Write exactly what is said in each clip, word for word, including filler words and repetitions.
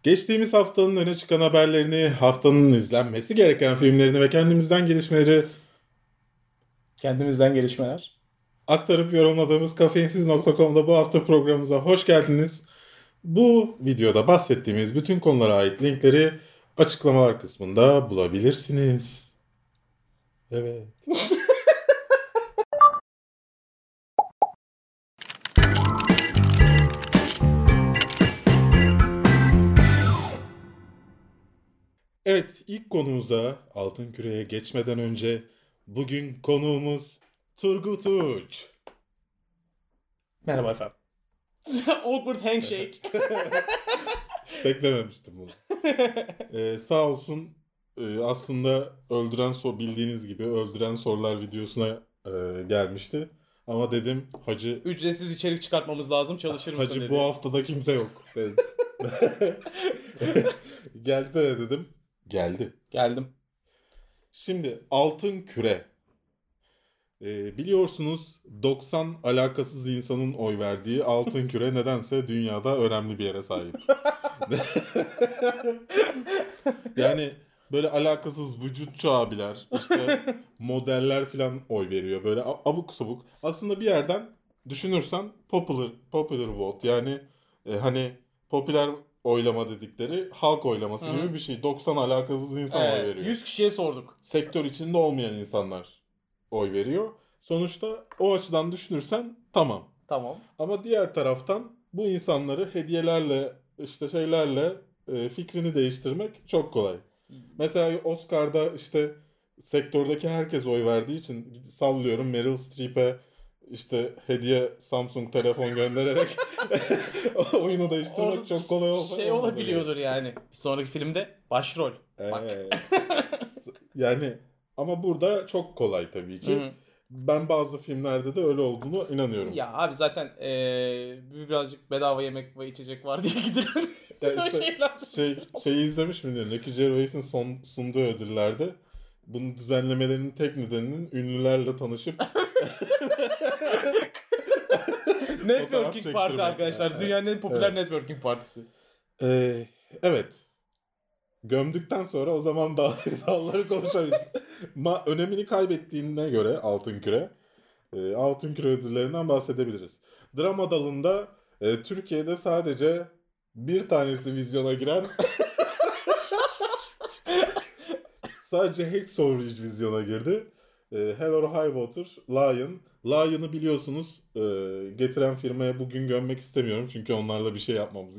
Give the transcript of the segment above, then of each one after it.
Geçtiğimiz haftanın öne çıkan haberlerini, haftanın izlenmesi gereken filmlerini ve kendimizden gelişmeleri Kendimizden gelişmeler. aktarıp yorumladığımız kafeinsiz nokta com'da bu hafta programımıza hoş geldiniz. Bu videoda bahsettiğimiz bütün konulara ait linkleri açıklamalar kısmında bulabilirsiniz. Evet. Evet, ilk konumuza Altın Küre'ye geçmeden önce bugün konuğumuz Turgut Uç. Merhaba efendim. Awkward handshake. Hiç beklememiştim bunu. Ee, sağ olsun e, aslında öldüren sor bildiğiniz gibi öldüren sorular videosuna e, gelmişti. Ama dedim hacı Ücretsiz içerik çıkartmamız lazım, çalışır mısın hacı dedi. bu haftada kimse yok dedim. Gelsene dedim. Geldi. Geldim. Şimdi Altın Küre. Ee, biliyorsunuz doksan alakasız insanın oy verdiği Altın Küre nedense dünyada önemli bir yere sahip. Yani böyle alakasız vücutçu abiler, işte modeller falan oy veriyor. Böyle a- abuk subuk. Aslında bir yerden düşünürsen popular popular vote, yani e, hani popüler oylama dedikleri halk oylaması Hı-hı. gibi bir şey. doksan alakasız insan oy Evet, veriyor. yüz kişiye sorduk. Sektör içinde olmayan insanlar oy veriyor. Sonuçta o açıdan düşünürsen tamam. Tamam. Ama diğer taraftan bu insanları hediyelerle, işte şeylerle e, fikrini değiştirmek çok kolay. Mesela Oscar'da işte sektördeki herkes oy verdiği için sallıyorum Meryl Streep'e işte hediye Samsung telefon göndererek oyunu değiştirmek Or- çok kolay olsa Şey olmaz olabiliyordur yani. Bir sonraki filmde başrol. Bak. Ee, yani ama burada çok kolay tabii ki. Hı-hı. Ben bazı filmlerde de öyle olduğunu inanıyorum. Ya abi zaten ee, birazcık bedava yemek ve içecek var diye gidilen Ya işte şeyler. şey şeyi izlemiş miydin? Ricky Gervais'in son sunduğu ödüllerde bunun düzenlemelerinin tek nedeninin ünlülerle tanışıp Networking çektirmek. parti arkadaşlar. Evet. Dünyanın en popüler Evet. networking partisi. Ee, evet. Gömdükten sonra o zaman daha dalları konuşabiliriz. Ma önemini kaybettiğine göre Altın Küre, e, Altın Küre ödüllerinden bahsedebiliriz. Drama dalında e, Türkiye'de sadece bir tanesi vizyona giren sadece Hacksaw Ridge vizyona girdi. E, Hell or High Water, Lion. Lion'ı biliyorsunuz, e, getiren firmaya bugün gömmek istemiyorum çünkü onlarla bir şey yapmamız.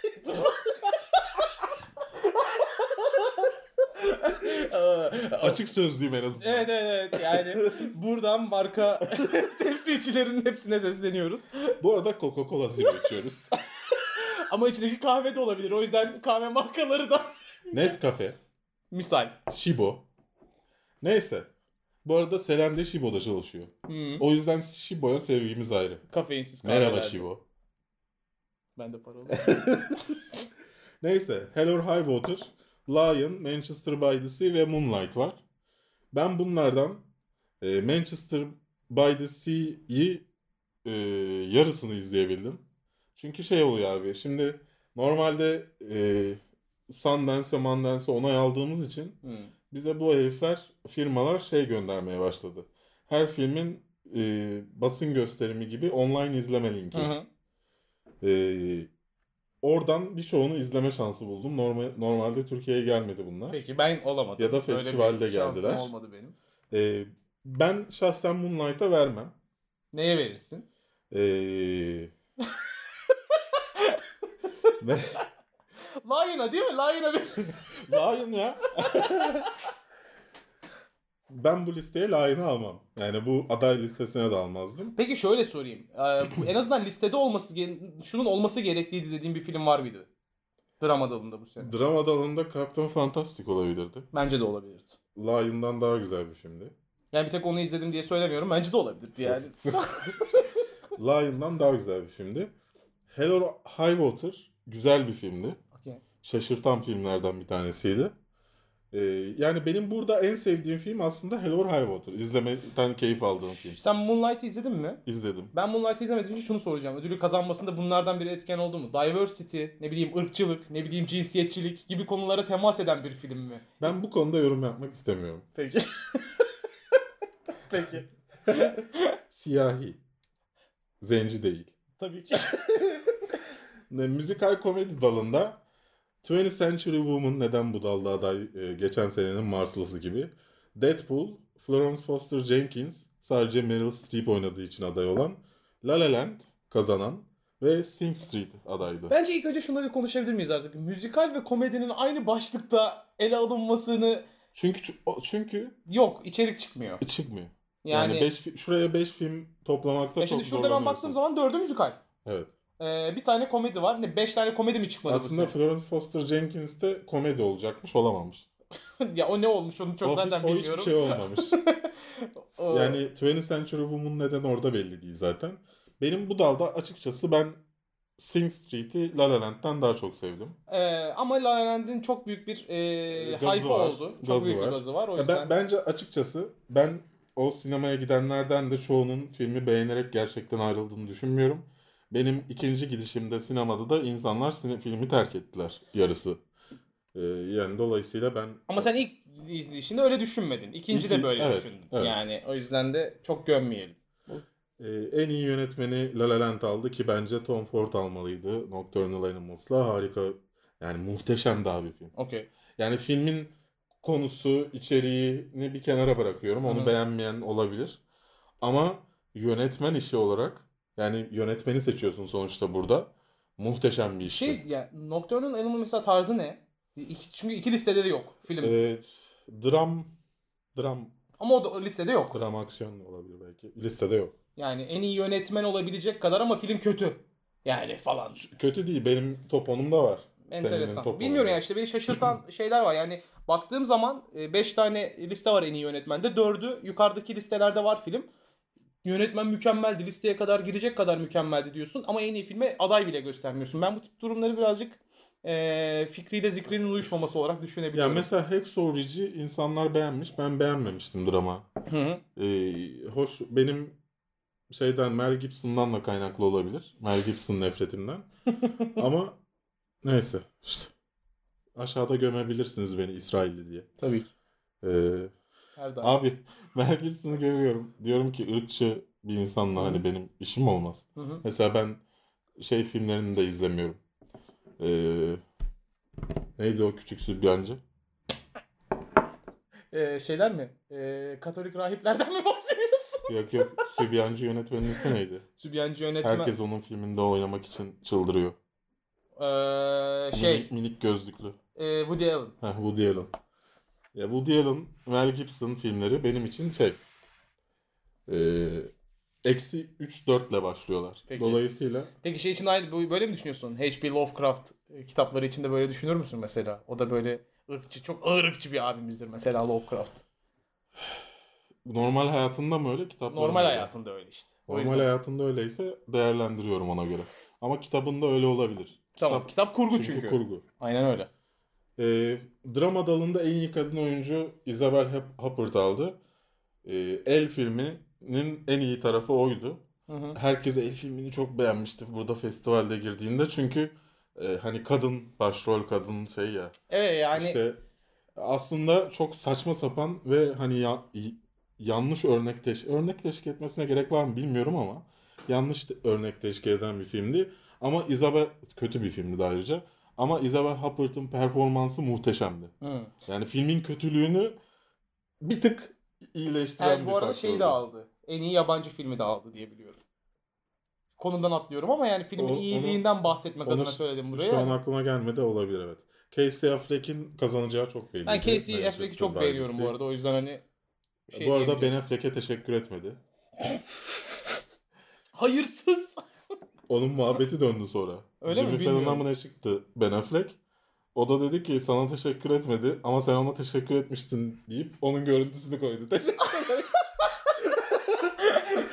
Açık sözlüyüm en azından. Evet evet evet yani buradan marka temsilcilerin hepsine sesleniyoruz. Bu arada Coca-Cola Zero içiyoruz. Ama içindeki kahve de olabilir. O yüzden kahve markaları da Nescafe, misal. Shibo. Neyse. Bu arada Selen de Shibo'da çalışıyor. Hmm. O yüzden Shibo'ya sevgimiz ayrı. Kafeinsiz kahvelerde. Merhaba Shibo. Ben de paralı. Neyse. Hell or High Water, Lion, Manchester by the Sea ve Moonlight var. Ben bunlardan e, Manchester by the Sea'yi e, yarısını izleyebildim. Çünkü şey oluyor abi. Şimdi normalde e, Sundance ve Mundance'e onay aldığımız için Hmm. bize bu herifler, firmalar şey göndermeye başladı. Her filmin e, basın gösterimi gibi online izleme linki. Hı hı. E, oradan birçoğunu izleme şansı buldum. Normal, normalde Türkiye'ye gelmedi bunlar. Peki ben olamadım. Ya da festivalde Öyle bir şansım geldiler. olmadı benim. E, ben şahsen Moonlight'a vermem. Neye verirsin? Eee... Ve Lion'a değil mi? Lion'a verirsin. Lion ya. Ben bu listeye Lion'ı almam. Yani bu aday listesine de almazdım. Peki şöyle sorayım. Ee, bu en azından listede olması ge- şunun olması gerekliydi dediğim bir film var mıydı? Drama dalında bu sene. Drama dalında Captain Fantastic olabilirdi. Bence de olabilirdi. Lion'dan daha güzel bir filmdi. Yani bir tek onu izledim diye söylemiyorum. Bence de olabilirdi yani. Lion'dan daha güzel bir filmdi. Hell or High Water güzel bir filmdi. Okay. Şaşırtan filmlerden bir tanesiydi. Ee, yani benim burada en sevdiğim film aslında Hell or High Water. İzlemekten keyif aldığım film. Sen Moonlight'ı izledin mi? İzledim. Ben Moonlight'ı izlemediğim için şunu soracağım. Ödülü kazanmasında bunlardan biri etken oldu mu? Diversity, ne bileyim ırkçılık, ne bileyim cinsiyetçilik gibi konulara temas eden bir film mi? Ben bu konuda yorum yapmak istemiyorum. Peki. Peki. Siyahi. Zenci değil. Tabii ki. Ne, müzikal komedi dalında twentieth Century Woman neden bu dalda aday? E, geçen senenin Marslısı gibi. Deadpool, Florence Foster Jenkins sadece Meryl Streep oynadığı için aday olan. La La Land kazanan ve Sing Street adaydı. Bence ilk önce şunları bir konuşabilir miyiz artık? Müzikal ve komedinin aynı başlıkta ele alınmasını Çünkü çünkü yok, içerik çıkmıyor. çıkmıyor. Yani, Yani beş, şuraya beş film toplamakta ya çok şimdi şurada ben baktığım zorlanıyorsun. zaman dördü müzikal. Evet. Ee, bir tane komedi var. Ne beş tane komedi mi çıkmadı Aslında bu Florence Foster Jenkins de komedi olacakmış, olamamış. sene? Ya o ne olmuş onu çok o, zaten hiç, o bilmiyorum. hiçbir şey olmamış. O- Yani twentieth Century Woman neden orada belli değil zaten. Benim bu dalda açıkçası ben Sing Street'i La La Land'den daha çok sevdim. Ee, ama La La Land'in çok büyük bir e, Gazı hype var, oldu. Çok gazı büyük bir var. gazı var. O Ya yüzden ben, bence açıkçası ben o sinemaya gidenlerden de çoğunun filmi beğenerek gerçekten ayrıldığını düşünmüyorum. Benim ikinci gidişimde sinemada da insanlar sine, filmi terk ettiler yarısı. Ee, yani dolayısıyla ben... ama sen ilk izleyişinde öyle düşünmedin. İkinci de İlk- böyle evet, düşündün. evet. Yani o yüzden de çok gömmeyelim. Ee, en iyi yönetmeni La La Land aldı ki bence Tom Ford almalıydı. Nocturnal Animals'la harika, yani muhteşem daha bir film. Okey. Yani filmin konusu, içeriğini bir kenara bırakıyorum. Onu Hı hı. beğenmeyen olabilir. Ama yönetmen işi olarak, yani yönetmeni seçiyorsun sonuçta burada. Muhteşem bir işti. Şey ya Nocturnal Animal mesela tarzı ne? İki- çünkü iki listede de yok film. Ee, dram, dram, Ama o da o listede yok. dram aksiyon olabilir belki. Listede yok. Yani en iyi yönetmen olabilecek kadar ama film kötü. Yani falan. Kötü değil. Benim top onumda var. Senin Enteresan. top Bilmiyorum onunda. ya işte beni şaşırtan şeyler var. Yani baktığım zaman beş tane liste var en iyi yönetmende. dördü yukarıdaki listelerde var film. Yönetmen mükemmeldi. Listeye kadar girecek kadar mükemmeldi diyorsun. Ama en iyi filme aday bile göstermiyorsun. Ben bu tip durumları birazcık e, fikriyle zikrinin uyuşmaması olarak Ya düşünebiliyorum. mesela Hacksaw Ridge'i insanlar beğenmiş. Ben beğenmemiştim drama. Hı hı. Ee, hoş benim şeyden Mel Gibson'dan da kaynaklı olabilir. Mel Gibson nefretimden. Ama neyse işte. Aşağıda gömebilirsiniz beni İsrailli diye. Tabii ki. Ee, Her daim. abi Mel Gibson'ı görüyorum. Diyorum ki ırkçı bir insanla Hı hı. hani benim işim olmaz. Hı hı. Mesela ben şey filmlerini de izlemiyorum. Ee, neydi o küçük sübyancı? Ee, şeyler mi? Ee, Katolik rahiplerden mi bahsediyorsun? Yok yok, sübyancı yönetmenin ismi neydi? Sübyancı yönetmen. Herkes onun filminde oynamak için çıldırıyor. Ee, şey. Minik, minik gözlüklü. E, Woody Allen. Heh, Woody Allen. Ya Woody Allen, Mel Gibson filmleri benim için şey... Ee, eksi üç dört ile başlıyorlar. Peki. Dolayısıyla... Peki şey için aynı bu- böyle mi düşünüyorsun? H P Lovecraft e, kitapları içinde böyle düşünür müsün mesela? O da böyle ırkçı, çok ağır ırkçı bir abimizdir mesela Lovecraft. Normal hayatında mı öyle, kitaplarında Normal mı? hayatında öyle işte. O Normal yüzden. hayatında öyleyse değerlendiriyorum ona göre. Ama kitabında öyle olabilir. Tamam, kitap kurgu çünkü. çünkü. kurgu. Aynen öyle. Ee, drama dalında en iyi kadın oyuncu Isabel Hup- Huppert aldı. Ee, El filminin en iyi tarafı oydu. Hı hı. Herkes El filmini çok beğenmişti burada festivalde girdiğinde. Çünkü e, hani kadın, başrol kadın şey ya. Evet yani İşte aslında çok saçma sapan ve hani ya- y- yanlış örnek teşkil, örnek teşkil etmesine gerek var mı bilmiyorum ama yanlış te- örnek teşkil eden bir filmdi. Ama Isabel, kötü bir filmdi de ayrıca. Ama Isabel Huppert'ın performansı muhteşemdi. Hı. Yani filmin kötülüğünü bir tık iyileştiren Yani bir bu arada faktördü. şeyi de aldı. En iyi yabancı filmi de aldı diye biliyorum. Konudan atlıyorum ama yani filmin O- onu- iyiliğinden bahsetmek onu adına ş- söyledim buraya. Şu an ama. aklıma gelmedi, olabilir evet. Casey Affleck'in kazanacağı çok belliydi. Ben Casey Affleck'i Manchester çok beğeniyorum bu By'si. arada. O yüzden hani şey Bu arada Ben diyemeyeceğim. Affleck'e teşekkür etmedi. Hayırsız. Onun muhabbeti döndü sonra. Öyle mi? Jimmy Bilmiyorum. Fallon'a mı ne çıktı Ben Affleck? O da dedi ki sana teşekkür etmedi ama sen ona teşekkür etmiştin deyip onun görüntüsünü koydu. Teşekkür ederim.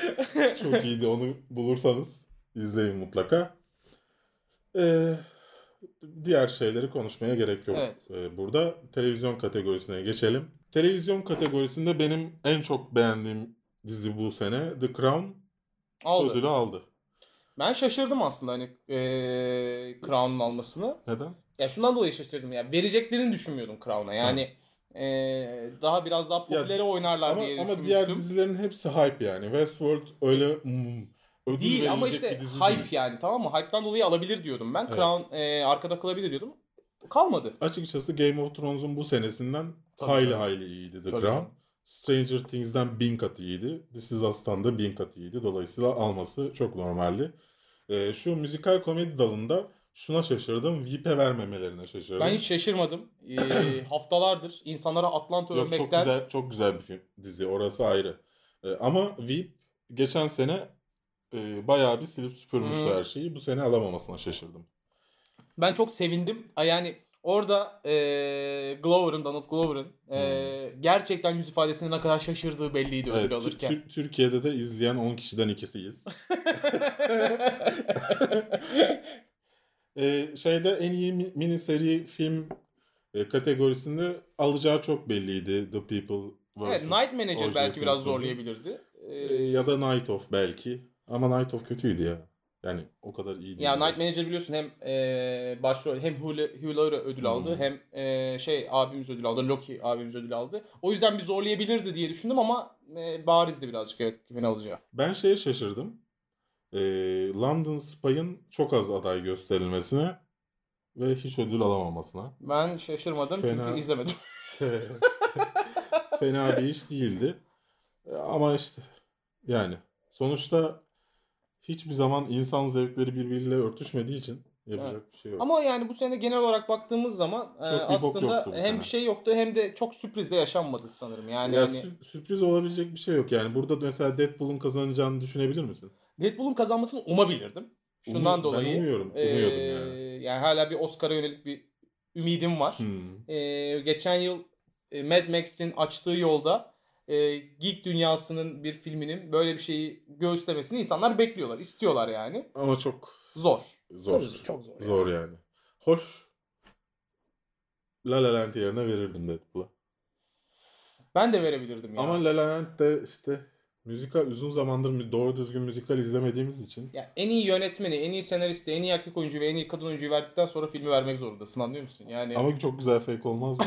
Çok iyiydi, onu bulursanız izleyin mutlaka. Ee, diğer şeyleri konuşmaya gerek yok. Evet. Ee, burada televizyon kategorisine geçelim. Televizyon kategorisinde benim en çok beğendiğim dizi bu sene The Crown Aldı. ödülü aldı. Ben şaşırdım aslında hani eee Crown'un almasını. Neden? Ya şundan dolayı şaşırdım ya. Vereceklerini düşünmüyordum Crown'a. Yani eee, daha biraz daha popüleri Ya, oynarlar Ama, diye ama düşünmüştüm. diğer dizilerin hepsi hype yani. Westworld öyle mm, ödül Değil ama verilecek işte bir dizi hype değil. yani, tamam mı? Hype'dan dolayı alabilir diyordum ben. Evet. Crown eee, arkada kalabilir diyordum. Kalmadı. Açıkçası Game of Thrones'un bu senesinden Tabii hayli canım. hayli iyiydi The Tabii Crown. canım. Stranger Things'den bin kat iyiydi. This Is Us'tan da bin kat iyiydi. Dolayısıyla alması çok normaldi. Ee, şu müzikal komedi dalında şuna şaşırdım. Veep'e vermemelerine şaşırdım. Ben hiç şaşırmadım. Eee, haftalardır insanlara Atlanta Yok, çok övmekten güzel çok güzel bir film, dizi. Orası ayrı. Ee, ama Veep geçen sene e, bayağı bir silip süpürmüştü Hı. her şeyi. Bu sene alamamasına şaşırdım. ben çok sevindim. Ay, Yani orada eee Glover'ın, Donald Glover'ın eee, gerçekten yüz ifadesinde ne kadar şaşırdığı belliydi ödül Evet, Tür- alırken. Tür- Türkiye'de de izleyen on kişiden ikisiyiz. Ee, şeyde en iyi mi- mini seri film e, kategorisinde alacağı çok belliydi. The People Evet, versus. Night Manager O J. belki biraz Simpson. zorlayabilirdi. Ee, Ee, ya da Night Of belki. Ama Night Of kötüydü ya. Yani o kadar iyi değildi. ya Night Manager biliyorsun hem e, başrol hem Hugh Hugh Laurie ödül aldı Hmm. hem e, şey abimiz ödül aldı. Loki abimiz ödül aldı. O yüzden bir zorlayabilirdi diye düşündüm ama e, barizdi birazcık, evet, kimin alacağı. Ben şeye şaşırdım. Ee, London Spy'ın çok az aday gösterilmesine ve hiç ödül alamamasına. Ben şaşırmadım Fena. çünkü izlemedim. Fena bir iş değildi. E, Ama işte yani sonuçta hiçbir zaman insan zevkleri birbiriyle örtüşmediği için yapacak Evet. bir şey yok. Ama yani bu sene genel olarak baktığımız zaman e, Çok bir bok aslında yoktu bu hem sene. bir şey yoktu hem de çok sürpriz de yaşanmadı sanırım. Yani Ya hani sü- sürpriz olabilecek bir şey yok yani. Burada mesela Deadpool'un kazanacağını düşünebilir misin? Deadpool'un kazanmasını umabilirdim. Şundan Umu- ben dolayı. umuyorum, e, umuyordum yani. yani hala bir Oscar'a yönelik bir ümidim var. Hmm. E, geçen yıl e, Mad Max'in açtığı yolda e, geek dünyasının bir filminin böyle bir şeyi göğüslemesini insanlar bekliyorlar, istiyorlar yani. Ama çok Zor. zor. Tabii, çok zor. Zor yani. Hoş. La La Land yerine verirdim Deadpool'a. Ben de verebilirdim ya. Ama La La Land de işte müzikal, uzun zamandır mü- doğru düzgün müzikal izlemediğimiz için. Ya en iyi yönetmeni, en iyi senaristi, en iyi erkek oyuncu ve en iyi kadın oyuncuyu verdikten sonra filmi vermek zorundasın, anlıyor musun? Yani Ama çok güzel fake olmaz mı?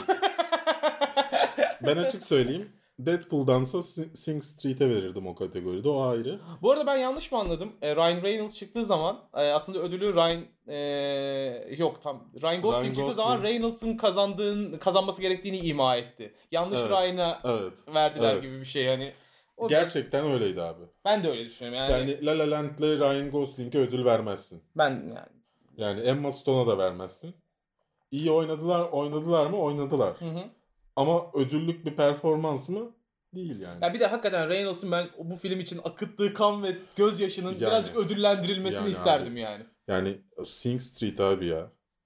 Ben açık söyleyeyim. Deadpool'dansa Sing Sing Street'e verirdim o kategoride. O ayrı. bu arada ben yanlış mı anladım? E, Ryan Reynolds çıktığı zaman e, aslında ödülü Ryan e, yok tam Ryan Gosling Ryan çıktığı zaman Gosling. Reynolds'ın kazandığın kazanması gerektiğini ima etti. Yanlış Evet. Ryan'a Evet. verdiler Evet. gibi bir şey hani. O Gerçekten öyleydi abi. ben de öyle düşünüyorum yani. Yani La La Land'le Ryan Gosling'e ödül vermezsin. Ben yani. Yani Emma Stone'a da vermezsin. İyi oynadılar, oynadılar mı? Oynadılar. Hı hı. Ama ödüllük bir performans mı? Değil yani. Ya bir de hakikaten Reynolds'ın ben bu film için akıttığı kan ve gözyaşının Yani. birazcık ödüllendirilmesini Yani isterdim abi. yani. Yani Sing Street abi ya.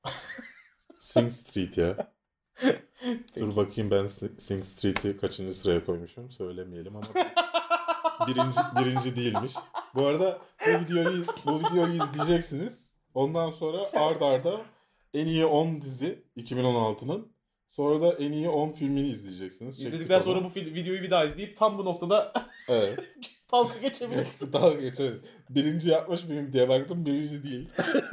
Sing Street ya. Dur bakayım ben Sing Street'i kaçıncı sıraya koymuşum. Söylemeyelim ama birinci birinci değilmiş. Bu arada bu videoyu bu videoyu izleyeceksiniz. Ondan sonra ard arda en iyi on dizi iki bin on altının, sonra da en iyi on filmini izleyeceksiniz. Çektik İzledikten onu. sonra bu fil- videoyu bir daha izleyip tam bu noktada Evet. dalga geçebilirsin. Dalga geçelim. Birinci yapmış mıyım diye baktım, birinci değil.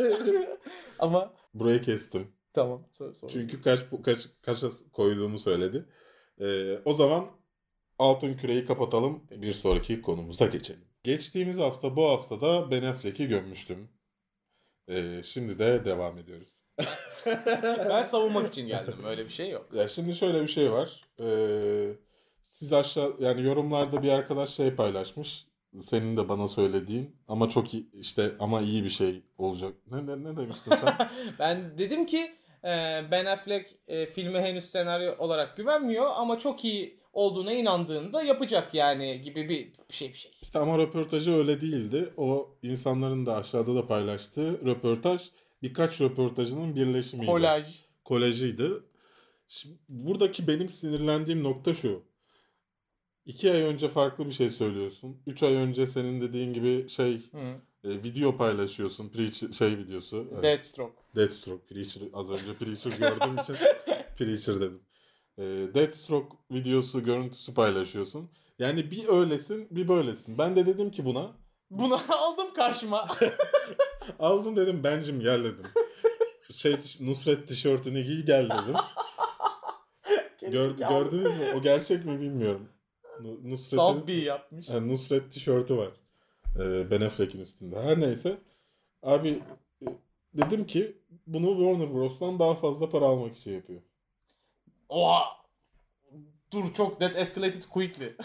Ama Burayı kestim. tamam. Sonra, sonra. Çünkü kaç kaç kaça koyduğumu söyledi. Ee, o zaman altın küreyi kapatalım. Bir sonraki konumuza geçelim. Geçtiğimiz hafta, bu hafta da Ben Affleck'i gömmüştüm. Ee, şimdi de devam ediyoruz. Ben savunmak için geldim. Öyle bir şey yok. Ya şimdi şöyle bir şey var. Ee, siz aşağı yani yorumlarda bir arkadaş şey paylaşmış. Senin de bana söylediğin ama çok iyi işte ama iyi bir şey olacak. Ne ne, ne demiştin sen? Ben dedim ki e, Ben Affleck e, filme henüz senaryo olarak güvenmiyor ama çok iyi olduğuna inandığında yapacak yani gibi bir şey bir şey. İşte ama röportajı öyle değildi. O insanların da aşağıda da paylaştığı röportaj birkaç röportajının birleşimiydi. Kolaj. Kolajıydı. Şimdi buradaki benim sinirlendiğim nokta şu. İki ay önce farklı bir şey söylüyorsun. Üç ay önce senin dediğin gibi şey Hı. e, video paylaşıyorsun. Preacher şey videosu. Evet. Deathstroke. Deathstroke. Preacher. Az önce Preacher gördüğüm için Preacher dedim. E, Deathstroke videosu, görüntüsü paylaşıyorsun. Yani bir öylesin, bir böylesin. Ben de dedim ki buna. Bunu aldım karşıma. Aldım dedim, bencim gel dedim. Şey Nusret tişörtünü giy gel dedim. Gör, gördünüz mü? O gerçek mi bilmiyorum. Nusret'in Salbi yapmış. Yani Nusret tişörtü var. Ee, Ben Affleck'in üstünde. Her neyse. Abi e, dedim ki bunu Warner Bros'tan daha fazla para almak için yapıyor. Oha! Dur, çok that escalated quickly.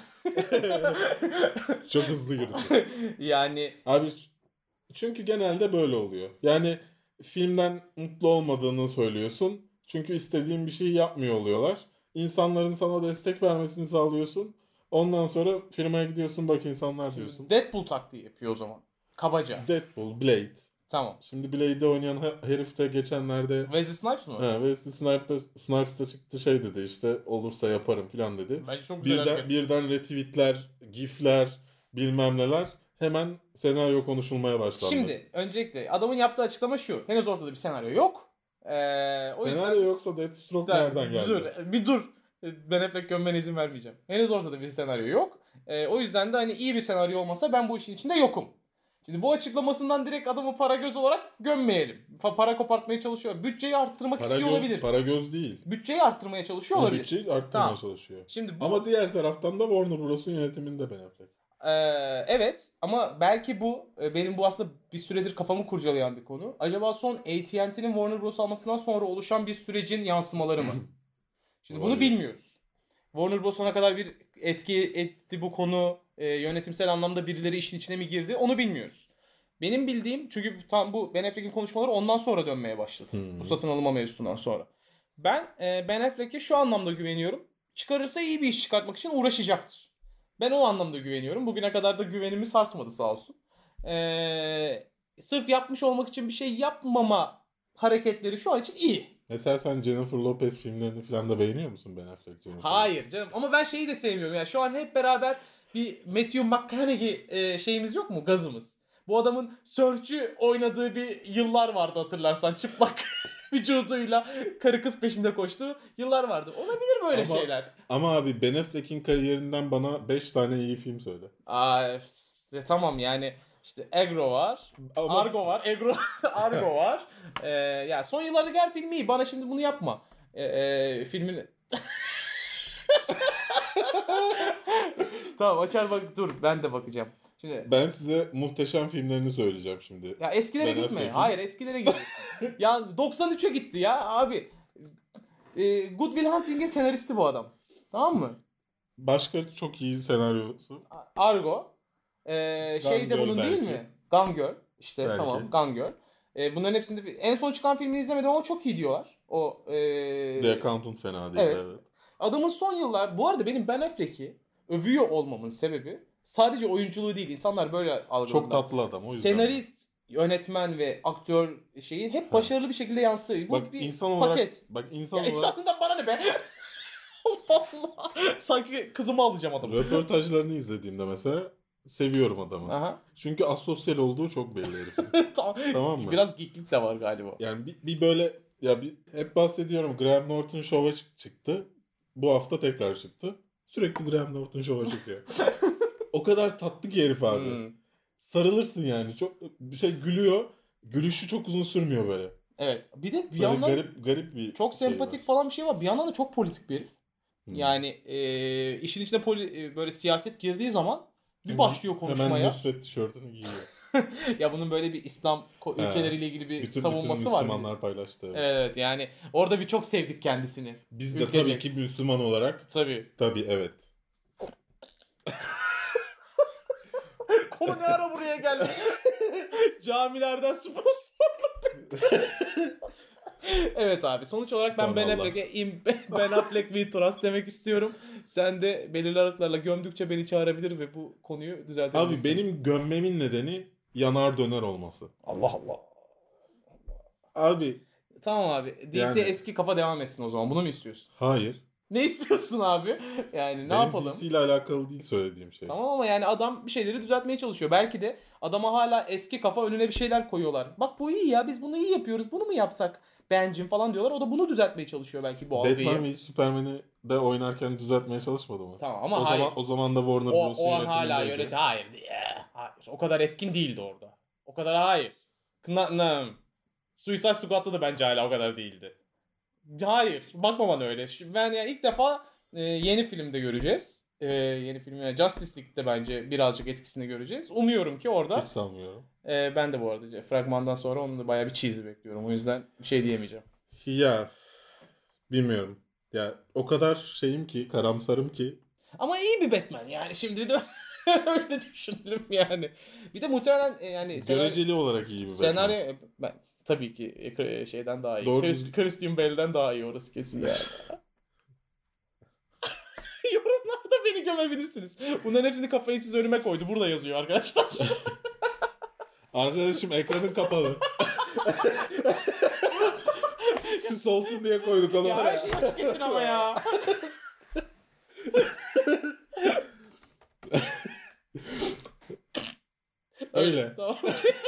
Çok hızlı yürüdü. Yani Abi çünkü genelde böyle oluyor. Yani filmden mutlu olmadığını söylüyorsun. Çünkü istediğin bir şeyi yapmıyor oluyorlar. İnsanların sana destek vermesini sağlıyorsun. Ondan sonra firmaya gidiyorsun, bak insanlar diyorsun. Deadpool taktiği yapıyor o zaman. Kabaca. Deadpool, Blade. Tamam. Şimdi Blade'de oynayan herif de geçenlerde... Wesley Snipes mı? He, Wesley Snipes de, Snipes de çıktı şey dedi işte, olursa yaparım falan dedi. Bence çok güzel Birden, hareket. birden retweetler, gifler, bilmem neler, hemen senaryo konuşulmaya başlandı. Şimdi öncelikle adamın yaptığı açıklama şu. Henüz ortada bir senaryo yok. Ee, o senaryo yüzden... yoksa Deathstroke Da, nereden geldi? Dur, bir dur. Ben Affleck gömmene izin vermeyeceğim. Henüz ortada bir senaryo yok. Ee, o yüzden de hani iyi bir senaryo olmasa ben bu işin içinde yokum. Şimdi bu açıklamasından direkt adamı para göz olarak gömmeyelim. Fa- para kopartmaya çalışıyor. Bütçeyi arttırmak Para istiyor göz, olabilir. para göz değil. Bütçeyi arttırmaya çalışıyor olabilir. Bütçeyi arttırmaya Tamam. çalışıyor. Şimdi bu... Ama diğer taraftan da Warner Bros'un yönetiminde Ben Affleck. Ee, evet ama belki bu benim bu aslında bir süredir kafamı kurcalayan bir konu. Acaba son A T and T'nin Warner Bros almasından sonra oluşan bir sürecin yansımaları mı? Şimdi bunu bilmiyoruz. Warner Bros ne kadar bir etki etti bu konu, e, yönetimsel anlamda birileri işin içine mi girdi onu bilmiyoruz. Benim bildiğim, çünkü tam bu Ben Affleck'in konuşmaları ondan sonra dönmeye başladı. Hmm. Bu satın alınma mevzusundan sonra. Ben e, Ben Affleck'e şu anlamda güveniyorum. Çıkarırsa iyi bir iş çıkartmak için uğraşacaktır. Ben o anlamda güveniyorum. Bugüne kadar da güvenimi sarsmadı sağ olsun. Ee, sırf yapmış olmak için bir şey yapmama hareketleri şu an için iyi. Mesela sen Jennifer Lopez filmlerini falan da beğeniyor musun Ben Affleck? Jennifer Hayır canım, ama ben şeyi de sevmiyorum. Yani şu an hep beraber bir Matthew McConaughey e, şeyimiz yok mu? Gazımız. Bu adamın Search'ü oynadığı bir yıllar vardı, hatırlarsan. Çıplak vücuduyla karı kız peşinde koştuğu yıllar vardı. Olabilir böyle ama, şeyler. Ama abi Ben Affleck'in kariyerinden bana beş tane iyi film söyle. Aa, işte, tamam yani işte Egro var, ama... Argo var, Egro, Argo var. Ee, ya son yıllardaki her film iyi. Bana şimdi bunu yapma. Ee, e, filmin... Tamam, açar bak, dur ben de bakacağım. Şimdi ben size muhteşem filmlerini söyleyeceğim şimdi. Ya eskilere ben gitme. Hayır, eskilere git. Ya doksan üçe gitti ya abi. Ee, Good Will Hunting'in senaristi bu adam. Tamam mı? Başka çok iyi senaryosu. Argo. Ee, şey de bunun belki. Değil mi? Gone Girl. İşte belki. Tamam, Gone Girl. Ee, bunların hepsinde en son çıkan filmini izlemedim ama çok iyi diyorlar. O ee... The Accountant fena değil. Evet. evet. Adamın son yıllar, bu arada benim Ben Affleck'i övüyor olmamın sebebi sadece oyunculuğu değil. İnsanlar böyle algıladılar. Çok tatlı adam o yüzden. Senarist, yönetmen ve aktör şeyi hep başarılı ha. bir şekilde yansıtıyor. Bu bak, bir insan paket. Olarak, bak insan ya olarak... insanından bana ne be? Allah Allah. Sanki kızımı alacağım adamı. Röportajlarını izlediğimde mesela seviyorum adamı. Aha. Çünkü asosyal olduğu çok belli herifin. tamam. tamam mı? Biraz geeklik de var galiba. Yani bir, bir böyle ya bir hep bahsediyorum, Graham Norton Show'a çıktı. Bu hafta tekrar çıktı. Sürekli Graham Norton Show'a çıkıyor. O kadar tatlı ki herif abi. Hmm. Sarılırsın yani. Çok bir şey gülüyor. Gülüşü çok uzun sürmüyor böyle. Evet. Bir de bir böyle yandan garip garip bir çok sempatik var. falan bir şey var. Bir yandan da çok politik bir herif. Hmm. Yani e, işin içine poli, e, böyle siyaset girdiği zaman bir hemen, başlıyor konuşmaya. Hemen Nusret tişörtünü giyiyor. Ya bunun böyle bir İslam ülkeleriyle ilgili bir bütün, savunması bütün var. Bütün Müslümanlar paylaştı. Evet. evet yani orada bir çok sevdik kendisini. Biz de ülkece. Tabii ki Müslüman olarak. Tabii. Tabii evet. Konu ne ara buraya geldi? Camilerden sponsorluk. Evet abi, sonuç olarak ben Ben Affleck'e Ben Affleck We Trust demek istiyorum. Sen de belirli aralıklarla gömdükçe beni çağırabilir ve bu konuyu düzeltebilirsin. Abi benim gömmemin nedeni yanar döner olması. Allah Allah. Abi. Tamam abi. D C yani... eski kafa devam etsin o zaman. Bunu mu istiyorsun? Hayır. Ne istiyorsun abi? Yani ne Benim yapalım? D C ile alakalı değil söylediğim şey. Tamam ama yani adam bir şeyleri düzeltmeye çalışıyor. Belki de adama hala eski kafa önüne bir şeyler koyuyorlar. Bak bu iyi ya, biz bunu iyi yapıyoruz. Bunu mu yapsak bencim falan diyorlar. O da bunu düzeltmeye çalışıyor belki bu algıyı. Batman ve Superman'i de oynarken düzeltmeye çalışmadı mı? Tamam ama o hayır. zaman o zaman da Warner O, Bros'un o an hala yönetimindeydi. yönet hayır diye. Hayır. O kadar etkin değildi orada. O kadar hayır. Kna, na, Suicide Squad'da da bence hala o kadar değildi. Hayır. Bakma bana öyle. Şu- Ben yani ilk defa e, yeni filmde göreceğiz. E, yeni film yani Justice League'de bence birazcık etkisini göreceğiz. Umuyorum ki orada. Hiç sanmıyorum. E, ben de bu arada fragmandan sonra onun da bayağı bir cheesy bekliyorum. O yüzden bir şey diyemeyeceğim. Ya bilmiyorum. Ya o kadar şeyim ki, karamsarım ki. Ama iyi bir Batman yani şimdi de öyle düşünelim yani. Bir de muhtemelen e, yani Göreceli olarak iyi bir Batman. senaryo e, ben, tabii ki e, şeyden daha iyi. Doğru Christ, düzgün- Christian Bale'den daha iyi orası kesin yani. Yorumlarda beni gömebilirsiniz. Bunların hepsini kafayı siz önüme koydu. Burada yazıyor arkadaşlar. Arkadaşım ekranın kapalı. Süs olsun diye koyduk onu. Ya her şeyi açık ettin ama ya. Öyle. Tamam.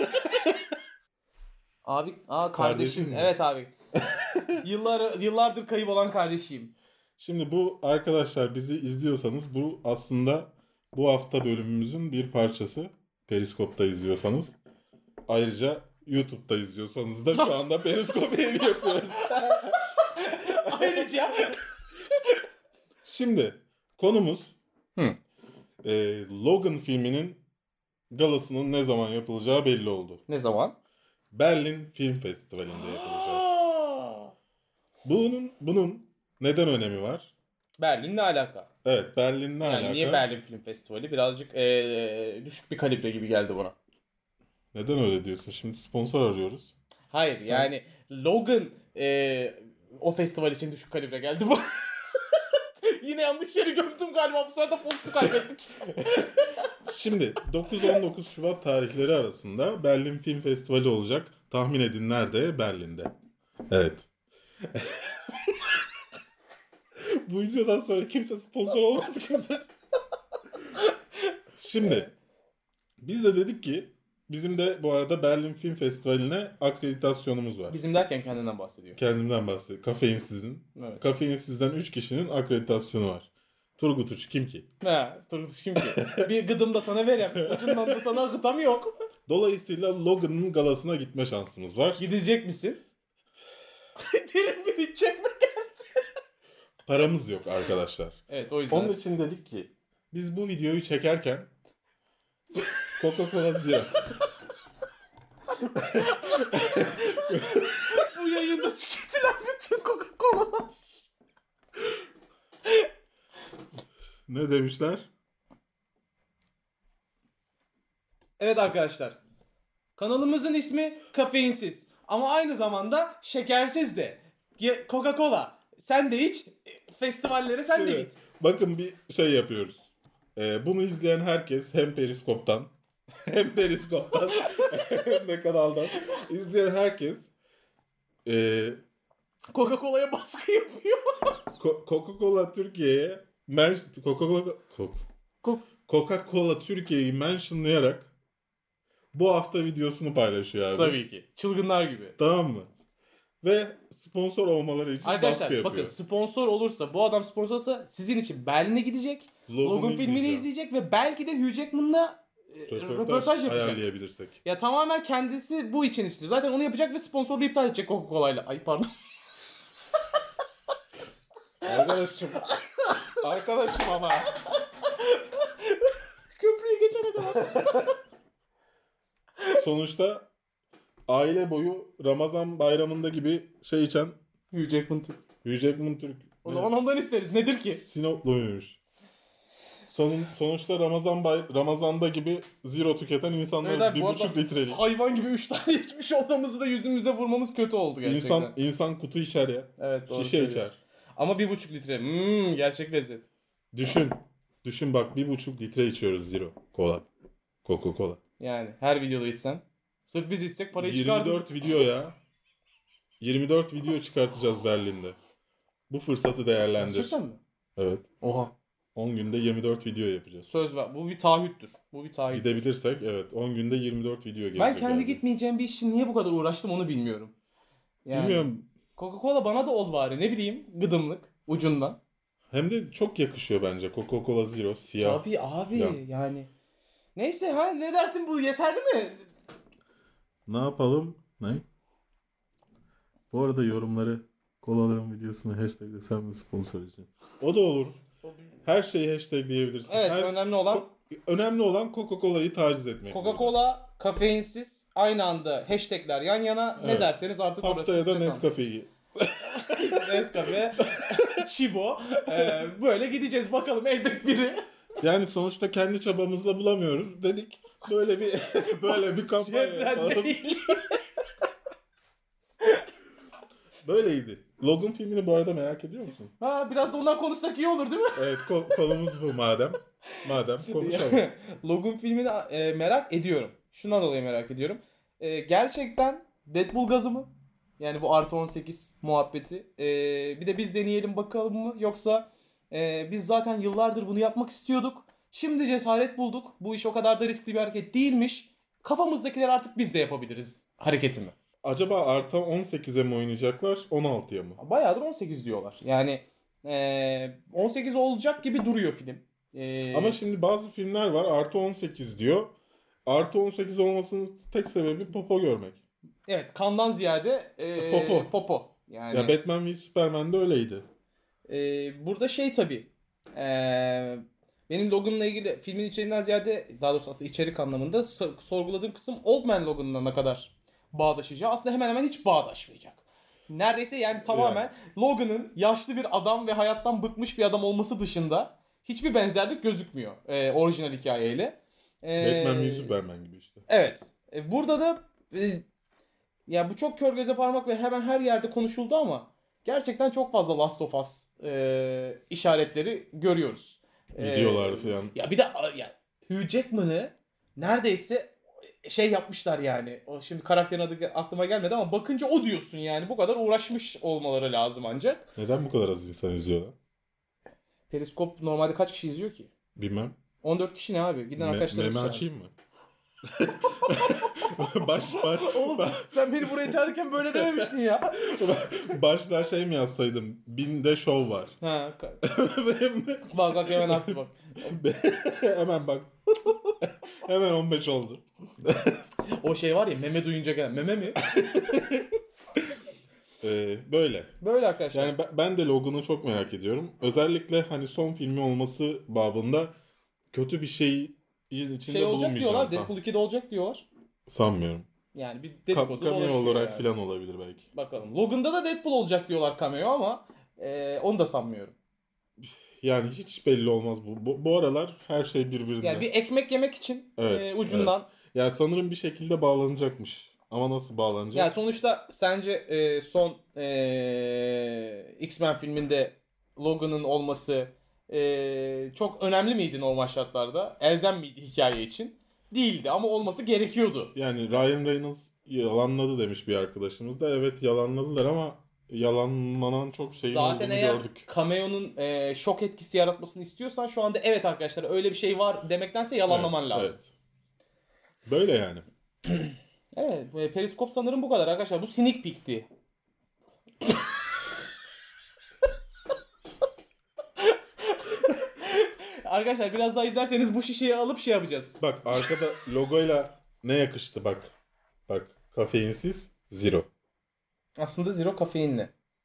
Abi, aa kardeşin. Kardeşin mi? Evet abi. Yıllar yıllardır kayıp olan kardeşiyim. Şimdi bu arkadaşlar bizi izliyorsanız bu aslında bu hafta bölümümüzün bir parçası. Periskop'ta izliyorsanız. Ayrıca YouTube'da izliyorsanız da şu anda Periskop yayını yapıyoruz. Ayrıca Şimdi konumuz Hı. e, Logan filminin galasının ne zaman yapılacağı belli oldu. ne zaman? Berlin Film Festivali'nde yapılacak. Bunun bunun neden önemi var? Berlin ne alaka? Evet, Berlin'le Yani alaka. niye Berlin Film Festivali? Birazcık eee, düşük bir kalibre gibi geldi bana. Neden öyle diyorsun? Şimdi sponsor arıyoruz. Hayır Sen- yani Logan eee, o festival için düşük kalibre geldi bu. Yine yanlış yeri gömdüm galiba. Bu sefer de Fox'u kaybettik. Şimdi dokuz on dokuz Şubat tarihleri arasında Berlin Film Festivali olacak. Tahmin edin nerede? Berlin'de. Evet. Bu videodan sonra kimse sponsor olmaz kimse. Şimdi biz de dedik ki bizim de bu arada Berlin Film Festivali'ne akreditasyonumuz var. Bizim derken kendinden bahsediyor. Kendimden bahsediyorum. Kafeinsiz'in. Evet. Kafeinsiz'den üç kişinin akreditasyonu var. Turgut Uç kim ki? Ha, Turgut kim ki? Bir gıdım da sana verem. Ucundan da sana gıdam yok. Dolayısıyla Logan'ın galasına gitme şansımız var. Gidecek misin? Derin bir iç çekme. Paramız yok arkadaşlar. Evet o yüzden. Onun için dedik ki biz bu videoyu çekerken Coca-Cola Zero. Bu yayında tüketilen bütün Coca-Cola'lar. Ne demişler? Evet arkadaşlar. Kanalımızın ismi Kafeinsiz. Ama aynı zamanda şekersiz de. Ye- Coca-Cola. Sen de iç. Festivallere sen de Şimdi, git. bakın bir şey yapıyoruz. Ee, bunu izleyen herkes hem Periskop'tan hem Periskop'tan hem de kanaldan izleyen herkes e, Coca-Cola'ya baskı yapıyor. Co- Coca-Cola Türkiye'ye men- Coca-Cola Co- Ko- Coca-Cola Türkiye'yi mentionlayarak bu hafta videosunu paylaşıyor abi. Tabii ki. Çılgınlar gibi. Tamam mı? Ve sponsor olmaları için baskı Arkadaşlar yapıyor. bakın sponsor olursa, bu adam sponsor olsa sizin için Berlin'e gidecek. Logan'ı Logan filmini izleyeceğim. izleyecek ve belki de Hugh Jackman'la e, Röportaj, röportaj yapacak. ayarlayabilirsek. Ya tamamen kendisi bu için istiyor. Zaten onu yapacak ve sponsorluğu iptal edecek Coca-Cola'yla. Ay pardon. Arkadaşım. Arkadaşım ama. Köprüyü geçene kadar. Sonuçta aile boyu Ramazan bayramında gibi şey içen Hugh Jackman Türk. Hugh Jackman Türk. O zaman ondan isteriz. Nedir ki? Sinopluymuş. Sonun, sonuçta Ramazan bay, Ramazan'da gibi zero tüketen insanlar Evet abi, bir bu buçuk arada litrelik. hayvan gibi üç tane içmiş olmamızı da yüzümüze vurmamız kötü oldu gerçekten. İnsan insan kutu içer ya. evet, doğru Şişe söylüyorsun. içer. Ama bir buçuk litre. Hmm, gerçek lezzet. Düşün. Düşün bak bir buçuk litre içiyoruz zero. Kola. Coca-Cola. Yani her videoda içsen. Sırf biz içsek parayı çıkardık. yirmi dört video ya. yirmi dört video çıkartacağız Berlin'de. Bu fırsatı değerlendir. Gerçekten mi? Evet. Oha. on günde yirmi dört video yapacağız. Söz ver. Bu bir taahhüttür. Bu bir taahhüttür. Gidebilirsek evet on günde yirmi dört video gelecek. Ben kendi abi. gitmeyeceğim bir iş için niye bu kadar uğraştım onu bilmiyorum. Yani, Bilmiyorum. Coca-Cola bana da ol bari, ne bileyim, gıdımlık ucundan. Hem de çok yakışıyor bence Coca-Cola Zero siyah. Tabii abi Ya. yani. Neyse ha, ne dersin, bu yeterli mi? Ne yapalım? Ne? Bu arada yorumları kolaların videosunu hashtag'le sen mi sponsor için? O da olur. Her şeyi hashtagleyebilirsin. Evet, Her, önemli olan ko- önemli olan Coca-Cola'yı taciz etmek. Coca-Cola kafeinsiz aynı anda hashtagler yan yana, ne Evet. derseniz artık orası Haftaya da size Nescafe'yi. kalmış. Nescafe, Chibo, ee, böyle gideceğiz bakalım, elbet biri. Yani sonuçta kendi çabamızla bulamıyoruz. Dedik böyle bir böyle bir kampanya Cepten yapalım. değil. Böyleydi. Logan filmini bu arada merak ediyor musun? Ha, biraz da ondan konuşsak iyi olur değil mi? Evet ko- konumuz bu madem. Madem konuşalım. Logan filmini e, merak ediyorum. Şundan dolayı merak ediyorum. E, gerçekten Deadpool gazı mı? Yani bu artı on sekiz muhabbeti. E, bir de biz deneyelim bakalım mı? Yoksa e, biz zaten yıllardır bunu yapmak istiyorduk. Şimdi cesaret bulduk. Bu iş o kadar da riskli bir hareket değilmiş. Kafamızdakiler artık biz de yapabiliriz hareketi mi? Acaba artı on sekize mi oynayacaklar on altıya mı? Bayağıdır on sekiz diyorlar. Yani e, on sekiz olacak gibi duruyor film. E, Ama şimdi bazı filmler var artı on sekiz diyor. Artı on sekiz olmasının tek sebebi popo görmek. Evet, kandan ziyade e, Popo. popo. Yani Ya Batman v Superman'de öyleydi. e, burada şey tabii. E, benim Logan'la ilgili filmin içeriğinden ziyade, daha doğrusu aslında içerik anlamında so- sorguladığım kısım Old Man Logan'la ne kadar bağdaşacağı. Aslında hemen hemen hiç bağdaşmayacak. Neredeyse yani tamamen Yani. Logan'ın yaşlı bir adam ve hayattan bıkmış bir adam olması dışında hiçbir benzerlik gözükmüyor e, orijinal hikayeyle. E, Batman v Superman gibi işte. Evet. E, burada da e, ya bu çok kör göze parmak ve hemen her yerde konuşuldu ama gerçekten çok fazla Last of Us e, işaretleri görüyoruz. E, Videolar falan. Ya bir de a- ya, Hugh Jackman'ı neredeyse şey yapmışlar yani. O şimdi karakterin adı aklıma gelmedi ama bakınca o diyorsun yani. Bu kadar uğraşmış olmaları lazım ancak. Neden bu kadar az insan izliyor lan? Periskop normalde kaç kişi izliyor ki? Bilmem. on dört kişi ne abi? Gidin Me- arkadaşlarınız meme çağırın. açayım mı? baş, baş, Oğlum sen beni buraya çağırırken böyle dememiştin ya. başta şey mi yazsaydım? Binde şov var. Ha, bak bak hemen arttı bak. Hemen bak. Hemen on beş oldu. O şey var ya, meme duyunca gelen. Meme mi? Ee, böyle. Böyle arkadaşlar. Yani ben, ben de Logan'ı çok merak ediyorum. Özellikle hani son filmi olması babında kötü bir şeyin içinde şey olacak bulunmayacağım. diyorlar. Ha, Deadpool ikide olacak diyorlar. Sanmıyorum. Yani bir Ka- dedikodu cameo dolaşıyor olarak yani. falan olabilir belki. Bakalım. Logan'da da Deadpool olacak diyorlar cameo ama e, onu da sanmıyorum. Yani hiç belli olmaz bu. Bu, bu aralar her şey birbirine. Yani bir ekmek yemek için Evet, e, ucundan. Yani sanırım bir şekilde bağlanacakmış. Ama nasıl bağlanacak? Yani sonuçta sence e, son e, X-Men filminde Logan'ın olması e, çok önemli miydi normal şartlarda? Elzem miydi hikaye için? Değildi ama olması gerekiyordu. Yani Ryan Reynolds yalanladı demiş bir arkadaşımız da. Evet yalanladılar ama yalanlanan çok şeyin Zaten olduğunu eğer gördük. cameo'nun e, şok etkisi yaratmasını istiyorsan şu anda evet arkadaşlar öyle bir şey var demektense yalanlaman Evet, lazım. evet. Böyle yani. Evet, e, Periskop sanırım bu kadar arkadaşlar. Bu sneak peek'ti. Arkadaşlar biraz daha izlerseniz bu şişeyi alıp şey yapacağız. Bak arkada logoyla ne yakıştı bak. Bak kafeinsiz zero. Aslında zero kafeinli.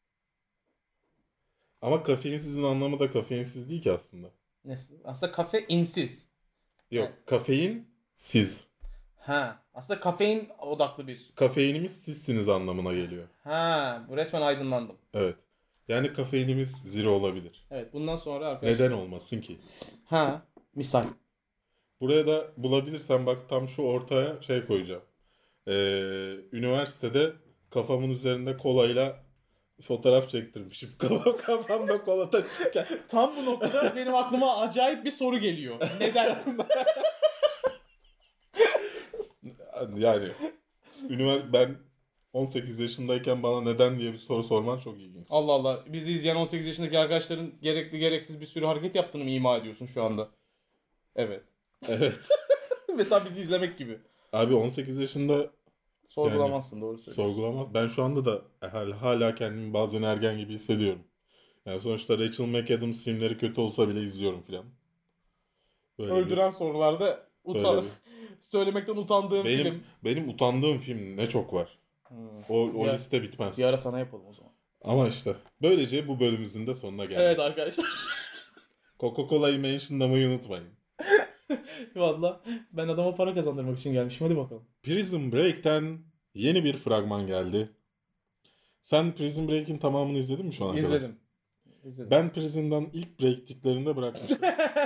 Ama kafeinsizin anlamı da kafeinsiz değil ki aslında. Neyse, aslında kafeinsiz. Yok Evet. kafeinsiz. Ha, aslında kafein odaklı bir. Kafeinimiz sizsiniz anlamına geliyor. Ha, bu resmen aydınlandım. Evet. Yani kafeinimiz zero olabilir. Evet, bundan sonra arkadaşlar. Neden olmasın ki? Ha, misal. Buraya da bulabilirsem bak tam şu ortaya şey koyacağım. Ee, üniversitede kafamın üzerinde kolayla fotoğraf çektirmişim. Kafam, kafamda kola taşırken. Tam bu noktada benim aklıma acayip bir soru geliyor. Neden? Yani ünivers- ben on sekiz yaşındayken bana neden diye bir soru sorman çok ilginç. Allah Allah. Bizi izleyen on sekiz yaşındaki arkadaşların gerekli gereksiz bir sürü hareket yaptığını mı ima ediyorsun şu anda? Evet. Evet. Mesela bizi izlemek gibi. Abi on sekiz yaşında Sorgulamazsın, doğru söylüyorsun. sorgulamaz. Ben şu anda da hala, hala kendimi bazen ergen gibi hissediyorum. Yani sonuçta Rachel McAdams filmleri kötü olsa bile izliyorum filan. Böyle bir- Öldüren sorularda utan Böyle söylemekten utandığım benim film. benim utandığım film ne çok var. Hmm. O o Ya- liste bitmez. Bir ara sana yapalım o zaman. Ama işte böylece bu bölümümüzün de sonuna geldik. Evet arkadaşlar. Coca-Cola'yı mentionlamayı unutmayın. Valla ben adama para kazandırmak için gelmişim. Hadi bakalım. Prison Break'ten yeni bir fragman geldi. Sen Prison Break'in tamamını izledin mi şu ana kadar? İzledim. İzledim. Ben Prison'dan ilk breaktiklerinde bırakmıştım.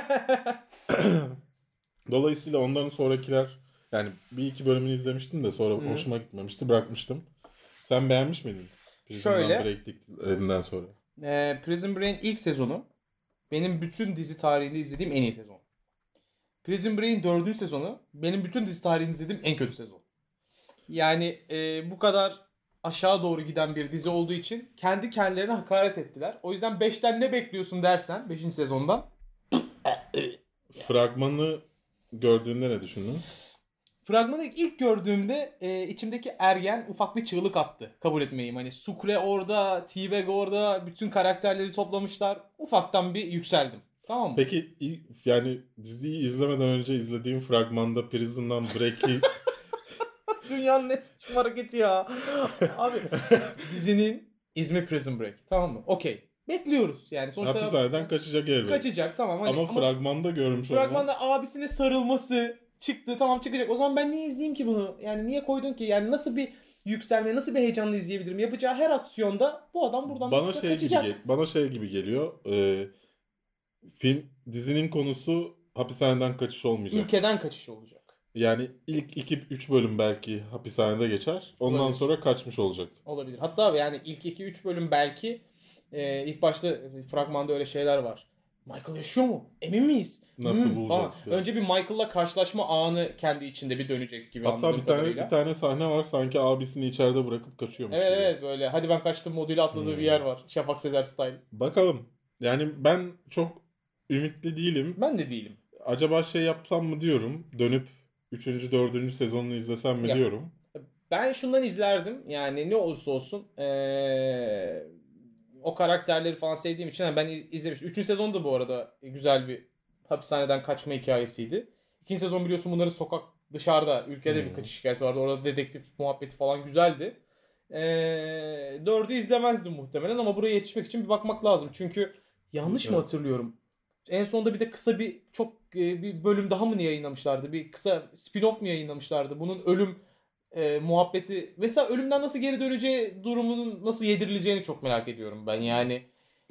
Dolayısıyla onların sonrakiler, yani bir iki bölümünü izlemiştim de sonra Hı. hoşuma gitmemişti, bırakmıştım. Sen beğenmiş miydin? Prison'dan Şöyle. breaktiklerinden sonra. Ee, Prison Break'in ilk sezonu benim bütün dizi tarihinde izlediğim en iyi sezon. Prison Break'in dördüncü sezonu benim bütün dizi tarihinde izlediğim en kötü sezon. Yani e, bu kadar aşağı doğru giden bir dizi olduğu için kendi kendilerine hakaret ettiler. O yüzden beşten ne bekliyorsun dersen beşinci sezondan. Fragmanı gördüğünde ne düşündün? Fragmanı ilk gördüğümde e, içimdeki ergen ufak bir çığlık attı. Kabul etmeyeyim. Hani Sucre orada, T-Bag orada, bütün karakterleri toplamışlar. Ufaktan bir yükseldim. Tamam mı? Peki ilk- yani diziyi izlemeden önce izlediğim fragmanda Prison'dan Break'i Dünyanın net hareketi ya. Abi dizinin ismi Prison Break. Tamam mı? Okey. Bekliyoruz. Yani sonuçta hapishaneden kaçacak elbet. kaçacak tamam. Hani, Ama, ama fragmanda görmüş olmam. fragmanda abisine sarılması çıktı. Tamam çıkacak. O zaman ben niye izleyeyim ki bunu? Yani niye koydun ki? Yani nasıl bir yükselme, nasıl bir heyecanla izleyebilirim? Yapacağı her aksiyonda bu adam buradan bana nasıl şey gibi kaçacak? gel- bana şey gibi geliyor. Ee, film dizinin konusu hapishaneden kaçış olmayacak. Ülkeden kaçış olacak. Yani ilk iki üç bölüm belki hapishanede geçer. Ondan Olabilir. sonra kaçmış olacak. Olabilir. Hatta yani ilk iki üç bölüm belki e, ilk başta fragmanda öyle şeyler var. Michael yaşıyor mu? Emin miyiz? Nasıl Hmm, bulacağız? falan. Önce bir Michael'la karşılaşma anı kendi içinde bir dönecek gibi Hatta anladığım bir tane kadarıyla. bir tane sahne var sanki abisini içeride bırakıp kaçıyormuş Evet gibi. evet böyle hadi ben kaçtım moduyla atladığı Hmm. bir yer var. Şafak Sezer style. Bakalım. Yani ben çok ümitli değilim. Ben de değilim. Acaba şey yapsam mı diyorum. Dönüp üçüncü dördüncü sezonunu izlesem mi Ya. diyorum. Ben şundan izlerdim. Yani ne olursa olsun ee, o karakterleri falan sevdiğim için yani ben iz- izlemiştim. Üçüncü sezon da bu arada güzel bir hapishaneden kaçma hikayesiydi. İkinci sezon biliyorsun bunların sokak dışarıda ülkede Hmm. bir kaçış hikayesi vardı. Orada dedektif muhabbeti falan güzeldi. Ee, dördü izlemezdim muhtemelen ama buraya yetişmek için bir bakmak lazım. Çünkü yanlış mı Evet. hatırlıyorum? En sonunda bir de kısa bir çok e, bir bölüm daha mı ne yayınlamışlardı? Bir kısa spin-off mu yayınlamışlardı? Bunun ölüm e, muhabbeti. Mesela ölümden nasıl geri döneceği durumunun nasıl yedirileceğini çok merak ediyorum ben. Yani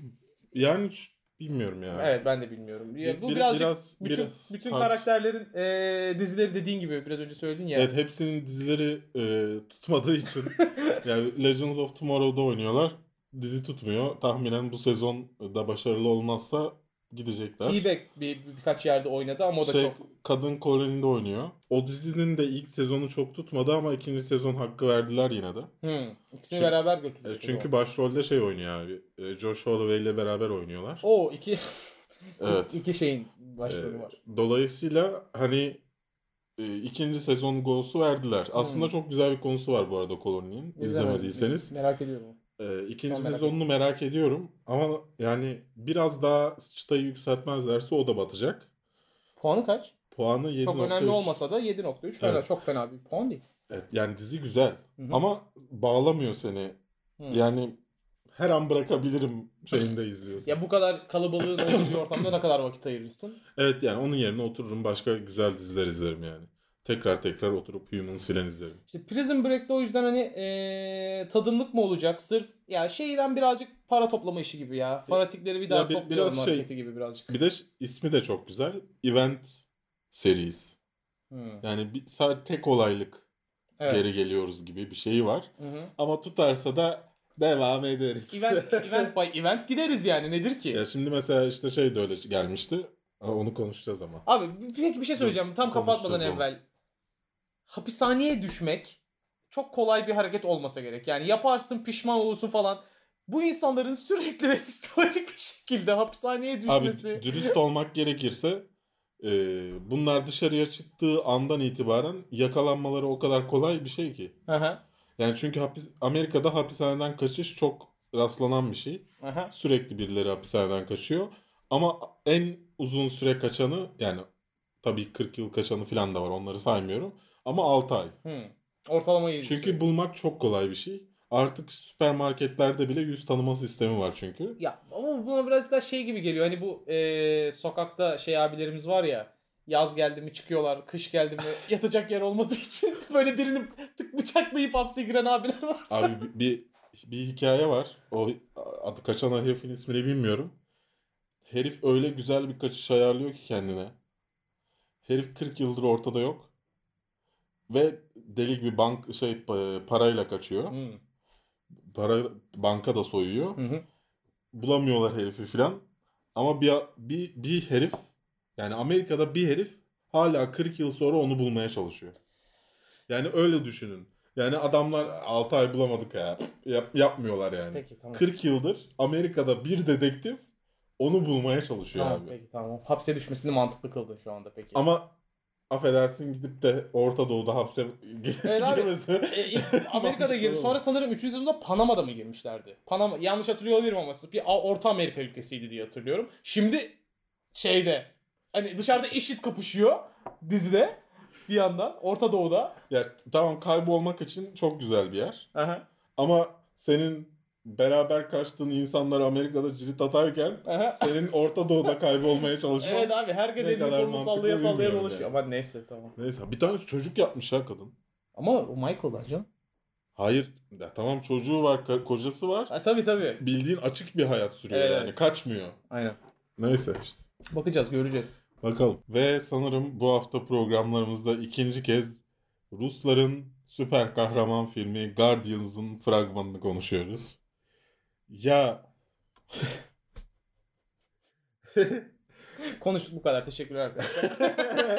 Yani hiç bilmiyorum ya. evet ben de bilmiyorum. Ya, Bir- bu bir- birazcık biraz- bütün biraz bütün tartış- karakterlerin e, dizileri dediğin gibi biraz önce söyledin ya. Evet, hepsinin dizileri e, tutmadığı için yani Legends of Tomorrow'da oynuyorlar. Dizi tutmuyor. Tahminen bu sezon da başarılı olmazsa gidecekler. T-Bag bir, bir- birkaç yerde oynadı ama o da Şey, çok kadın Colin'de oynuyor. O dizinin de ilk sezonu çok tutmadı ama ikinci sezon hakkı verdiler yine de. hmm, ikisini Çünkü- beraber E, götürecek. çünkü başrolde şey oynuyor abi. E, Josh Holloway ile beraber oynuyorlar. o iki Evet. iki şeyin başrolü E, var. Dolayısıyla hani e, ikinci sezon go'su verdiler. Aslında Hmm. çok güzel bir konusu var bu arada Colony'nin. İzlemediyseniz. Merak ediyorum. E, ikinci Şu an merak sezonunu merak ediyorum. Ama yani biraz daha çıtayı yükseltmezlerse o da batacak. Puanı kaç? Puanı yedi Çok nokta üç. önemli olmasa da yedi nokta üç fena. Evet. Çok fena bir puan değil. Evet, yani dizi güzel. Hı hı. Ama bağlamıyor seni. Hı. Yani her an bırakabilirim şeyinde izliyorsun. Ya bu kadar kalabalığın olduğu bir ortamda ne kadar vakit ayırırsın? Evet, yani onun yerine otururum başka güzel diziler izlerim yani. Tekrar tekrar oturup Humans filan izlerim. İşte Prison Break'te o yüzden hani eee, tadımlık mı olacak? Sırf ya şeyden birazcık para toplama işi gibi ya. Fanatikleri bir daha Ya bir- toplayalım biraz şey- hareketi gibi birazcık. Bir de ş- ismi de çok güzel. Event Series. Hmm. Yani bir, sadece tek olaylık Evet. geri geliyoruz gibi bir şeyi var. Hı hı. Ama tutarsa da devam ederiz. Event, event by event gideriz yani nedir ki? Ya şimdi mesela işte şey de öyle gelmişti. Ha, onu konuşacağız ama. Abi peki bir şey söyleyeceğim tam Konuşacağız kapatmadan onu. evvel. Hapishaneye düşmek çok kolay bir hareket olmasa gerek. Yani yaparsın, pişman olursun falan. Bu insanların sürekli ve sistematik bir şekilde hapishaneye düşmesi. Abi dürüst olmak gerekirse e, bunlar dışarıya çıktığı andan itibaren yakalanmaları o kadar kolay bir şey ki. Aha. Yani çünkü hapis, Amerika'da hapishaneden kaçış çok rastlanan bir şey. Aha. Sürekli birileri hapishaneden kaçıyor. Ama en uzun süre kaçanı, yani tabii kırk yıl kaçanı falan da var, onları saymıyorum. Ama altı ay. Hmm. Ortalamayı Çünkü söyleyeyim. bulmak çok kolay bir şey. Artık süpermarketlerde bile yüz tanıma sistemi var çünkü. Ya ama buna biraz daha şey gibi geliyor. Hani bu e, sokakta şey abilerimiz var ya. Yaz geldi mi çıkıyorlar, kış geldi mi yatacak yer olmadığı için böyle birini tık bıçaklayıp hapse giren abiler var. Abi bir, bir, bir hikaye var. O adı kaçan herifin ismini bilmiyorum. Herif öyle güzel bir kaçış ayarlıyor ki kendine. Herif kırk yıldır ortada yok. Ve deli gibi bank şey pa- parayla kaçıyor. Hmm. Para banka da soyuyor. Hı hı. Bulamıyorlar herifi filan. Ama bir, bir bir herif, yani Amerika'da bir herif hala kırk yıl sonra onu bulmaya çalışıyor. Yani öyle düşünün. Yani adamlar altı ay bulamadık ya. Yap, yapmıyorlar yani. Peki tamam. kırk yıldır Amerika'da bir dedektif onu bulmaya çalışıyor Tamam, abi. peki tamam. Hapse düşmesini mantıklı kıldın şu anda peki. Ama affedersin, gidip de Orta Doğu'da hapse Evet abi. girmesi. E, ilk Amerika'da girdi. Sonra sanırım üçüncü sezonda Panama'da mı girmişlerdi? Panama, yanlış hatırlıyor olabilirim ama bir A- Orta Amerika ülkesiydi diye hatırlıyorum. Şimdi şeyde hani dışarıda IŞİD kapışıyor dizide bir yandan Orta Doğu'da. Ya tamam, kaybolmak için çok güzel bir yer. Aha. Ama senin beraber kaçtığın insanlar Amerika'da cirit atarken Aha. senin Orta Doğu'da kaybolmaya çalışman. Evet abi, herkes ne elini kadar kolunu mantıklı sallaya sallaya bilmiyorum dolaşıyor. yani. Ama neyse tamam. Neyse, bir tane çocuk yapmış ha kadın. Ama o Michael'dan canım. Hayır. Ya tamam, çocuğu var, ka- kocası var. Ha, tabii tabii. Bildiğin açık bir hayat sürüyor Evet. yani. Kaçmıyor. Aynen. Neyse işte. Bakacağız, göreceğiz. Bakalım. Ve sanırım bu hafta programlarımızda ikinci kez Rusların süper kahraman filmi Guardians'ın fragmanını konuşuyoruz. Ya Konuştuk, bu kadar. Teşekkürler arkadaşlar.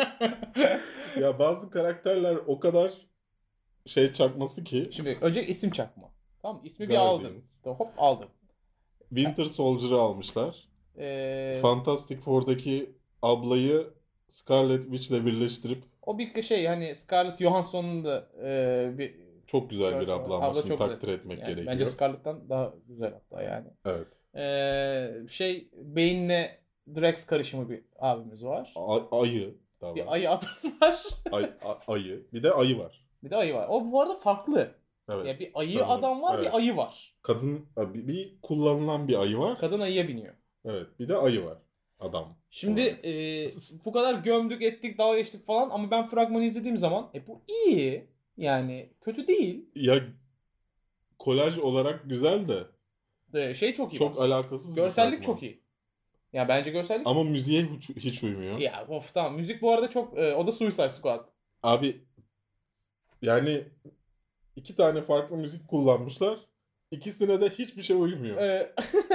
ya bazı karakterler o kadar şey çakması ki. Şimdi önce isim çakma. Tamam mı? İsmi bir Guardians. aldın. Tamam, hop aldın. Winter Soldier'ı almışlar. Ee, Fantastic Four'daki ablayı Scarlet Witch'le birleştirip o bir şey, hani Scarlett Johansson'un da e, bir çok güzel bir görsel- abla ama abla şimdi çok takdir güzel. etmek Yani gerekiyor. bence Scarlett'tan daha güzel hatta yani. Evet. Ee, şey, Bane'le Drax karışımı bir abimiz var. A- ayı da var. Bir ayı adam var. Ay, a- ayı. Bir de ayı var. Bir de ayı var. O bu arada farklı. Evet. Ya bir ayı sanırım. adam var, Evet. bir ayı var. Kadın bir, bir kullanılan bir ayı var. Kadın ayıya biniyor. Evet. Bir de ayı var. Adam. Şimdi olarak. e, bu kadar gömdük ettik, dalga geçtik falan ama ben fragmanı izlediğim zaman e bu iyi. Yani kötü değil. Ya kolaj olarak güzel de E, şey çok iyi. çok bak. alakasız bir Görsellik fragman. çok iyi. Ya bence görsellik. Ama müziğe hiç, hiç uymuyor. Ya of tamam. Müzik bu arada çok e, o da Suicide Squad. Abi yani iki tane farklı müzik kullanmışlar. İkisine de hiçbir şey uymuyor. E,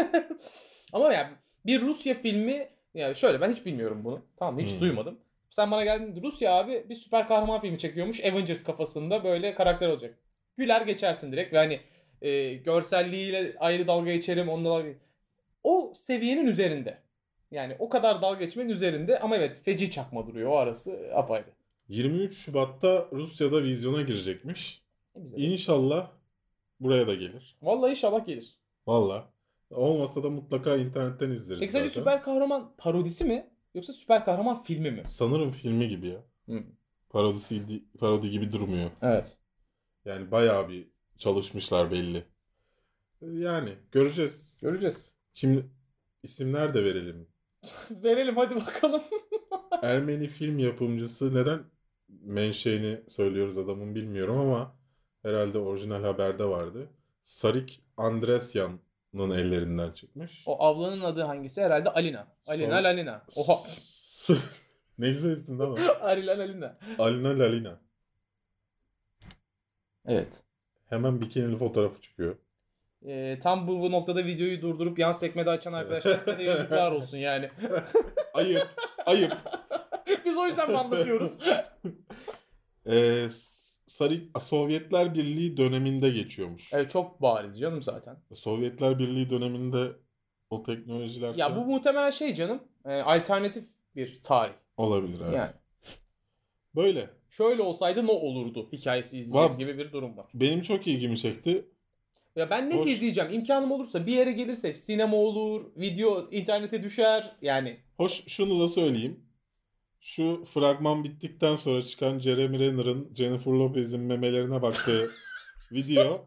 ama yani bir Rusya filmi, yani şöyle, ben hiç bilmiyorum bunu. Tamam mı? Hiç Hmm. duymadım. Sen bana geldin, Rusya abi bir süper kahraman filmi çekiyormuş. Avengers kafasında böyle karakter olacak. Güler geçersin direkt ve hani e, görselliğiyle ayrı dalga geçerim. Onunla dalga... O seviyenin üzerinde. Yani o kadar dalga geçmenin üzerinde ama evet, feci çakma duruyor, o arası apayrı. yirmi üç Şubat'ta Rusya'da vizyona girecekmiş. Ne güzel. İnşallah buraya da gelir. Vallahi inşallah gelir. Valla. Olmasa da mutlaka internetten izleriz Peki zaten. sence süper kahraman parodisi mi yoksa süper kahraman filmi mi? Sanırım filmi gibi ya. Hı. Parodisi, parodi gibi durmuyor. Evet. Yani bayağı bir çalışmışlar belli. Yani göreceğiz. Göreceğiz. Şimdi isimler de verelim. Verelim hadi bakalım. Ermeni film yapımcısı, neden menşeini söylüyoruz adamın bilmiyorum ama herhalde orijinal haberde vardı. Sarik Andresyan'ın ellerinden çıkmış. O ablanın adı hangisi? Herhalde Alina. Alina Son- Lalina. Oha. Ne güzel isim değil mi? Alina Lalina. Alina Lalina. Evet. Hemen bikinili fotoğrafı çıkıyor. Ee, tam bu noktada videoyu durdurup yan sekmede açan arkadaşlar size de yazıklar olsun yani. Ayıp. Ayıp. Biz o yüzden mi anlatıyoruz? Ee, Sarı, Sovyetler Birliği döneminde geçiyormuş. Evet, çok bariz canım zaten. Sovyetler Birliği döneminde o teknolojiler Ya bu muhtemelen şey canım. e, alternatif bir tarih. olabilir evet. Yani. Böyle. Şöyle olsaydı ne olurdu hikayesi izleyeceğiz Va- gibi bir durum var. Benim çok ilgimi çekti. Ya ben net Hoş. izleyeceğim. İmkanım olursa bir yere gelirse sinema olur, video internete düşer yani. Hoş şunu da söyleyeyim. Şu fragman bittikten sonra çıkan Jeremy Renner'ın Jennifer Lopez'in memelerine baktığı video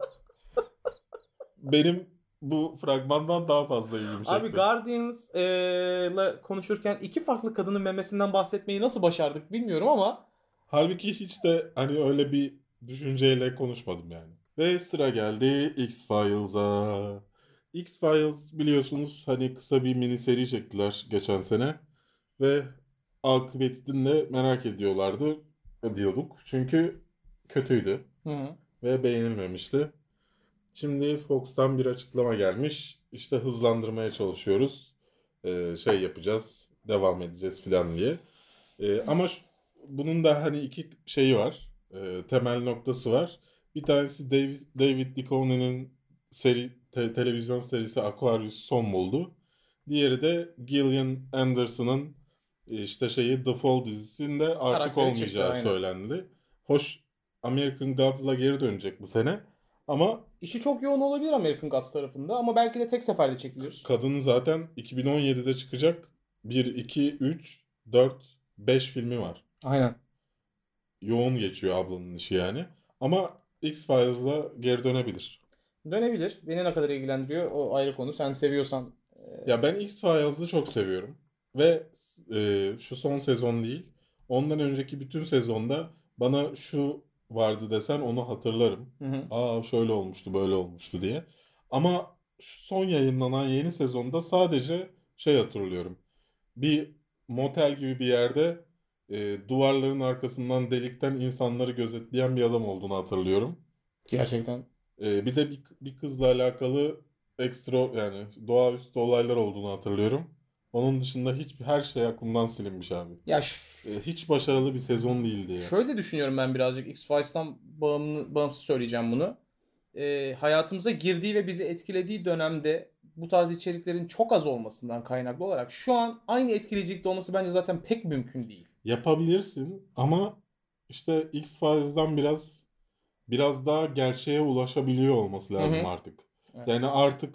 benim bu fragmandan daha fazla ilgimi çekti. Abi Guardians'la konuşurken iki farklı kadının memesinden bahsetmeyi nasıl başardık bilmiyorum ama Halbuki hiç de hani öyle bir düşünceyle konuşmadım yani. Ve sıra geldi X-Files'a. X-Files biliyorsunuz hani kısa bir mini seri çektiler geçen sene. Ve akıbetini de merak ediyorlardı. Diyorduk. Çünkü kötüydü. Hı hı. Ve beğenilmemişti. Şimdi Fox'tan bir açıklama gelmiş. İşte hızlandırmaya çalışıyoruz. Ee, şey yapacağız. Devam edeceğiz filan diye. Ee, ama şu- bunun da hani iki şeyi var. Ee, temel noktası var. Bir tanesi David, David Duchovny'nin seri, te- televizyon serisi Aquarius son buldu. Diğeri de Gillian Anderson'ın e, işte şeyi The Fall dizisinde artık Karakteri olmayacağı çıktı, aynen. söylendi. Hoş American Gods'la geri dönecek bu sene. Ama işi çok yoğun olabilir American Gods tarafında ama belki de tek seferde çekilir. kadının zaten iki bin on yedide çıkacak bir, iki, üç, dört, beş filmi var. Aynen. Yoğun geçiyor ablanın işi yani. Ama X-Files'la geri dönebilir. Dönebilir. Beni ne kadar ilgilendiriyor o ayrı konu. Sen seviyorsan. e, Ya ben X-Files'ı çok seviyorum. Ve e, şu son sezon değil. Ondan önceki bütün sezonda bana şu vardı desen onu hatırlarım. Hı hı. Aa şöyle olmuştu böyle olmuştu diye. Ama şu son yayınlanan yeni sezonda sadece şey hatırlıyorum. Bir motel gibi bir yerde e, duvarların arkasından delikten insanları gözetleyen bir adam olduğunu hatırlıyorum. Gerçekten. E, bir de bir, bir kızla alakalı ekstra yani doğaüstü olaylar olduğunu hatırlıyorum. Onun dışında hiç her şey aklımdan silinmiş abi. Ya ş- E, hiç başarılı bir sezon değildi ya. şöyle düşünüyorum ben birazcık. X-Files'tan bağımlı, bağımsız söyleyeceğim bunu. E, hayatımıza girdiği ve bizi etkilediği dönemde bu tarz içeriklerin çok az olmasından kaynaklı olarak şu an aynı etkileyicilikte olması bence zaten pek mümkün değil. Yapabilirsin ama işte X-Files'dan biraz biraz daha gerçeğe ulaşabiliyor olması Hı lazım hı. artık. Evet. Yani artık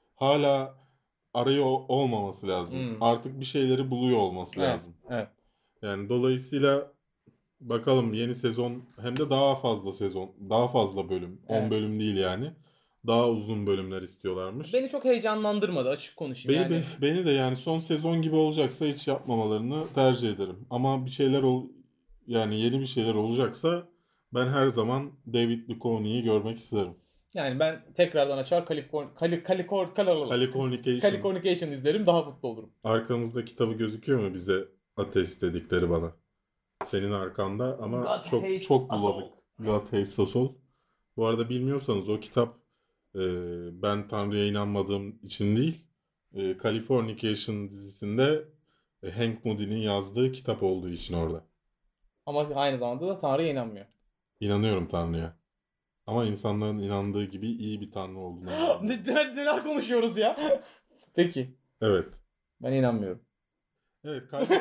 hala arıyor olmaması lazım. Hmm. Artık bir şeyleri buluyor olması Evet. lazım. Evet. Yani dolayısıyla bakalım yeni sezon hem de daha fazla sezon, daha fazla bölüm. on Evet. bölüm değil yani. Daha uzun bölümler istiyorlarmış. Beni çok heyecanlandırmadı açık konuşayım Beni, yani. be- beni de yani son sezon gibi olacaksa hiç yapmamalarını tercih ederim. Ama bir şeyler ol yani yeni bir şeyler olacaksa ben her zaman David Duchovny'yi görmek isterim. Yani ben tekrardan açar Californ Cali Calicor Calala Californication. Californication izlerim, daha mutlu olurum. Arkamızda kitabı gözüküyor mu bize ateş dedikleri bana? Senin arkanda ama God çok hates çok us bulanık. God hates us all. Bu arada bilmiyorsanız o kitap e, ben Tanrı'ya inanmadığım için değil, e, Californication dizisinde e, Hank Moody'nin yazdığı kitap olduğu için orada. Ama aynı zamanda da Tanrı'ya inanmıyor. İnanıyorum Tanrı'ya. Ama insanların inandığı gibi iyi bir Tanrı olduğuna Ne- inanmıyorum. ne- Neler konuşuyoruz ya? Peki. Evet. Ben inanmıyorum. Evet. Kaybet...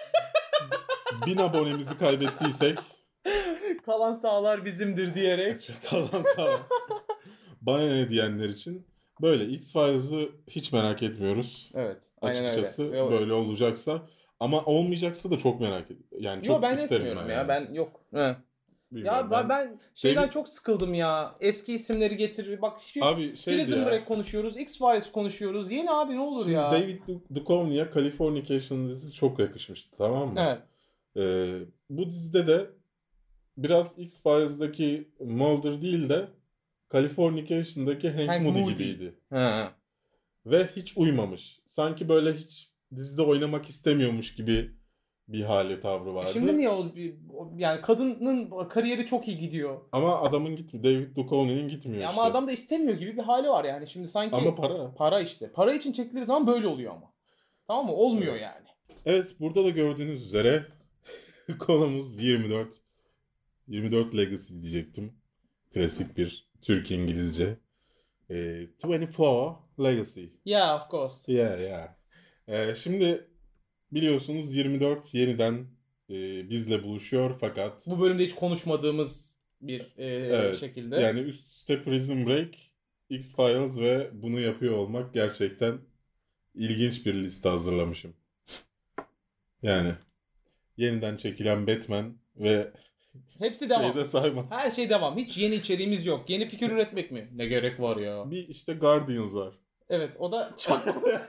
Bin abonemizi kaybettiysek Kalan sağlar bizimdir diyerek. kalan sağ bana ne diyenler için böyle X-Files'ı hiç merak etmiyoruz. Evet. Aynen Açıkçası öyle. Ve o- böyle olacaksa ama olmayacaksa da çok merak ediyorum. Yani Yo, çok ben isterim etmiyorum ben ya. yani. Ben yok. He. Bilmiyorum Ya ben, ben şeyden David- çok sıkıldım ya. Eski isimleri getir. Bak şu Abi şeydi Prison ya. Break konuşuyoruz. X-Files konuşuyoruz. Yeni abi ne olur Şimdi ya. David Du- Duchovny'ye Californication dizisi çok yakışmıştı, tamam mı? Evet. Ee, bu dizide de biraz X-Files'daki Mulder değil de Californication'daki Hank, Hank Moody Moody. gibiydi. He. Ve hiç uymamış. Sanki böyle hiç dizide oynamak istemiyormuş gibi bir hali tavrı vardı. Şimdi niye o, o- yani kadının kariyeri çok iyi gidiyor. Ama adamın gitmiyor. David Duchovny'nin gitmiyor Ya işte. ama adam da istemiyor gibi bir hali var yani. Şimdi sanki Ama para. para işte. Para için çektiği zaman böyle oluyor ama. Tamam mı? Olmuyor Evet. yani. Evet, burada da gördüğünüz üzere konumuz yirmi dört. yirmi dört Legacy diyecektim. Klasik bir Türk İngilizce. Ee, yirmi dört Legacy. Yeah, of course. Yeah, yeah. Ee, şimdi biliyorsunuz yirmi dört yeniden e, bizle buluşuyor fakat Bu bölümde hiç konuşmadığımız bir e, evet, şekilde. yani üst üste Prison Break, X-Files ve bunu yapıyor olmak gerçekten ilginç bir liste hazırlamışım. Yani yeniden çekilen Batman ve Hepsi devam. şeyde saymaz. Her şey devam. Hiç yeni içeriğimiz yok. Yeni fikir üretmek mi? Ne gerek var ya? Bir işte Guardians var. Evet, o da çok...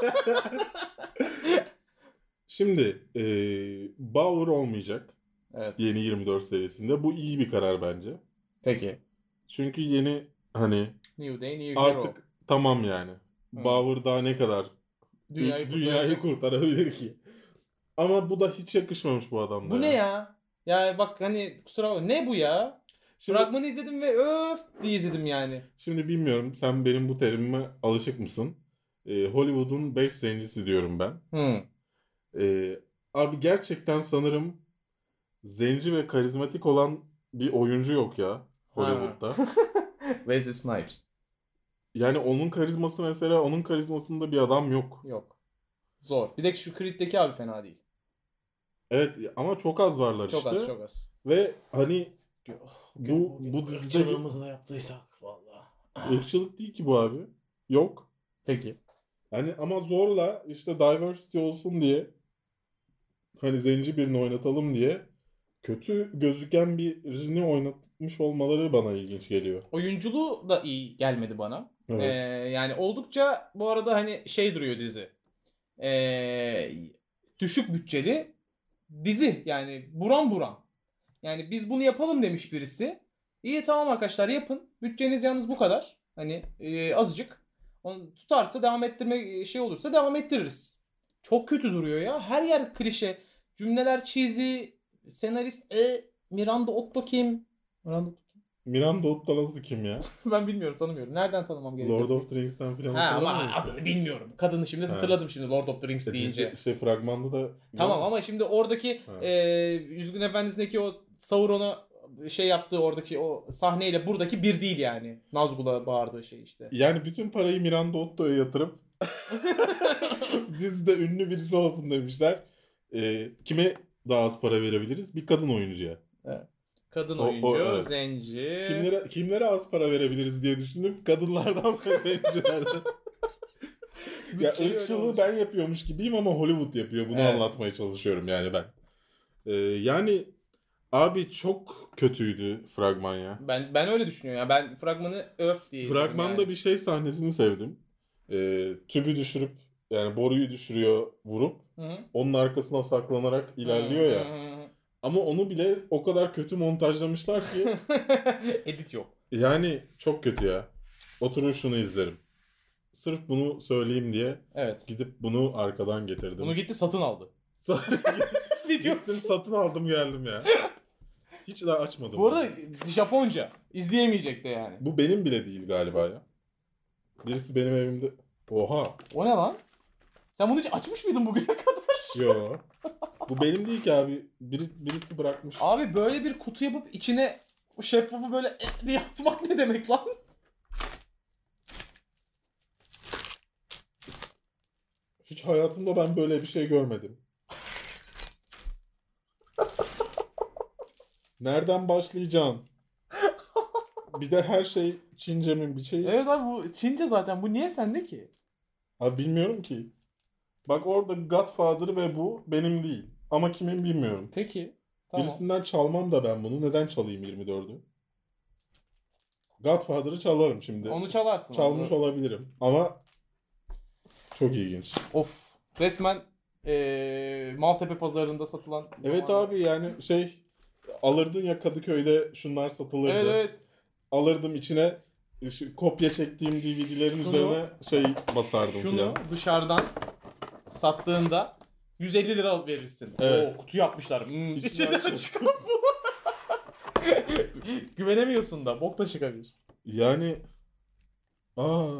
Şimdi e, Bauer olmayacak Evet. yeni yirmi dört serisinde. Bu iyi bir karar bence. Peki. Çünkü yeni hani New Day, New artık Hero. tamam yani. Hmm. Bauer daha ne kadar Dünyayı, dü- dünyayı kurtarabilir ki? Ama bu da hiç yakışmamış bu adamda. Bu ne ya? Ya bak hani kusura bakma. Ne bu ya? Şimdi, Fragmanı izledim ve öf diye izledim yani. şimdi bilmiyorum sen benim bu terimime alışık mısın? Ee, Hollywood'un beş zencisi diyorum ben. Hmm. Ee, abi gerçekten sanırım zenci ve karizmatik olan bir oyuncu yok ya Hollywood'da. Wesley Snipes. Yani onun karizması mesela onun karizmasında bir adam yok. Yok. Zor. Bir de şu Creed'deki abi fena değil. Evet ama çok az varlar Çok işte. az çok az. Ve hani Oh, bu bu dizide ırkçılığımızı da yaptıysak vallahi. ırkçılık değil ki bu abi. Yok. Peki. Yani ama zorla işte diversity olsun diye hani zenci birini oynatalım diye kötü gözüken birini oynatmış olmaları bana ilginç geliyor. Oyunculuğu da iyi gelmedi bana. Evet. Ee, yani oldukça bu arada hani şey duruyor dizi. Ee, düşük bütçeli dizi yani buram buram. Yani biz bunu yapalım demiş birisi. İyi tamam arkadaşlar yapın. Bütçeniz yalnız bu kadar. Hani e, azıcık. Onu tutarsa devam ettirme şey olursa devam ettiririz. Çok kötü duruyor ya. Her yer klişe. Cümleler cheesy. Senarist e, Miranda Otto kim? Miranda Otto kim? Miranda Otto nasıl kim ya? Ben bilmiyorum tanımıyorum. Nereden tanımam gerekiyor? Lord of the Rings'ten falan Ha ama hatırlamıyor musun? adını bilmiyorum. Kadını şimdi Ha. hatırladım şimdi Lord of the Rings İşte deyince. dizi- şey fragmanda da Tamam ama şimdi oradaki Ha. e, Yüzgün Efendisi'ndeki o Sauron'a şey yaptığı oradaki o sahneyle buradaki bir değil yani. Nazgul'a bağırdığı şey işte. Yani bütün parayı Miranda Otto'ya yatırıp dizide ünlü birisi olsun demişler. Ee, kime daha az para verebiliriz? Bir kadın oyuncuya. Evet. Kadın O- o, oyuncu, evet. zenci. Kimlere kimlere az para verebiliriz diye düşündüm. Kadınlardan ve zencilerden. Ya Bütçeyi öyle ırkçılığı olmuş. ben yapıyormuş gibiyim ama Hollywood yapıyor. Bunu Evet. anlatmaya çalışıyorum yani ben. Ee, yani abi çok kötüydü fragman ya. Ben ben öyle düşünüyorum ya. Ben fragmanı öf diye izledim Fragmanda yani. bir şey sahnesini sevdim. Ee, tübü düşürüp yani boruyu düşürüyor vurup Hı-hı. onun arkasına saklanarak ilerliyor ya. Hı-hı. Ama onu bile o kadar kötü montajlamışlar ki Edit yok. yani çok kötü ya. Oturur şunu izlerim. Sırf bunu söyleyeyim diye Evet. gidip bunu arkadan getirdim. Bunu gitti satın aldı. Video gittim satın aldım geldim ya. Hiç daha açmadım. Bu arada Japonca. İzleyemeyecek de yani. Bu benim bile değil galiba ya. Birisi benim evimde. Oha. O ne lan? Sen bunu hiç açmış mıydın bugüne kadar? Yo. Bu benim değil ki abi. Biri, birisi bırakmış. Abi böyle bir kutu yapıp içine o şeffafı böyle e diye atmak ne demek lan? Hiç hayatımda ben böyle bir şey görmedim. Nereden başlayacaksın? Bir de her şey Çince'min bir şeyi. Evet abi bu Çince zaten. Bu niye sende ki? Abi bilmiyorum ki. Bak orada Godfather ve bu benim değil. Ama kimin bilmiyorum. Peki. Tamam. Birisinden çalmam da ben bunu. Neden çalayım yirmi dördü? Godfather'ı çalarım şimdi. Onu çalarsın. Çalmış onu. olabilirim. Ama çok ilginç. Of. Resmen ee, Maltepe pazarında satılan. Evet zamanı. abi yani şey alırdın ya Kadıköy'de şunlar satılırdı. Evet evet. Alırdım içine şu kopya çektiğim D V D'lerin Şunu- üzerine şey basardım Şunu filan. dışarıdan sattığında yüz elli lira verirsin. Evet. Oo, kutu yapmışlar. Hmm, İçinden içinden çıkan bu. Güvenemiyorsun da. Bok da çıkabilir. Yani aa.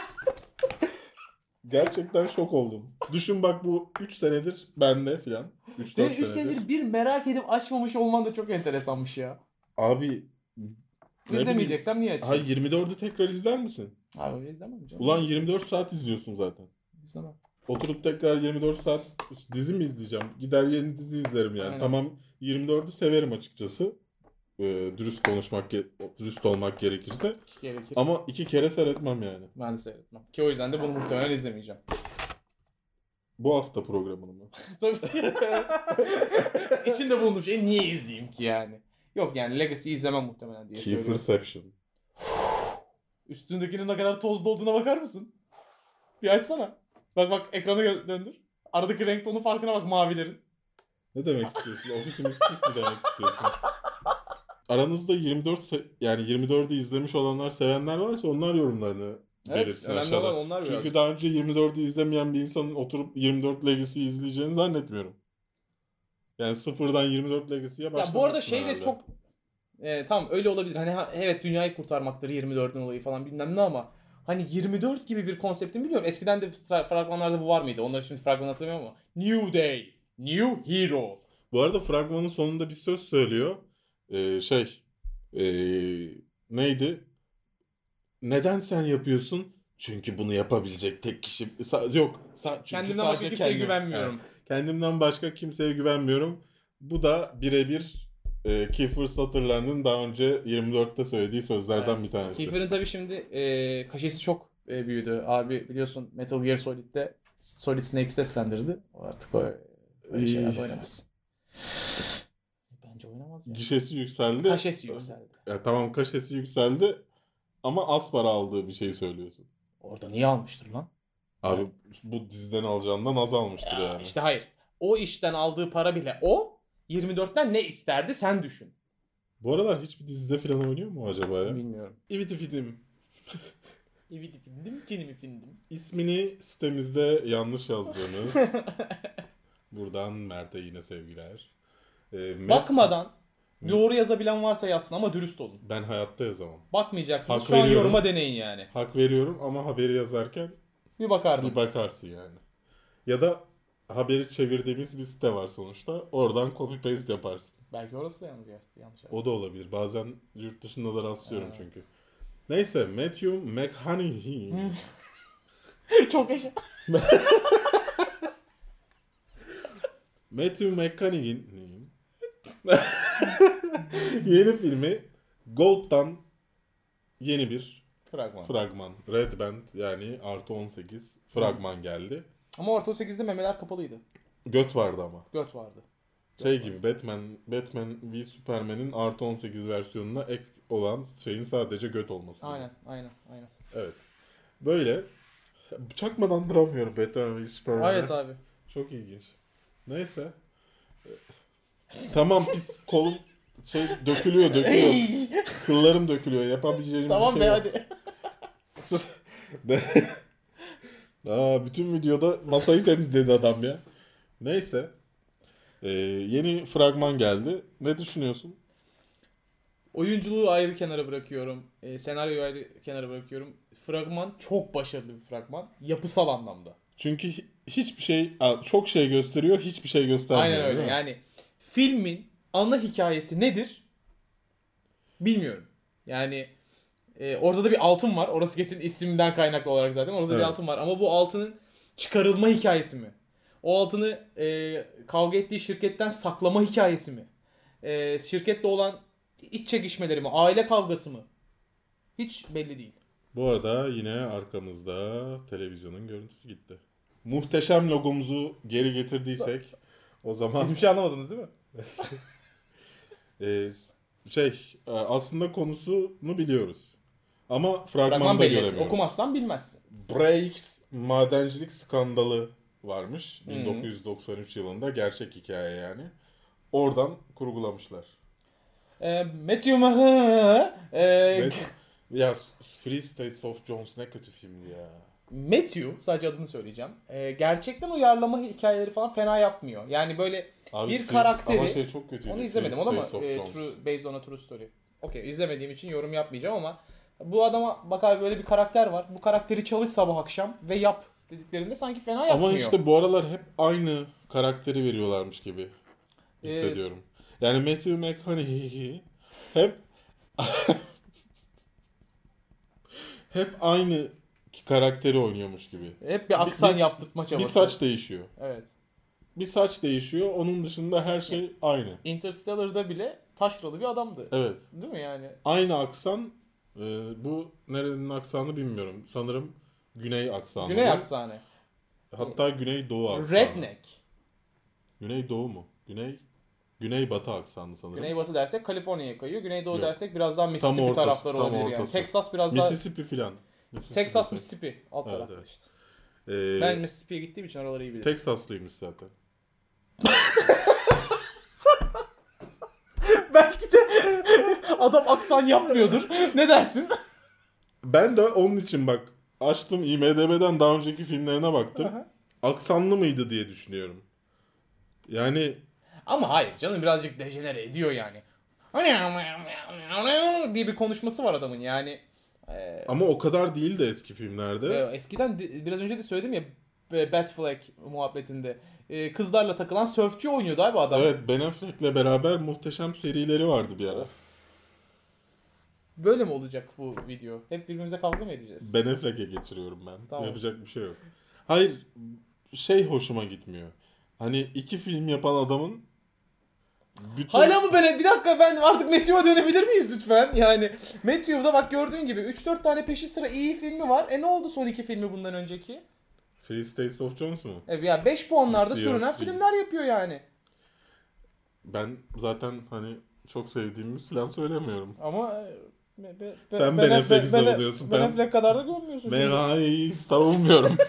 Gerçekten şok oldum. Düşün bak bu üç senedir bende filan. üç Senin dört üç senedir. senedir bir merak edip açmamış olman da çok enteresanmış ya. Abi ne İzlemeyeceksem niye bileyim. açayım? Hayır, yirmi dördü tekrar izler misin? Abi öyle izlemem canım. Ulan yirmi dört saat izliyorsun zaten. İzlemem. Oturup tekrar yirmi dört saat dizi mi izleyeceğim? Gider yeni dizi izlerim yani. Aynen. Tamam, yirmi dördü severim açıkçası. Ee, dürüst konuşmak, ge- dürüst olmak gerekirse. Gerekir. Ama iki kere seyretmem yani. Ben de seyretmem. Ki o yüzden de bunu muhtemelen izlemeyeceğim. Bu hafta programını mı? Tabii. İçinde bulunduğum şeyi niye izleyeyim ki yani? Yok yani Legacy izlemem muhtemelen diye söylüyorum. Kieferception. Üstündekinin ne kadar tozlu olduğuna bakar mısın? Bir açsana. Bak bak ekranı gö- döndür. Aradaki renk tonu farkına bak mavilerin. Ne demek istiyorsun? Ofisimiz pis mi demek istiyorsun? Aranızda yirmi dört se- yani yirmi dördü izlemiş olanlar, sevenler varsa onlar yorumlarını Evet, belirsin önemli aşağıda. olan onlar Çünkü birazcık. daha önce yirmi dördü izlemeyen bir insanın oturup yirmi dört Legacy izleyeceğini zannetmiyorum. Yani sıfırdan yirmi dört Legacy'ye Ya başlamazsın bu arada şey de herhalde. çok e, tamam öyle olabilir. Hani ha- evet dünyayı kurtarmaktır yirmi dördün olayı falan bilmem ne ama hani yirmi dört gibi bir konseptin biliyorum. Eskiden de fra- fragmanlarda bu var mıydı? Onları şimdi fragman hatırlamıyorum ama. New Day, New Hero. Bu arada fragmanın sonunda bir söz söylüyor. Ee, şey ee, neydi? Neden sen yapıyorsun? Çünkü bunu yapabilecek tek kişi sa- yok. Sa- çünkü Kendimden başka sadece kimseye kendim- güvenmiyorum. Evet. Kendimden başka kimseye güvenmiyorum. Bu da birebir e, Kiefer Sutherland'ın daha önce yirmi dörtte söylediği sözlerden Evet. bir tanesi. Kiefer'in tabii şimdi e, kaşesi çok e, büyüdü. Abi biliyorsun Metal Gear Solid'de Solid Snake seslendirdi. O artık o öyle şeyler İyi. oynamaz. Bence oynamaz ya. Gişesi yükseldi. Kaşesi yükseldi. Ya, tamam, kaşesi yükseldi ama az para aldığı bir şey söylüyorsun. Orada niye almıştır lan? Abi bu diziden alacağından az almıştır Ya, yani. İşte hayır. O işten aldığı para bile o. yirmi dörtten ne isterdi sen düşün. Bu aralar hiçbir dizide falan oynuyor mu acaba ya? Bilmiyorum. İviti film. Evet efendim, canım efendim. İsmini sitemizde yanlış yazdığınız. Buradan Mert'e yine sevgiler. Ee, Mert- Bakmadan Hı. doğru yazabilen varsa yazsın ama dürüst olun. Ben hayatta yazamam. Bakmayacaksınız. Hak Şu an veriyorum. yoruma deneyin yani. Hak veriyorum ama haberi yazarken Bir bakardım. bir bakarsın yani. Ya da haberi çevirdiğimiz bir site var sonuçta. Oradan copy paste yaparsın. Belki orası da yanlış yazdı. Yanlış yazdı. O da olabilir. Bazen yurt dışında da rastlıyorum Ha. çünkü. Neyse, Matthew McConaughey. Çok yaşa. Matthew McConaughey'in yeni filmi Gold'dan yeni bir Fragman. fragman. Red Band yani artı on sekiz fragman geldi. Ama orta sekizde memeler kapalıydı. Göt vardı ama. Göt vardı. Şey gibi Batman Batman v Superman'in artı on sekiz versiyonuna ek olan şeyin sadece göt olması. gibi. Aynen, aynen, aynen. Evet. Böyle çakmadan duramıyorum Batman v Superman'e. Evet abi. Çok ilginç. Neyse. Tamam, pis kolum şey dökülüyor dökülüyor. Kıllarım dökülüyor. Yapabileceğim Tamam bir be şey yok. hadi. Aa, bütün videoda masayı temizledi adam ya. Neyse. Ee, yeni fragman geldi. Ne düşünüyorsun? Oyunculuğu ayrı kenara bırakıyorum. E, senaryoyu ayrı kenara bırakıyorum. Fragman çok başarılı bir fragman. Yapısal anlamda. Çünkü hi- hiçbir şey, Aa, çok şey gösteriyor, hiçbir şey göstermiyor. Aynen öyle. değil mi? Yani filmin ana hikayesi nedir? Bilmiyorum. Yani e, orada da bir altın var. Orası kesin isimden kaynaklı olarak zaten. Orada Evet. bir altın var. Ama bu altının çıkarılma hikayesi mi? O altını e, kavga ettiği şirketten saklama hikayesi mi? E, şirkette olan iç çekişmeleri mi? Aile kavgası mı? Hiç belli değil. Bu arada yine arkamızda televizyonun görüntüsü gitti. Muhteşem logomuzu geri getirdiysek o zaman Hiçbir şey anlamadınız değil mi? e, şey e, aslında konusunu biliyoruz. Ama Fragman fragmanda belli. göremiyoruz. Okumazsan bilmezsin. Breaks madencilik skandalı varmış. Hı. bin dokuz yüz doksan üç yılında gerçek hikaye yani. Oradan kurgulamışlar. E, Matthew Mah- e, Ve- ya Free States of Jones ne kötü filmdi ya. Matthew, sadece adını söyleyeceğim. E, gerçekten uyarlama hikayeleri falan fena yapmıyor. Yani böyle Abi bir Free- karakteri- ama şey çok kötüydü. onu izlemedim. O Free da mı? States of E, Jones. true, based on a true story. Okey, izlemediğim için yorum yapmayacağım ama bu adama bak abi böyle bir karakter var. Bu karakteri çalış sabah akşam ve yap dediklerinde sanki fena yapmıyor. Ama işte bu aralar hep aynı karakteri veriyorlarmış gibi hissediyorum. Ee, yani Matthew McConaughey hep hep aynı karakteri oynuyormuş gibi. Hep bir aksan bir, yaptırtma çabası. Bir saç değişiyor. Evet. Bir saç değişiyor. Onun dışında her şey aynı. Interstellar'da bile taşralı bir adamdı. Evet. Değil mi yani? Aynı aksan. E, bu nerenin aksanı bilmiyorum. Sanırım Güney aksanı. Güney aksanı. Hatta Güney Doğu aksanı. Redneck. Güney Doğu mu? Güney Güney Batı aksanı sanırım. Güney Batı dersek Kaliforniya'ya kayıyor. Güney Doğu Yok. dersek biraz daha Mississippi ortası, tarafları olabilir ortası. yani. Texas biraz daha Mississippi filan. Mississippi Texas filan. Mississippi alt Evet, tarafta evet. işte. Ee, Ben Mississippi'ye gittiğim için oraları iyi bilirim. Texaslıymış zaten. Belki de adam aksan yapmıyordur. Ne dersin? Ben de onun için bak açtım I M D B'den daha önceki filmlerine baktım. Aksanlı mıydı diye düşünüyorum. Yani Ama hayır canım, birazcık dejenere ediyor yani. diye bir konuşması var adamın yani. Ee, ama o kadar değil de eski filmlerde. eskiden de, biraz önce de söyledim ya, Batfleck muhabbetinde. Ee, kızlarla takılan sörfçü oynuyordu abi adam. Evet, Ben Affleck'le beraber muhteşem serileri vardı bir ara. Of. Böyle mi olacak bu video? Hep birbirimize kavga mı edeceğiz? Ben Affleck'e geçiriyorum ben. Tamam. Yapacak bir şey yok. Hayır, şey hoşuma gitmiyor. Hani iki film yapan adamın bütün... Hala mı ben? Bir dakika, ben artık Matthew'a dönebilir miyiz lütfen? Yani Matthew'da bak gördüğün gibi üç dört tane peşi sıra iyi filmi var. E ne oldu son iki filmi bundan önceki? Three States of Jones mu? E ya beş puanlarda Sea sürünen of Thieves. filmler yapıyor yani. Ben zaten hani çok sevdiğimi falan söylemiyorum. Ama be, be, Sen Ben Affleck'i savunuyorsun. Ben Ben- Affleck kadar da görmüyorsun. Ben şimdi. hayır, savunmuyorum.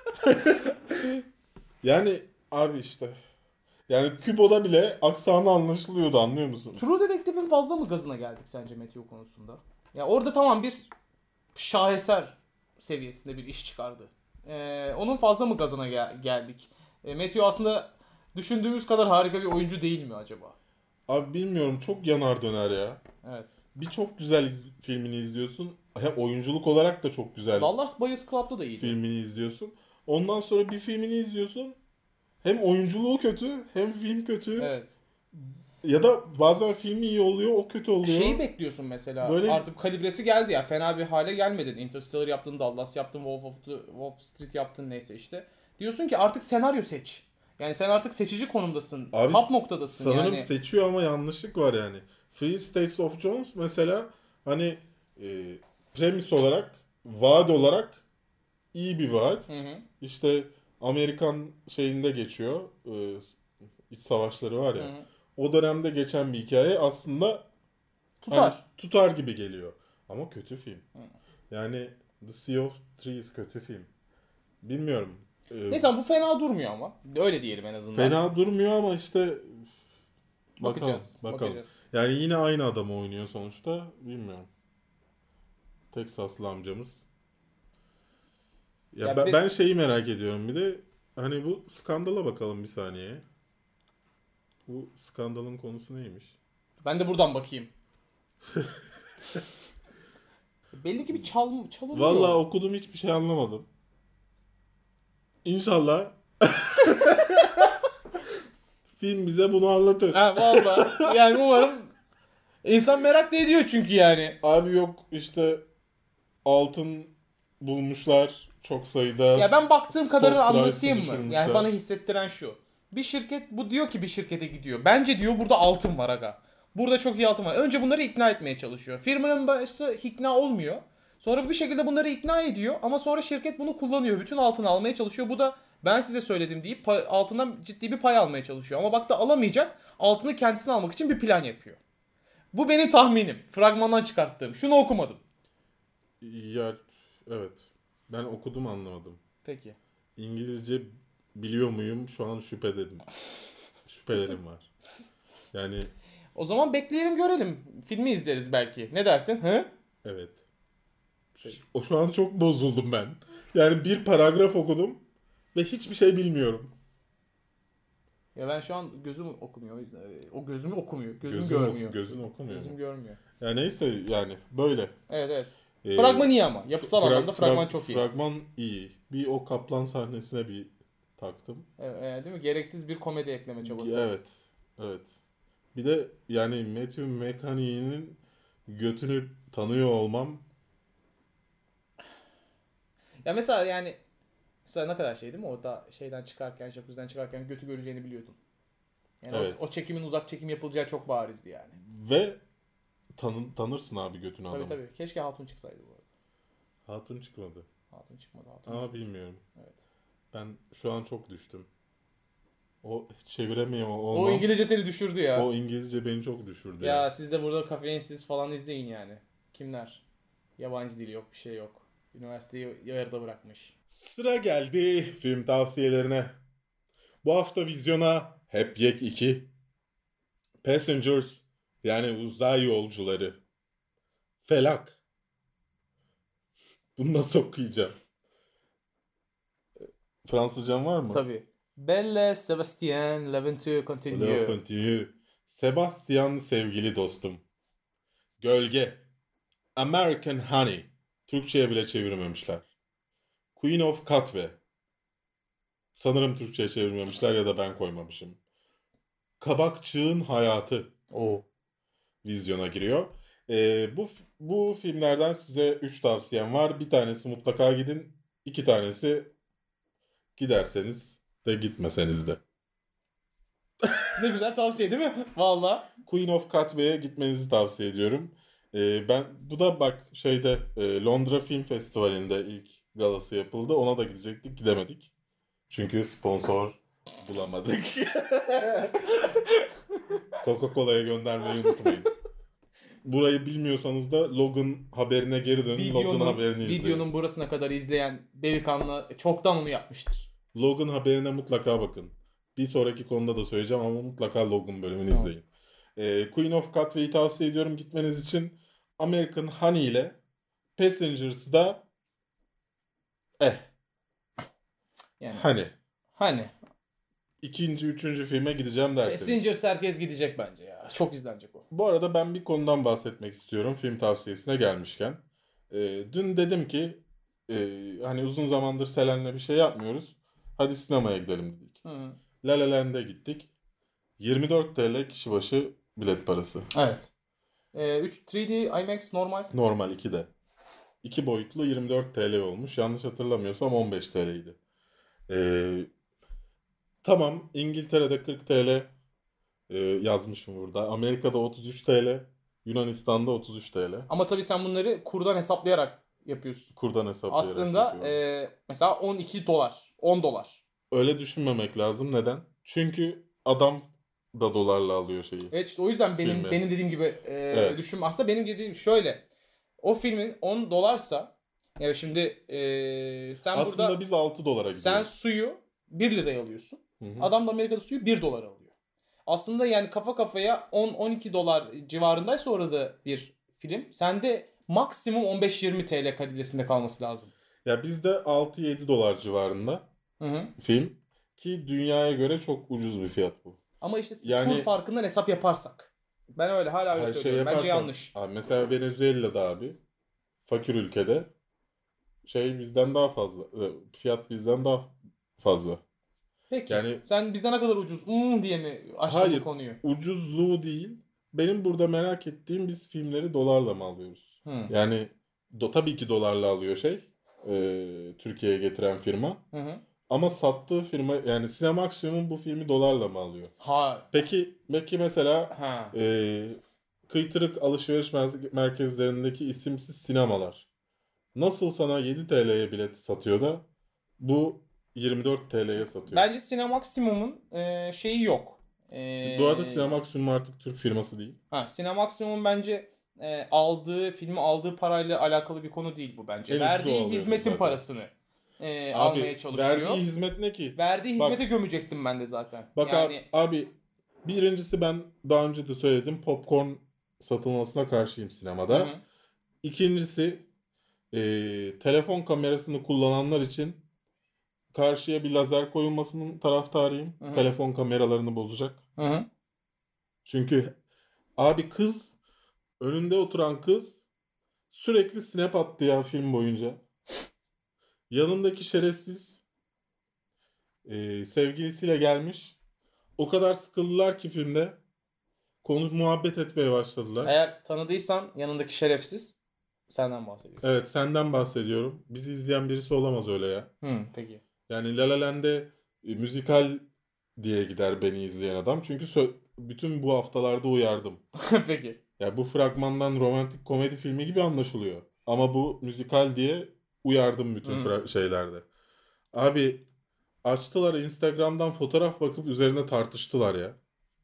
Yani abi işte. Yani Kubo'da bile aksanı anlaşılıyordu, anlıyor musun? True Detective'in fazla mı gazına geldik sence Matthew konusunda? Ya orada tamam bir şaheser seviyesinde bir iş çıkardı. Ee, onun fazla mı gazına gel- geldik? Ee, Matthew aslında düşündüğümüz kadar harika bir oyuncu değil mi acaba? Abi bilmiyorum, çok yanar döner ya. Evet. Birçok güzel iz- filmini izliyorsun. Hem oyunculuk olarak da çok güzel Dallas Buyers Club'da da iyiydi. filmini izliyorsun. Ondan sonra bir filmini izliyorsun. Hem oyunculuğu kötü hem film kötü. Evet. Ya da bazen filmi iyi oluyor, o kötü oluyor. Şeyi bekliyorsun mesela. Böyle- Artık kalibresi geldi ya. Fena bir hale gelmedin. Interstellar yaptın, Dallas yaptın, Wolf of the, Wolf Street yaptın, neyse işte. Diyorsun ki artık senaryo seç. Yani sen artık seçici konumdasın. Abi Top noktadasın Sanırım yani. seçiyor ama yanlışlık var yani. Three States of Jones mesela hani e, premis olarak, vaat olarak iyi bir vaat. Hı hı. İşte Amerikan şeyinde geçiyor. E, iç savaşları var ya. Hı hı. O dönemde geçen bir hikaye aslında Tutar. hani tutar gibi geliyor. Ama kötü film. Yani The Sea of Thieves kötü film. Bilmiyorum. E, Neyse bu fena durmuyor ama. Öyle diyelim en azından. fena durmuyor ama işte Bakacağız. Bakalım, bakalım. Bakacağız. Yani yine aynı adam oynuyor sonuçta. Bilmiyorum. Teksaslı amcamız. Ya, Ya ben, bir- ben şeyi merak ediyorum bir de. Hani bu skandala bakalım bir saniye. Bu skandalın konusu neymiş? Ben de buradan bakayım. Belli ki bir çal çalınıyor. Vallahi okudum, hiçbir şey anlamadım. İnşallah film bize bunu anlatır. Ha vallahi. Yani umarım insan merak da ediyor çünkü yani. Abi yok işte altın bulmuşlar çok sayıda. Ya ben baktığım Stock kadarını price'ı anlatayım mı? düşürmüşler. Yani bana hissettiren şu. Bir şirket, bu diyor ki bir şirkete gidiyor. Bence diyor burada altın var aga. Burada çok iyi altın var. Önce bunları ikna etmeye çalışıyor. Firmanın başı ikna olmuyor. Sonra bir şekilde bunları ikna ediyor ama sonra şirket bunu kullanıyor. Bütün altını almaya çalışıyor. Bu da ben size söyledim deyip pay- altından ciddi bir pay almaya çalışıyor. Ama bak da alamayacak. Altını kendisine almak için bir plan yapıyor. Bu benim tahminim. Fragmandan çıkarttığım. Şunu okumadım. Ya evet. Ben okudum, anlamadım. Peki. İngilizce biliyor muyum? Şu an şüphelerim. Şüphelerim var. Yani O zaman bekleyelim görelim. Filmi izleriz belki. Ne dersin? Hı? evet. O şu an çok bozuldum ben. Yani bir paragraf okudum ve hiçbir şey bilmiyorum. Ya ben şu an gözüm okumuyor o yüzden. O gözümü okumuyor. Gözüm Gözün, görmüyor. Gözün okumuyor. Gözüm mu? görmüyor. Ya neyse yani böyle. Evet evet. Ee, Fragman iyi ama. Yapısal fra- anlamda fragman frag- çok iyi. Fragman iyi. Bir o kaplan sahnesine bir taktım. E, e, değil mi? Gereksiz bir komedi ekleme çabası. Evet. Evet. Bir de yani Matthew McConaughey'nin götünü tanıyor olmam. Ya mesela yani mesela ne kadar şey değil mi? O da şeyden çıkarken, jacuzzi'den çıkarken götü göreceğini biliyordun. Yani Evet. o, o çekimin uzak çekim yapılacağı çok barizdi yani. Ve tanı, tanırsın abi götünü Tabii adamı. tabii. Keşke Hatun çıksaydı bu arada. Hatun çıkmadı. Hatun çıkmadı. Hatun Ama çıkmadı. bilmiyorum. Evet. Ben şu an çok düştüm. O çeviremiyor O olmam. İngilizce seni düşürdü ya. O İngilizce beni çok düşürdü. Ya Ya. siz de burada kafeinsiz falan izleyin yani. Kimler? Yabancı dil yok, bir şey yok. Üniversiteyi yarıda bırakmış. Sıra geldi film tavsiyelerine. Bu hafta vizyona Hep Yek iki, Passengers yani uzay yolcuları, Felak. Bunu nasıl okuyacağım? Fransızcan var mı? Tabii. Belle Sébastien L'aventure Le continue. Continue. Sebastian sevgili dostum. Gölge. American Honey. Türkçe'ye bile çevirmemişler. Queen of Katwe. Sanırım Türkçe'ye çevirmemişler ya da ben koymamışım. Kabakçığın Hayatı. Oo. Vizyona giriyor. Ee, bu bu filmlerden size üç tavsiyem var. Bir tanesi mutlaka gidin. İki tanesi giderseniz de gitmeseniz de. Ne güzel tavsiye değil mi? Valla. Queen of Katwe'ye gitmenizi tavsiye ediyorum. Ee, ben bu da bak şeyde e, Londra Film Festivali'nde ilk galası yapıldı. Ona da gidecektik, gidemedik. Çünkü sponsor bulamadık. Coca-Cola'ya göndermeyi unutmayın. Burayı bilmiyorsanız da Logan haberine geri dönün. Logan Videonun, haberini izleyin. videonun burasına kadar izleyen delikanlı çoktan onu yapmıştır. Logan haberine mutlaka bakın. Bir sonraki konuda da söyleyeceğim ama mutlaka Logan bölümünü Tamam. izleyin. Ee, Queen of Katwe'yi tavsiye ediyorum gitmeniz için. American Honey ile Passengers'da eh Yani hani hani. ikinci, üçüncü filme gideceğim derseniz. Passengers herkes gidecek bence ya. Çok izlenecek o. Bu arada ben bir konudan bahsetmek istiyorum film tavsiyesine gelmişken. Ee, dün dedim ki e, hani uzun zamandır Selen'le bir şey yapmıyoruz. Hadi sinemaya gidelim dedik. Hı. La La Land'e gittik. yirmi dört T L kişi başı bilet parası. Evet. Ee, üç üç D IMAX normal. Normal iki de. iki boyutlu yirmi dört T L olmuş. Yanlış hatırlamıyorsam on beş T L'ydi. Ee, tamam İngiltere'de kırk T L e, yazmışım burada. Amerika'da otuz üç T L. Yunanistan'da otuz üç T L. Ama tabii sen bunları kurdan hesaplayarak yapıyorsun. Kurdan hesaplayarak Aslında yapıyorum. e, mesela on iki dolar, on dolar. Öyle düşünmemek lazım. Neden? Çünkü adam da dolarla alıyor şeyi. Evet işte o yüzden benim Filmi. benim dediğim gibi e, Evet. düşün. Aslında benim dediğim şöyle. O filmin on dolarsa yani şimdi e, sen Aslında burada biz altı dolara gidiyoruz. sen suyu bir liraya alıyorsun. Hı hı. Adam da Amerika'da suyu bir dolara alıyor. Aslında yani kafa kafaya on on iki dolar civarındaysa orada bir film. Sende maksimum on beş yirmi T L kalitesinde kalması lazım. Ya bizde altı yedi dolar civarında Hı hı. film ki dünyaya göre çok ucuz bir fiyat bu. Ama işte Yani- kur farkından hesap yaparsak. Ben öyle hala öyle Her şey söylüyorum. Bence yaparsan- yanlış. Abi mesela Venezuela'da abi fakir ülkede şey bizden daha fazla. e, Fiyat bizden daha fazla. Peki Yani- sen bizden ne kadar ucuz hmm diye mi açtın Hayır. bu konuyu? Ucuzluğu değil. Benim burada merak ettiğim biz filmleri dolarla mı alıyoruz? Hı. Yani do, tabii ki dolarla alıyor şey. e, Türkiye'ye getiren firma. Hı hı. Ama sattığı firma yani Cinemaximum bu filmi dolarla mı alıyor? Ha. Peki, peki mesela Ha. e, kıytırık alışveriş mer- merkezlerindeki isimsiz sinemalar nasıl sana yedi T L'ye bilet satıyor da bu yirmi dört T L'ye satıyor? Bence Cinemaximum'un e, şeyi yok. E, Bu arada Cinemaximum artık Türk firması değil. Ha, Cinemaximum bence e, aldığı filmi aldığı parayla alakalı bir konu değil bu bence. En ucuzu Verdiği alıyor hizmetin zaten. parasını e, Abi almaya çalışıyor. verdiği hizmet ne ki? Verdiği Bak- hizmete gömecektim ben de zaten. Bak yani abi, abi birincisi ben daha önce de söyledim popcorn satılmasına karşıyım sinemada. Hı hı. İkincisi e, telefon kamerasını kullananlar için karşıya bir lazer koyulmasının taraftarıyım. Hı hı. Telefon kameralarını bozacak. Hı hı. Çünkü abi kız önünde oturan kız Sürekli snap attı ya film boyunca. Yanındaki şerefsiz e, sevgilisiyle gelmiş. O kadar sıkıldılar ki filmde. Konu muhabbet etmeye başladılar. Eğer tanıdıysan yanındaki şerefsiz senden bahsediyor. Evet, senden bahsediyorum. Bizi izleyen birisi olamaz öyle ya. Hı, peki. Yani La La Land'e e, müzikal diye gider beni izleyen adam. Çünkü sö- bütün bu haftalarda uyardım. Peki. Ya bu fragmandan romantik komedi filmi gibi anlaşılıyor. Ama bu müzikal diye uyardım bütün Hmm. fra- şeylerde. Abi açtılar Instagram'dan fotoğraf bakıp üzerine tartıştılar ya.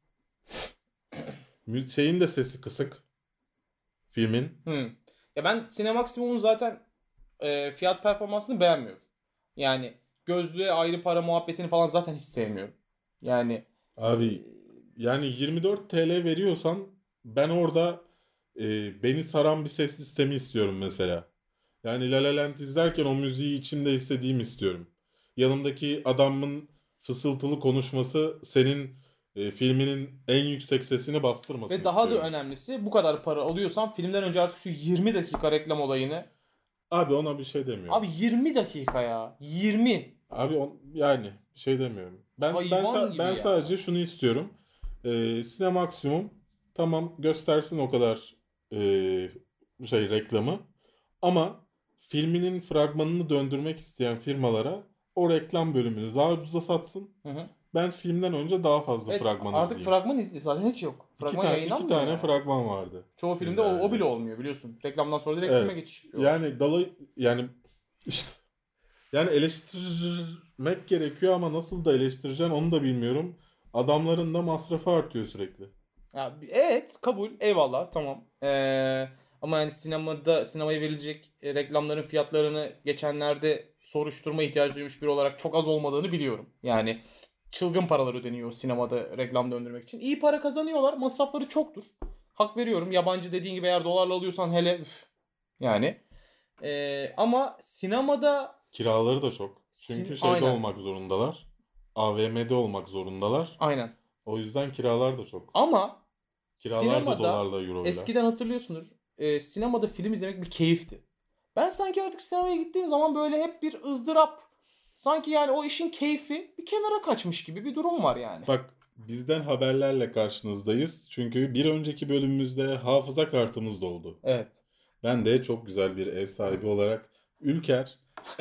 Mü- Şeyin de sesi kısık. Filmin. Hı. Ya ben Cinemaksimum'un zaten e, fiyat performansını beğenmiyorum. Yani gözlüğe ayrı para muhabbetini falan zaten hiç sevmiyorum. Yani Abi yani yirmi dört T L veriyorsan ben orada e, beni saran bir ses sistemi istiyorum mesela. Yani La La Land izlerken o müziği içimde hissettiğimi istiyorum. Yanımdaki adamın fısıltılı konuşması senin e, filminin en yüksek sesini bastırmasın ve daha da istiyorum. önemlisi bu kadar para alıyorsan filmden önce artık şu yirmi dakika reklam olayını. Abi ona bir şey demiyorum. Abi yirmi dakika ya. yirmi. Abi on, yani bir şey demiyorum. Ben ben Hayvan sa- gibi ben ya. sadece şunu istiyorum. Ee, Sinemaksimum tamam göstersin o kadar e, şey reklamı ama filminin fragmanını döndürmek isteyen firmalara o reklam bölümünü daha ucuza satsın. Hı hı. Ben filmden önce daha fazla Evet, fragman artık izleyeyim. fragman izliyor. Zaten hiç yok. İki Fragman tane iki yayınlanmıyor tane ya. fragman vardı. Çoğu filmde o, o filmlerde. bile olmuyor biliyorsun. Reklamdan sonra direkt filme Evet. geçiyorlar. Yani dalı yani işte yani eleştirmek gerekiyor ama nasıl da eleştireceksin onu da bilmiyorum. Adamların da masrafı artıyor sürekli. Ya, evet kabul eyvallah tamam. Ee, ama yani sinemada sinemaya verilecek e, reklamların fiyatlarını geçenlerde soruşturma ihtiyacı duymuş biri olarak çok az olmadığını biliyorum. Yani çılgın paralar ödeniyor sinemada reklam döndürmek için. İyi para kazanıyorlar. Masrafları çoktur. Hak veriyorum. Yabancı dediğin gibi eğer dolarla alıyorsan hele üf. Yani. Ee, ama sinemada Kiraları da çok. Sin- Çünkü şeyde aynen. olmak zorundalar. A V M'de olmak zorundalar. Aynen. O yüzden kiralar da çok. Ama Kiralar da sinemada dolarla, euroyla. eskiden hatırlıyorsunuz e, sinemada film izlemek bir keyifti. Ben sanki artık sinemaya gittiğim zaman böyle hep bir ızdırap. Sanki yani o işin keyfi bir kenara kaçmış gibi bir durum var yani. Bak bizden haberlerle karşınızdayız. Çünkü bir önceki bölümümüzde hafıza kartımız doldu. Evet. Ben de çok güzel bir ev sahibi olarak Ülker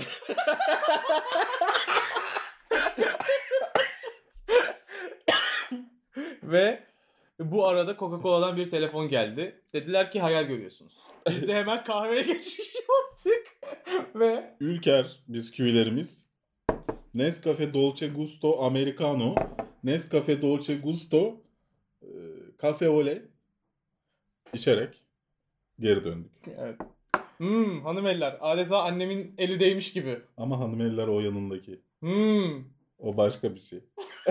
Ve bu arada Coca-Cola'dan bir telefon geldi. Dediler ki hayal görüyorsunuz. Biz de hemen kahveye geçiş yaptık. Ve Ülker bisküvilerimiz Nescafe Dolce Gusto Americano, Nescafe Dolce Gusto e, Cafe Ole içerek geri döndük. evet. Hmm, hanım eller. Adeta annemin eli değmiş gibi. Ama hanımefendiler o yanındaki. Hmm. O başka bir şey.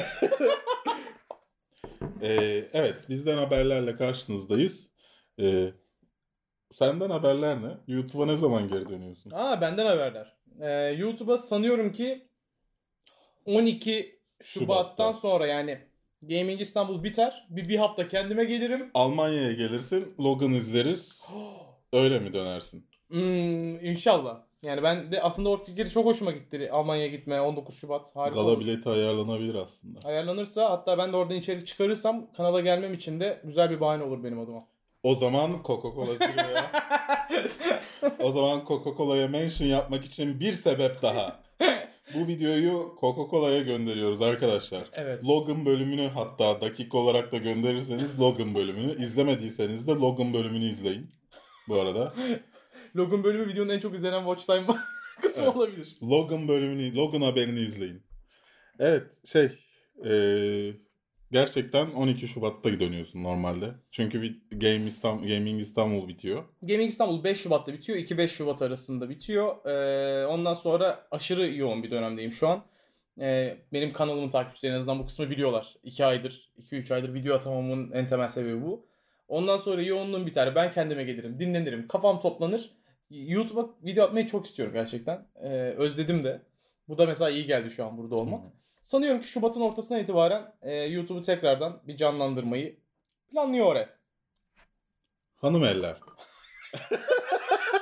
Ee, evet, bizden haberlerle karşınızdayız. Ee, senden haberler ne? YouTube'a ne zaman geri dönüyorsun? Aa benden haberler. Ee, YouTube'a sanıyorum ki on iki Şubat'tan Şubat'ta. sonra yani Gaming İstanbul biter. Bir, bir hafta kendime gelirim. Almanya'ya gelirsin, Logan izleriz. Öyle mi dönersin? Hmm, inşallah. Yani ben de aslında o fikir çok hoşuma gitti. Almanya'ya gitmeye on dokuz Şubat. Harika Gala olur. bileti ayarlanabilir aslında. Ayarlanırsa hatta ben de oradan içerik çıkarırsam kanala gelmem için de güzel bir bahane olur benim adıma. O zaman Coca-Cola Zero'ya o zaman Coca-Cola'ya mention yapmak için bir sebep daha. Bu videoyu Coca-Cola'ya gönderiyoruz arkadaşlar. Evet. Logan bölümünü hatta dakika olarak da gönderirseniz Logan bölümünü. İzlemediyseniz de Logan bölümünü izleyin. Bu arada. Logan bölümü videonun en çok izlenen watch time kısmı Evet. olabilir. Logan bölümünü, Logan haberini izleyin. Evet şey eee, gerçekten on iki Şubat'ta dönüyorsun normalde. Çünkü bir Game İstanbul, Gaming İstanbul bitiyor. Gaming İstanbul beş Şubat'ta bitiyor. iki beş Şubat arasında bitiyor. Ee, ondan sonra aşırı yoğun bir dönemdeyim şu an. Ee, benim kanalımın takipçileri en azından bu kısmı biliyorlar. iki aydır, iki üç aydır video atamamın en temel sebebi bu. Ondan sonra yoğunluğum biter. Ben kendime gelirim, dinlenirim, kafam toplanır. YouTube'a video atmayı çok istiyorum gerçekten. Ee, özledim de. Bu da mesela iyi geldi şu an burada olmak. Hı. Sanıyorum ki Şubat'ın ortasından itibaren e, YouTube'u tekrardan bir canlandırmayı planlıyor oraya. Hanım eller.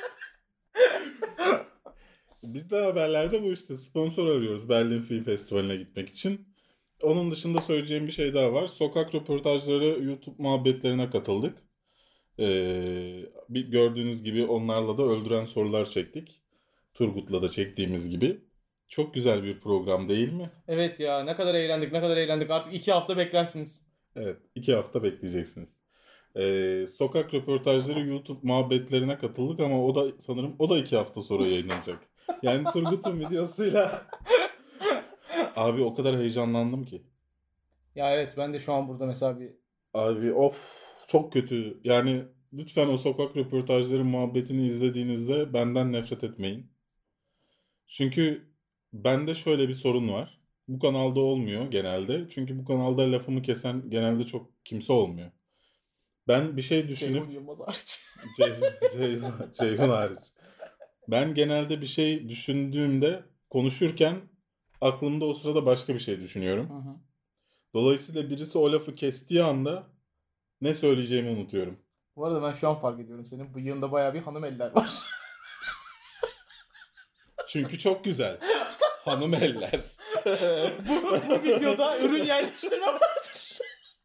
Biz de haberlerde bu işte sponsor arıyoruz Berlin Film Festivali'ne gitmek için. Onun dışında söyleyeceğim bir şey daha var. Sokak röportajları YouTube muhabbetlerine katıldık. Ee, bir gördüğünüz gibi onlarla da öldüren sorular çektik. Turgut'la da çektiğimiz gibi. Çok güzel bir program değil mi? Evet ya, ne kadar eğlendik ne kadar eğlendik. Artık iki hafta beklersiniz. Evet, iki hafta bekleyeceksiniz. Ee, sokak röportajları YouTube muhabbetlerine katıldık ama o da sanırım o da iki hafta sonra yayınlanacak. Yani Turgut'un videosuyla abi o kadar heyecanlandım ki. Ya evet, ben de şu an burada mesela bir... Abi of çok kötü. Yani lütfen o sokak röportajları muhabbetini izlediğinizde benden nefret etmeyin. Çünkü bende şöyle bir sorun var. Bu kanalda olmuyor genelde. Çünkü bu kanalda lafımı kesen genelde çok kimse olmuyor. Ben bir şey düşünüp Ceyhun Yılmaz hariç. Ceyhun, Ceyhun, Ceyhun hariç. Ben genelde bir şey düşündüğümde konuşurken aklımda o sırada başka bir şey düşünüyorum. Hı hı. Dolayısıyla birisi o lafı kestiği anda ne söyleyeceğimi unutuyorum. Bu arada ben şu an fark ediyorum, senin bıyığında bayağı bir hanım eller var. Çünkü çok güzel. Hanım eller. bu, bu videoda ürün yerleştirme vardır.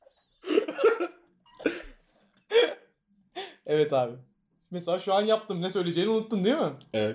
Evet abi. Mesela şu an yaptım. Ne söyleyeceğini unuttun değil mi? Evet.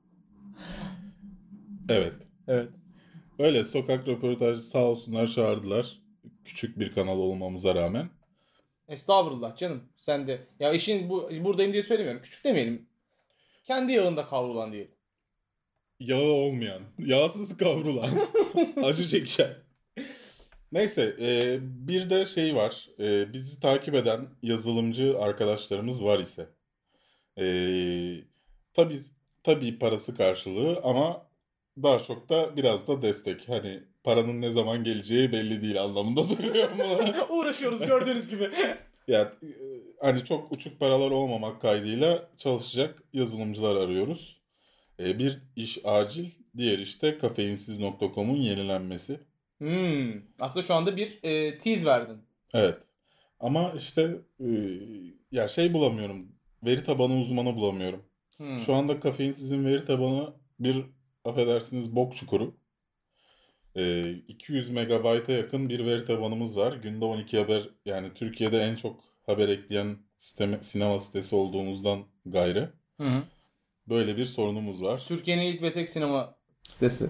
Evet. Evet. Öyle sokak röportajı sağ olsunlar çağırdılar. Küçük bir kanal olmamıza rağmen. Estağfurullah canım. Sen de. Ya işin bu, buradayım diye söylemiyorum. Küçük demeyelim. Kendi yağında kavrulan diyelim. Yağı olmayan, yağsız kavrulan, acı çeken. Neyse, e, bir de şey var. E, bizi takip eden yazılımcı arkadaşlarımız var ise. E, tabii tabii parası karşılığı ama daha çok da biraz da destek. Hani paranın ne zaman geleceği belli değil anlamında söylüyorum bunu. Uğraşıyoruz gördüğünüz gibi. Ya e, hani çok uçuk paralar olmamak kaydıyla çalışacak yazılımcılar arıyoruz. E, bir iş acil, diğer işte kafeinsiz nokta com'un yenilenmesi. Hmm. Aslında şu anda bir e, tease verdin. Evet. Ama işte e, ya şey bulamıyorum. Veri tabanı uzmanı bulamıyorum. Şu Hmm. anda kafeinsizin veri tabanı bir affedersiniz bok çukuru. E, iki yüz megabayta yakın bir veri tabanımız var. Günde on iki haber yani Türkiye'de en çok haber ekleyen sistemi, sinema sitesi olduğumuzdan gayrı. Hı hı. Böyle bir sorunumuz var. Türkiye'nin ilk ve tek sinema sitesi.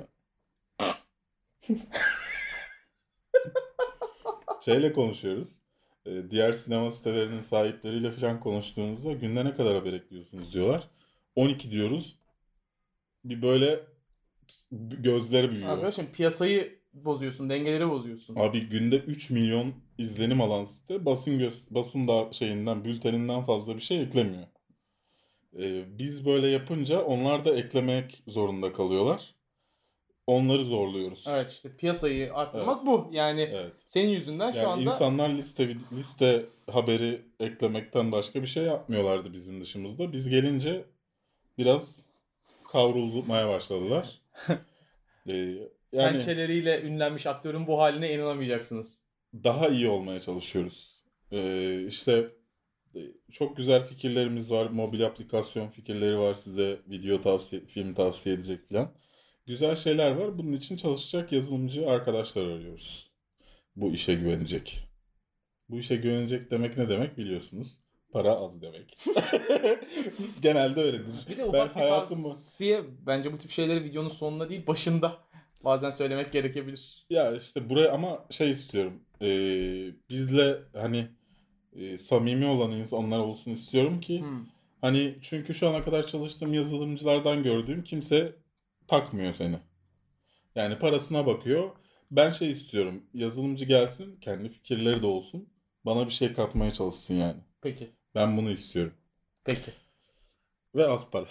Şeyle konuşuyoruz. E, diğer sinema sitelerinin sahipleriyle falan konuştuğunuzda günde ne kadar haber ekliyorsunuz diyorlar. on iki diyoruz. Bir böyle gözleri büyüyor. Arkadaşım piyasayı bozuyorsun, dengeleri bozuyorsun. Abi günde üç milyon izlenim alan site basın göz basın da şeyinden bülteninden fazla bir şey eklemiyor. E, biz böyle yapınca onlar da eklemek zorunda kalıyorlar. Onları zorluyoruz. Evet, işte piyasayı arttırmak Evet. bu. Yani Evet. senin yüzünden şu Yani anda insanlar liste liste haberi eklemekten başka bir şey yapmıyorlardı bizim dışımızda. Biz gelince biraz kavrulmaya başladılar. Ee, yani pençeleriyle ünlenmiş aktörün bu haline inanamayacaksınız. daha iyi olmaya çalışıyoruz. Ee, işte e, çok güzel fikirlerimiz var. Mobil aplikasyon fikirleri var size. Video tavsiye, film tavsiye edecek falan. Güzel şeyler var. Bunun için çalışacak yazılımcı arkadaşlar arıyoruz. Bu işe güvenecek. Bu işe güvenecek demek ne demek biliyorsunuz. Para az demek. Genelde öyledir. Bir de Ben ufak bir hayatımı tavsiye, bence bu tip şeyleri videonun sonunda değil başında bazen söylemek gerekebilir. ya işte buraya ama şey istiyorum. Ee, bizle hani e, samimi olan insanlar olsun istiyorum ki Hmm. hani çünkü şu ana kadar çalıştığım yazılımcılardan gördüğüm kimse takmıyor seni. Yani parasına bakıyor. Ben şey istiyorum. Yazılımcı gelsin, kendi fikirleri de olsun. Bana bir şey katmaya çalışsın yani. Peki. Ben bunu istiyorum. Peki. Ve az para.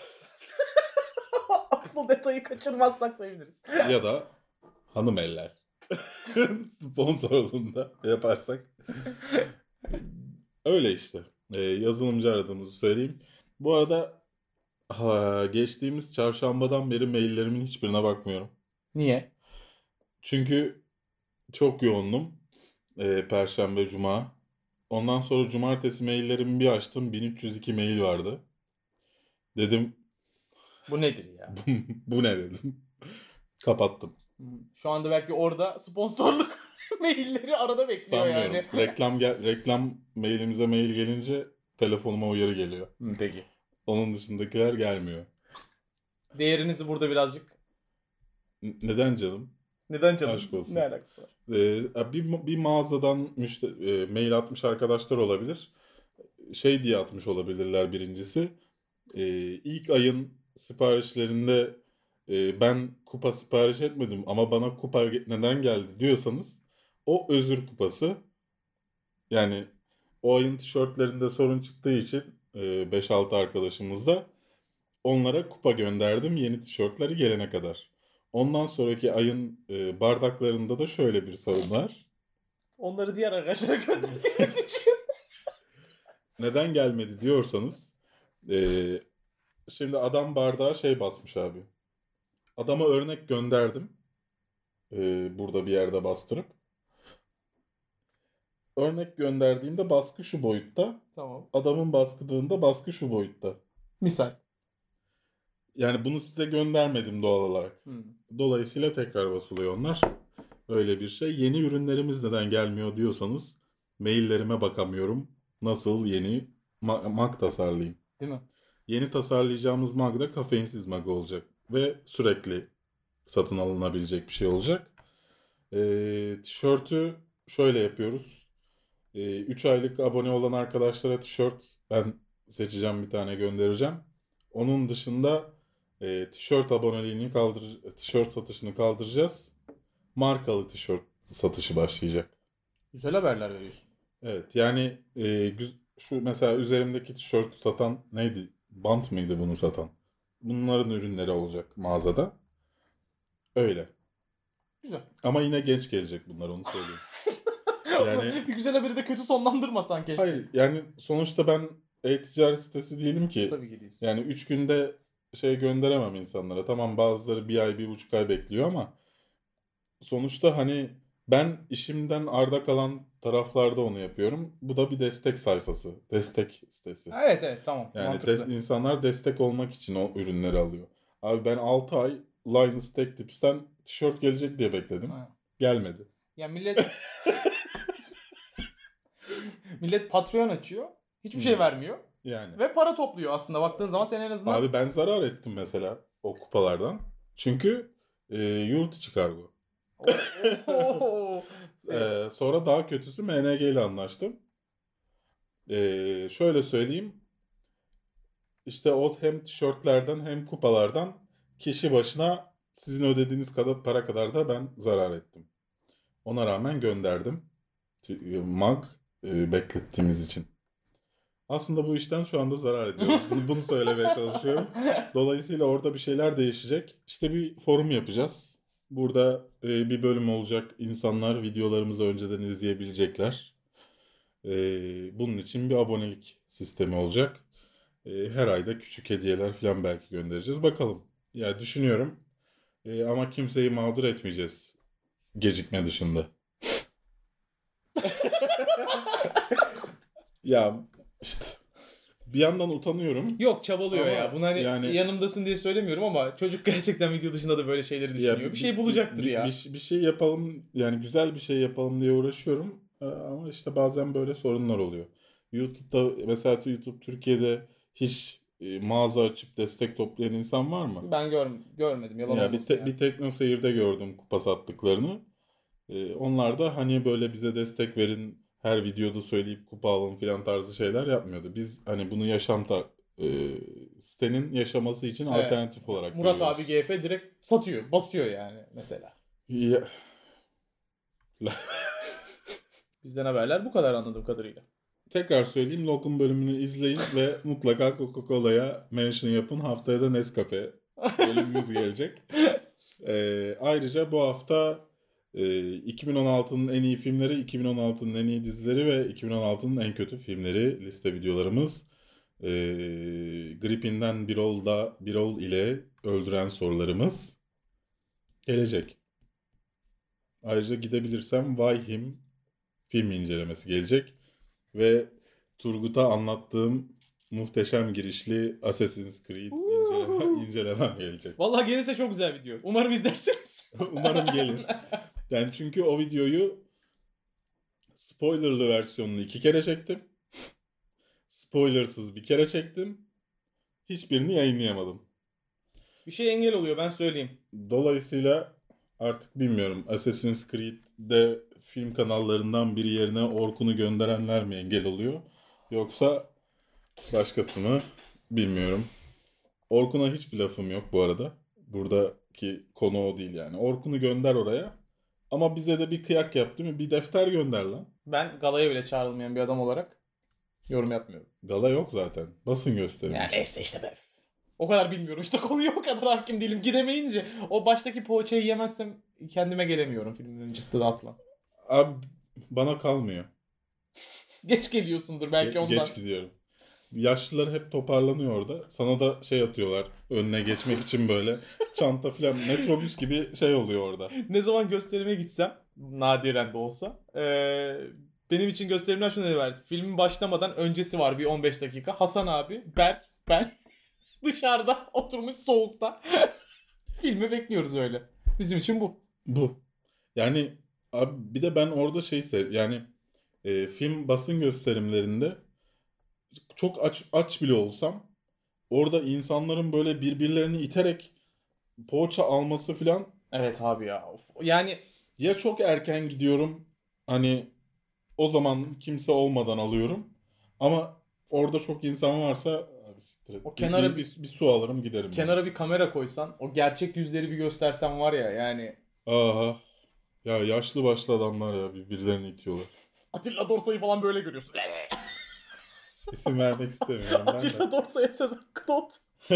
Asıl detayı kaçırmazsak seviniriz. Ya da hanım eller. Sponsorluğunda yaparsak. Öyle işte. Ee, yazılımcı aradığımızı söyleyeyim. Bu arada ha, geçtiğimiz çarşambadan beri maillerimin hiçbirine bakmıyorum. Niye? Çünkü çok yoğundum. Ee, Perşembe, Cuma. Ondan sonra cumartesi maillerimi bir açtım. bin üç yüz iki mail vardı. Dedim Bu nedir ya? Bu ne dedim. Kapattım. Şu anda belki orada sponsorluk mailleri arada bekliyor Sanmıyorum. yani. Reklam gel reklam mailimize mail gelince telefonuma uyarı geliyor. Peki. Onun dışındakiler gelmiyor. Değerinizi burada birazcık. N- Neden canım? Neden canım? Aşk olsun. Ne alakası var? Ee, bir, bir mağazadan müşte- e, mail atmış arkadaşlar olabilir. Şey diye atmış olabilirler birincisi. Ee, ilk ayın siparişlerinde e, ben kupa sipariş etmedim ama bana kupa ge- neden geldi diyorsanız o özür kupası. Yani o ayın tişörtlerinde sorun çıktığı için e, beş altı arkadaşımız da onlara kupa gönderdim yeni tişörtleri gelene kadar. Ondan sonraki ayın e, bardaklarında da şöyle bir sorun var. Onları diğer arkadaşlara gönderdiğiniz için. Neden gelmedi diyorsanız e, şimdi adam bardağa şey basmış abi. Adama örnek gönderdim. e, burada bir yerde bastırıp. Örnek gönderdiğimde baskı şu boyutta. Tamam. Adamın baskıdığında baskı şu boyutta. Misal. Yani bunu size göndermedim doğal olarak. Hmm. Dolayısıyla tekrar basılıyor onlar. Öyle bir şey. Yeni ürünlerimiz neden gelmiyor diyorsanız maillerime bakamıyorum. Nasıl yeni ma- mag tasarlayayım? Değil mi? Yeni tasarlayacağımız mag da kafeinsiz mag olacak. Ve sürekli satın alınabilecek bir şey olacak. Ee, tişörtü şöyle yapıyoruz. üç aylık abone olan arkadaşlara tişört ben seçeceğim, bir tane göndereceğim. Onun dışında e, tişört aboneliğini kaldır, tişört satışını kaldıracağız. Markalı tişört satışı başlayacak. Güzel haberler veriyorsun. Evet yani e, güz- şu mesela üzerimdeki tişört satan neydi? Bant mıydı bunu satan? Bunların ürünleri olacak mağazada. Öyle. Güzel. Ama yine genç gelecek bunlar, onu söyleyeyim. Yani bir güzel haberi de kötü sonlandırmasan keşke. hayır yani sonuçta ben e-ticaret sitesi değilim ki. Tabii ki değilsin. Yani üç günde şey gönderemem insanlara. Tamam bazıları bir ay, bir buçuk ay bekliyor ama sonuçta hani ben işimden arda kalan taraflarda onu yapıyorum. Bu da bir destek sayfası. Destek sitesi. Evet evet tamam. Yani Mantıklı. des- insanlar destek olmak için o ürünleri alıyor. Abi ben altı ay Linus Tech Tips'ten tişört gelecek diye bekledim. Ha. Gelmedi. Ya millet millet Patreon açıyor. Hiçbir şey Hmm. vermiyor. Yani. Ve para topluyor aslında. Baktığın zaman sen en azından... Abi ben zarar ettim mesela o kupalardan. Çünkü e, yurt içi kargo. Oho. Ee, sonra daha kötüsü M N G ile anlaştım. Ee, şöyle söyleyeyim. İşte o hem tişörtlerden hem kupalardan kişi başına sizin ödediğiniz kadar para kadar da ben zarar ettim. Ona rağmen gönderdim. T- Mag e, beklettiğimiz için. Aslında bu işten şu anda zarar ediyoruz. Bunu, bunu söylemeye çalışıyorum. Dolayısıyla orada bir şeyler değişecek. İşte bir forum yapacağız. Burada e, bir bölüm olacak. İnsanlar videolarımızı önceden izleyebilecekler. E, bunun için bir abonelik sistemi olacak. E, her ayda küçük hediyeler falan belki göndereceğiz. Bakalım. Ya düşünüyorum. E, ama kimseyi mağdur etmeyeceğiz. Gecikme dışında. Ya işte bir yandan utanıyorum. Yok çabalıyor Ama ya. Bunu hani yani- yanımdasın diye söylemiyorum ama çocuk gerçekten video dışında da böyle şeyleri düşünüyor. Ya bir şey bulacaktır bir, ya. Bir, bir şey yapalım yani, güzel bir şey yapalım diye uğraşıyorum. Ee, Ama işte bazen böyle sorunlar oluyor. YouTube'da mesela YouTube Türkiye'de hiç e, mağaza açıp destek toplayan insan var mı? Ben gör, görmedim. Yalan Ya bir, olmasın te, ya. bir Tekno Seyir'de gördüm kupa sattıklarını. Ee, onlar da hani böyle bize destek verin, her videoda söyleyip kupa alın filan tarzı şeyler yapmıyordu. Biz hani bunu yaşamta e, sitenin yaşaması için Evet. alternatif olarak Murat görüyoruz. abi G F direkt satıyor. Basıyor yani mesela. Ya, Bizden haberler bu kadar anladığım kadarıyla. tekrar söyleyeyim, Logan bölümünü izleyin ve mutlaka Coca-Cola'ya mention yapın. Haftaya da Nescafe bölümümüz gelecek. Ee, ayrıca bu hafta e, iki bin on altının en iyi filmleri, iki bin on altının en iyi dizileri ve iki bin on altının en kötü filmleri liste videolarımız. Ee, Gripin'den Birol'da Birol ile Öldüren Sorularımız gelecek. Ayrıca gidebilirsem Why Him film incelemesi gelecek. Ve Turgut'a anlattığım muhteşem girişli Assassin's Creed incelemesi incelemem, incelemem gelecek. Vallahi gelirse çok güzel video. Umarım izlersiniz. Umarım gelir. Yani çünkü o videoyu spoilerlı versiyonunu iki kere çektim. Spoilersız bir kere çektim. Hiçbirini yayınlayamadım. Bir şey engel oluyor, ben söyleyeyim. Dolayısıyla artık bilmiyorum, Assassin's Creed'de film kanallarından biri yerine Orkun'u gönderenler mi engel oluyor? Yoksa başkası mı? Bilmiyorum. Orkun'a hiçbir lafım yok bu arada. Buradaki konu o değil yani. Orkun'u gönder oraya. Ama bize de bir kıyak yap, değil mi? Bir defter gönder lan. Ben galaya bile çağrılmayan bir adam olarak yorum yapmıyorum. Gala yok zaten. Basın gösterimi. Yani neyse işte be. O kadar bilmiyorum işte, konuya o kadar hakim değilim. Gidemeyince o baştaki poğaçayı yemezsem kendime gelemiyorum filmin öncesinde de atılan. Abi bana kalmıyor. Geç geliyorsundur belki Ge- ondan. Geç gidiyorum. Yaşlılar hep toparlanıyor orada. Sana da şey atıyorlar. Önüne geçmek için böyle çanta falan, metrobüs gibi şey oluyor orada. Ne zaman gösterime gitsem, nadiren de olsa, ee, benim için gösterimler şunu verdi. Filmin başlamadan öncesi var bir on beş dakika. Hasan abi, Berk, ben dışarıda oturmuş soğukta filmi bekliyoruz öyle. Bizim için bu. Bu. Yani abi bir de ben orada şey sev yani e, film basın gösterimlerinde çok aç aç bile olsam orada insanların böyle birbirlerini iterek poğaça alması falan, Evet abi ya. Of. Yani ya çok erken gidiyorum hani o zaman kimse olmadan alıyorum, ama orada çok insan varsa abi siktir et. O Bir- kenara bir, bir, bir su alırım giderim. kenara bir kamera koysan, o gerçek yüzleri bir göstersen var ya yani. Aha. Ya yaşlı başlı adamlar ya birbirlerini itiyorlar. Atilla Dorsay'ı falan böyle görüyorsun. İsim vermek istemiyorum ben de. Atilla Dorsay'a söz hakkı not.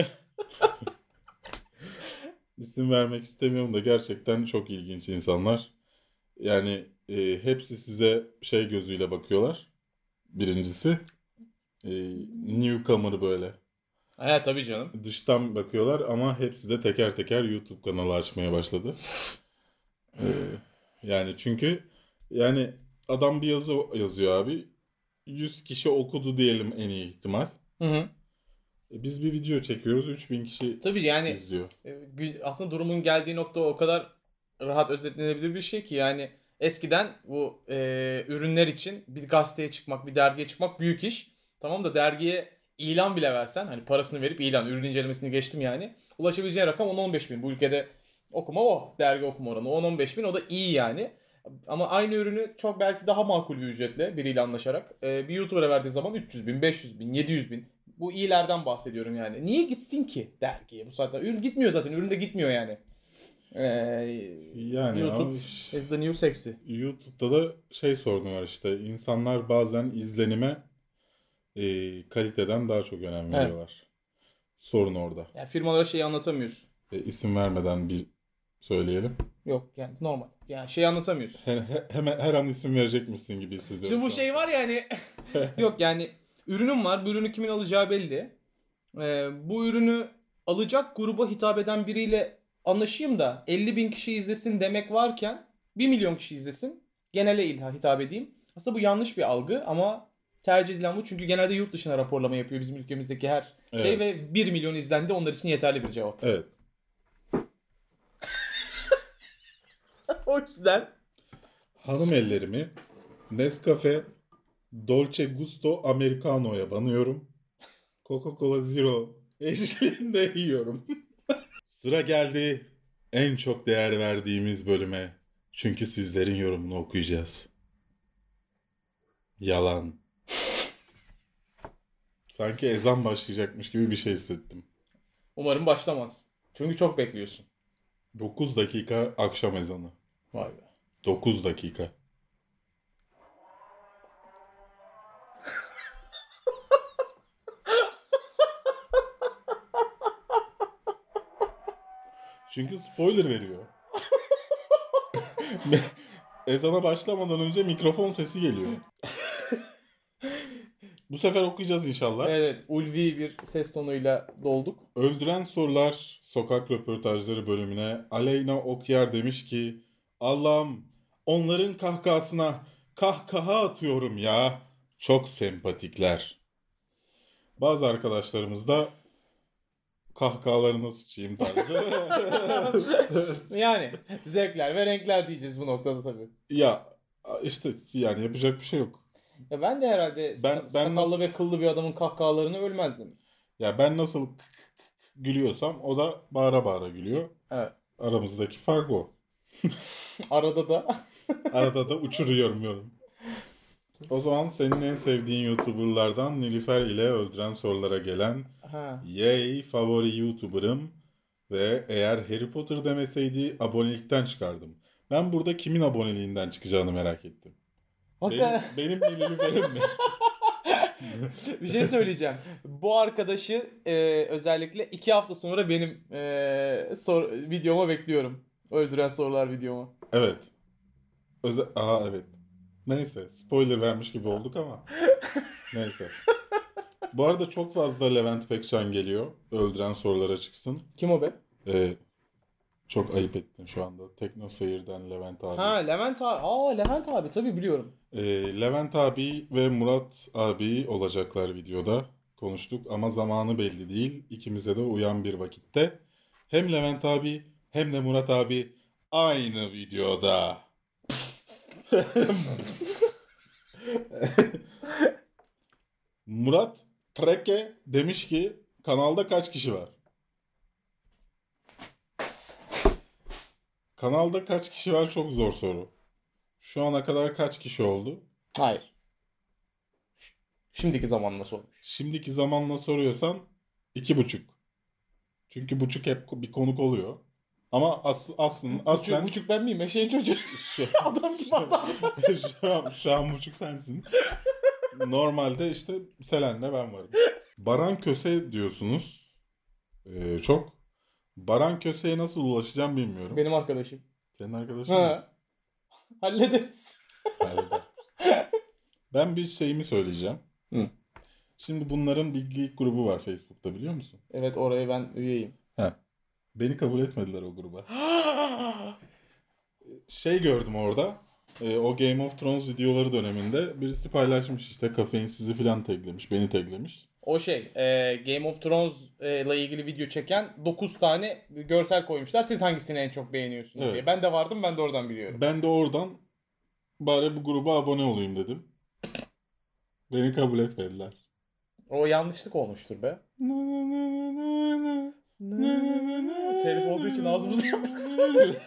İsim vermek istemiyorum da gerçekten çok ilginç insanlar. Yani e, hepsi size şey gözüyle bakıyorlar. Birincisi e, newcomer böyle. Evet tabii canım. Dıştan bakıyorlar ama hepsi de teker teker YouTube kanalı açmaya başladı. E, yani çünkü yani adam bir yazı yazıyor abi. yüz kişi okudu diyelim en iyi ihtimal. Hı hı. E, biz bir video çekiyoruz, üç bin kişi Tabii yani izliyor. e, gü- aslında durumun geldiği nokta o kadar rahat özetlenebilir bir şey ki, yani eskiden bu e, ürünler için bir gazeteye çıkmak, bir dergiye çıkmak büyük iş. Tamam da dergiye ilan bile versen, hani parasını verip ilan, ürün incelemesini geçtim yani. Ulaşabileceğin rakam on on beş bin. Bu ülkede okuma o. Dergi okuma oranı on on beş bin, o da iyi yani. Ama aynı ürünü çok belki daha makul bir ücretle biriyle anlaşarak e, bir YouTuber'a verdiğin zaman üç yüz bin, beş yüz bin, yedi yüz bin. Bu iyilerden bahsediyorum yani. Niye gitsin ki dergiye bu saatte? Ürün gitmiyor zaten. Ürün de gitmiyor yani. Ee, Yani YouTube ama is the new sexy. YouTube'da da şey sorunu var işte. İnsanlar bazen izlenime e, kaliteden daha çok önem Evet. veriyorlar. Sorun orada. Yani firmalara şeyi anlatamıyorsun. E, isim vermeden bir söyleyelim. Yok yani normal. Yani şey anlatamıyorsun. He- he- hemen her an isim verecekmişsin gibi hissediyorum. Şimdi bu şu şey an. var ya hani yok yani ürünüm var. Bu ürünü kimin alacağı belli. Ee, bu ürünü alacak gruba hitap eden biriyle anlaşayım da elli bin kişi izlesin demek varken bir milyon kişi izlesin. Genele ilha hitap edeyim. Aslında bu yanlış bir algı ama tercih edilen bu. Çünkü genelde yurt dışına raporlama yapıyor bizim ülkemizdeki her şey Evet. ve bir milyon izlendi, onlar için yeterli bir cevap. Evet. O yüzden Hanım ellerimi Nescafe Dolce Gusto Americano'ya banıyorum. Coca-Cola Zero eşliğinde yiyorum. Sıra geldi en çok değer verdiğimiz bölüme. Çünkü sizlerin yorumunu okuyacağız. Yalan. Sanki ezan başlayacakmış gibi bir şey hissettim. umarım başlamaz. Çünkü çok bekliyorsun. dokuz dakika akşam ezanı. Vay be. dokuz dakika. Çünkü spoiler veriyor. Ezana başlamadan önce mikrofon sesi geliyor. Bu sefer okuyacağız inşallah. Evet, ulvi bir ses tonuyla dolduk. Öldüren Sorular Sokak Röportajları bölümüne Aleyna Okyar demiş ki Allah'ım onların kahkahasına kahkaha atıyorum ya. Çok sempatikler. Bazı arkadaşlarımız da kahkahalarına sıçayım tarzı. Yani zevkler ve renkler diyeceğiz bu noktada tabii. Ya işte yani yapacak bir şey yok. Ya ben de herhalde Ben- sa- ben sakallı nasıl- ve kıllı bir adamın kahkahalarını ölmezdim. Ya ben nasıl gülüyorsam o da bağıra bağıra gülüyor. Evet. Aramızdaki fark o. Arada da Arada da uçuruyorum yorum. O zaman senin en sevdiğin YouTuber'lardan Nilüfer ile Öldüren Sorulara gelen ha. yay favori YouTuber'ım ve eğer Harry Potter demeseydi abonelikten çıkardım. Ben burada kimin aboneliğinden çıkacağını merak ettim. Benim, Hakikaten benim mi Nilüfer'im mi? bir şey söyleyeceğim. Bu arkadaşı e, özellikle iki hafta sonra benim e, sor, videoma bekliyorum. Öldüren sorular videoma. Evet. Öze Aa evet. Neyse spoiler vermiş gibi olduk ama. Neyse. Bu arada çok fazla Levent Pekcan geliyor. Öldüren sorulara çıksın. Kim o be? Ee, çok ayıp ettin şu anda. Tekno Seyir'den Levent abi. Ha Levent abi. Aa Levent abi tabii biliyorum. Ee, Levent abi ve Murat abi olacaklar videoda. Konuştuk ama zamanı belli değil. İkimize de uyan bir vakitte. Hem Levent abi hem de Murat abi aynı videoda. Murat Treke demiş ki kanalda kaç kişi var? Kanalda kaç kişi var çok zor soru. Şu ana kadar kaç kişi oldu? Hayır. Ş- Şimdiki zamanla sormuş. Şimdiki zamanla soruyorsan iki buçuk. Çünkü buçuk hep bir konuk oluyor. Ama as, aslında aslen Buçuk, buçuk ben miyim? Eşeğin çocuğu. şu, Adam gibi adam. şu, an, şu an buçuk sensin. Normalde işte Selen'le ben varım. Baran Köse diyorsunuz. Ee, çok. Baran Köse'ye nasıl ulaşacağım bilmiyorum. Benim arkadaşım. Senin arkadaşın mı? Ha. Hallederiz. Halleder. Ben bir şeyimi söyleyeceğim. Hı. Şimdi bunların bir geek grubu var Facebook'ta biliyor musun? Evet oraya ben üyeyim. He. Beni kabul etmediler o gruba. Şey gördüm orada. e, o Game of Thrones videoları döneminde birisi paylaşmış işte kafeinsizi falan taglemiş. Beni taglemiş. O şey e, Game of Thrones e, ile ilgili video çeken dokuz tane görsel koymuşlar. Siz hangisini en çok beğeniyorsunuz Evet. diye. Ben de vardım ben de oradan biliyorum. Ben de oradan bari bu gruba abone olayım dedim. Beni kabul etmediler. O yanlışlık olmuştur be. Telif olduğu için ağzımızı yapmak zorundayız.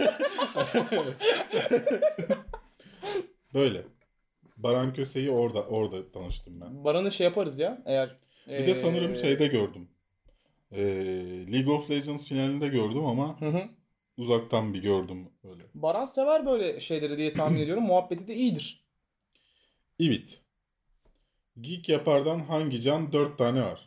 Böyle. Baran Köse'yi orada orada tanıştım ben. Baran'ı şey yaparız ya eğer. Bir de sanırım ee, şeyde gördüm. Ee, League of Legends finalinde gördüm ama Hı hı. uzaktan bir gördüm öyle. Baran sever böyle şeyleri diye tahmin ediyorum. Muhabbeti de iyidir. Evet. Geek Yapar'dan hangi can? Dört tane var.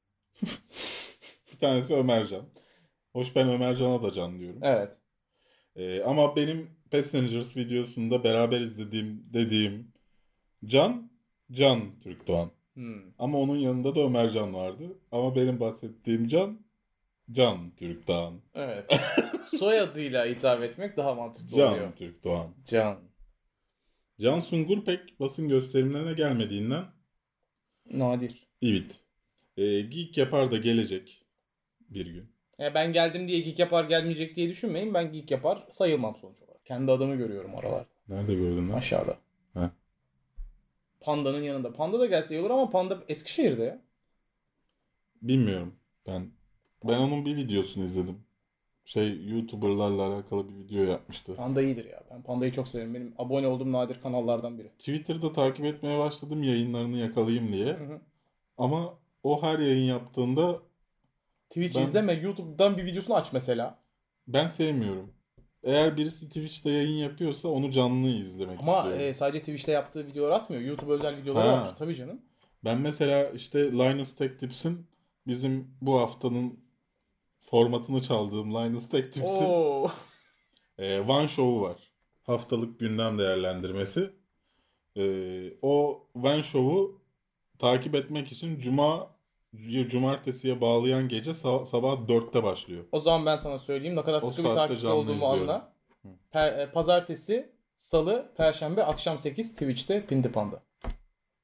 Bir tanesi Ömercan. Hoş ben Ömercan'a da can diyorum. Evet. Ee, ama benim Passengers videosunda beraber izlediğim dediğim Can, Can Türkdoğan. Hmm. Ama onun yanında da Ömercan vardı. Ama benim bahsettiğim Can, Can Türkdoğan. Evet. Soyadıyla hitap etmek daha mantıklı Can oluyor. Türkdoğan. Can. Can Sungur pek basın gösterimlerine gelmediğinden Nadir. evet. Ee, Geek Yapar da gelecek bir gün. E ben geldim diye geek yapar gelmeyecek diye düşünmeyin. Ben geek yapar sayılmam sonuç olarak. Kendi adamı görüyorum aralarda. Nerede gördün lan? Aşağıda. He. Panda'nın yanında. Panda da gelse iyi olur ama Panda Eskişehir'de ya. Bilmiyorum. Ben ben onun bir videosunu izledim. Şey YouTuber'larla alakalı bir video yapmıştı. Panda iyidir ya. Ben Panda'yı çok severim. Benim abone olduğum nadir kanallardan biri. Twitter'da takip etmeye başladım yayınlarını yakalayayım diye. Hı hı. Ama o her yayın yaptığında Twitch Ben- izleme. YouTube'dan bir videosunu aç mesela. ben sevmiyorum. Eğer birisi Twitch'te yayın yapıyorsa onu canlı izlemek Ama istiyorum. e, sadece Twitch'te yaptığı videolar atmıyor. YouTube özel videoları Ha. var. Tabii canım. Ben mesela işte Linus Tech Tips'in bizim bu haftanın formatını çaldığım Linus Tech Tips'in Oo. e, One Show'u var. Haftalık gündem değerlendirmesi. E, o One Show'u takip etmek için Cuma Cumartesiye bağlayan gece sa- sabah dörtte başlıyor. O zaman ben sana söyleyeyim ne kadar O sıkı bir saatte takipçi canlı olduğumu izliyorum. anla. Hı. Per- e, Pazartesi, Salı, Perşembe akşam sekiz Twitch'te Pindi Panda.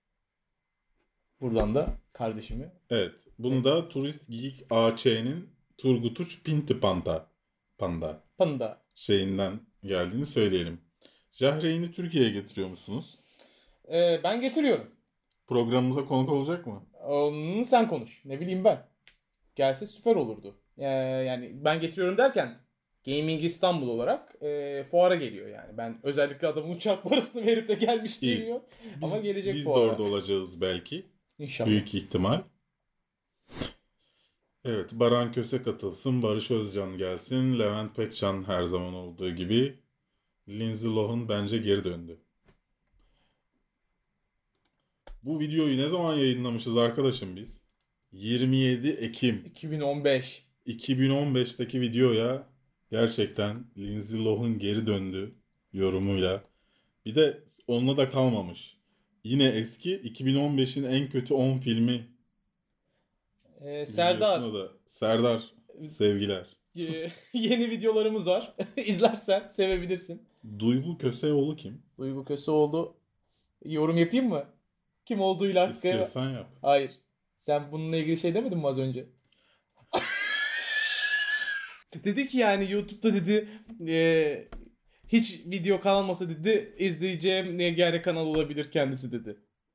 Buradan da kardeşimi. Evet. Bunu da Turist Geek A Ç'nin Turgut Uç Pinti Panda. Panda. Panda. Şeyinden geldiğini söyleyelim. Jahreyn'i Türkiye'ye getiriyor musunuz? Ee, ben getiriyorum. Programımıza konuk olacak mı? Onu sen konuş. Ne bileyim ben. Gelse süper olurdu. Ee, yani ben getiriyorum derken Gaming İstanbul olarak e, fuara geliyor yani. Ben özellikle adamın uçak parasını verip de gelmiş İyi. demiyor. Biz, Ama gelecek biz fuara. de orada olacağız belki. İnşallah. Büyük ihtimal. Evet, Baran Köse katılsın, Barış Özcan gelsin, Levent Pekcan her zaman olduğu gibi. Lindsay Lohan bence geri döndü. Bu videoyu ne zaman yayınlamışız arkadaşım biz? yirmi yedi Ekim iki bin on beş. iki bin on beşteki videoya gerçekten Lindsay Lohan geri döndü yorumuyla. Bir de onunla da kalmamış. Yine eski iki bin on beşin en kötü on filmi. Ee, Serdar. Videosuna da Serdar sevgiler. e, yeni videolarımız var. İzlersen sevebilirsin. Duygu Köseoğlu kim? Duygu Köseoğlu. Yorum yapayım mı? Kim olduğuyla hakkı. İstiyorsan yap. Hayır. Sen bununla ilgili şey demedin mi az önce? Dedi ki yani YouTube'da dedi e, hiç video kalmasa dedi izleyeceğim yegane kanal olabilir kendisi dedi.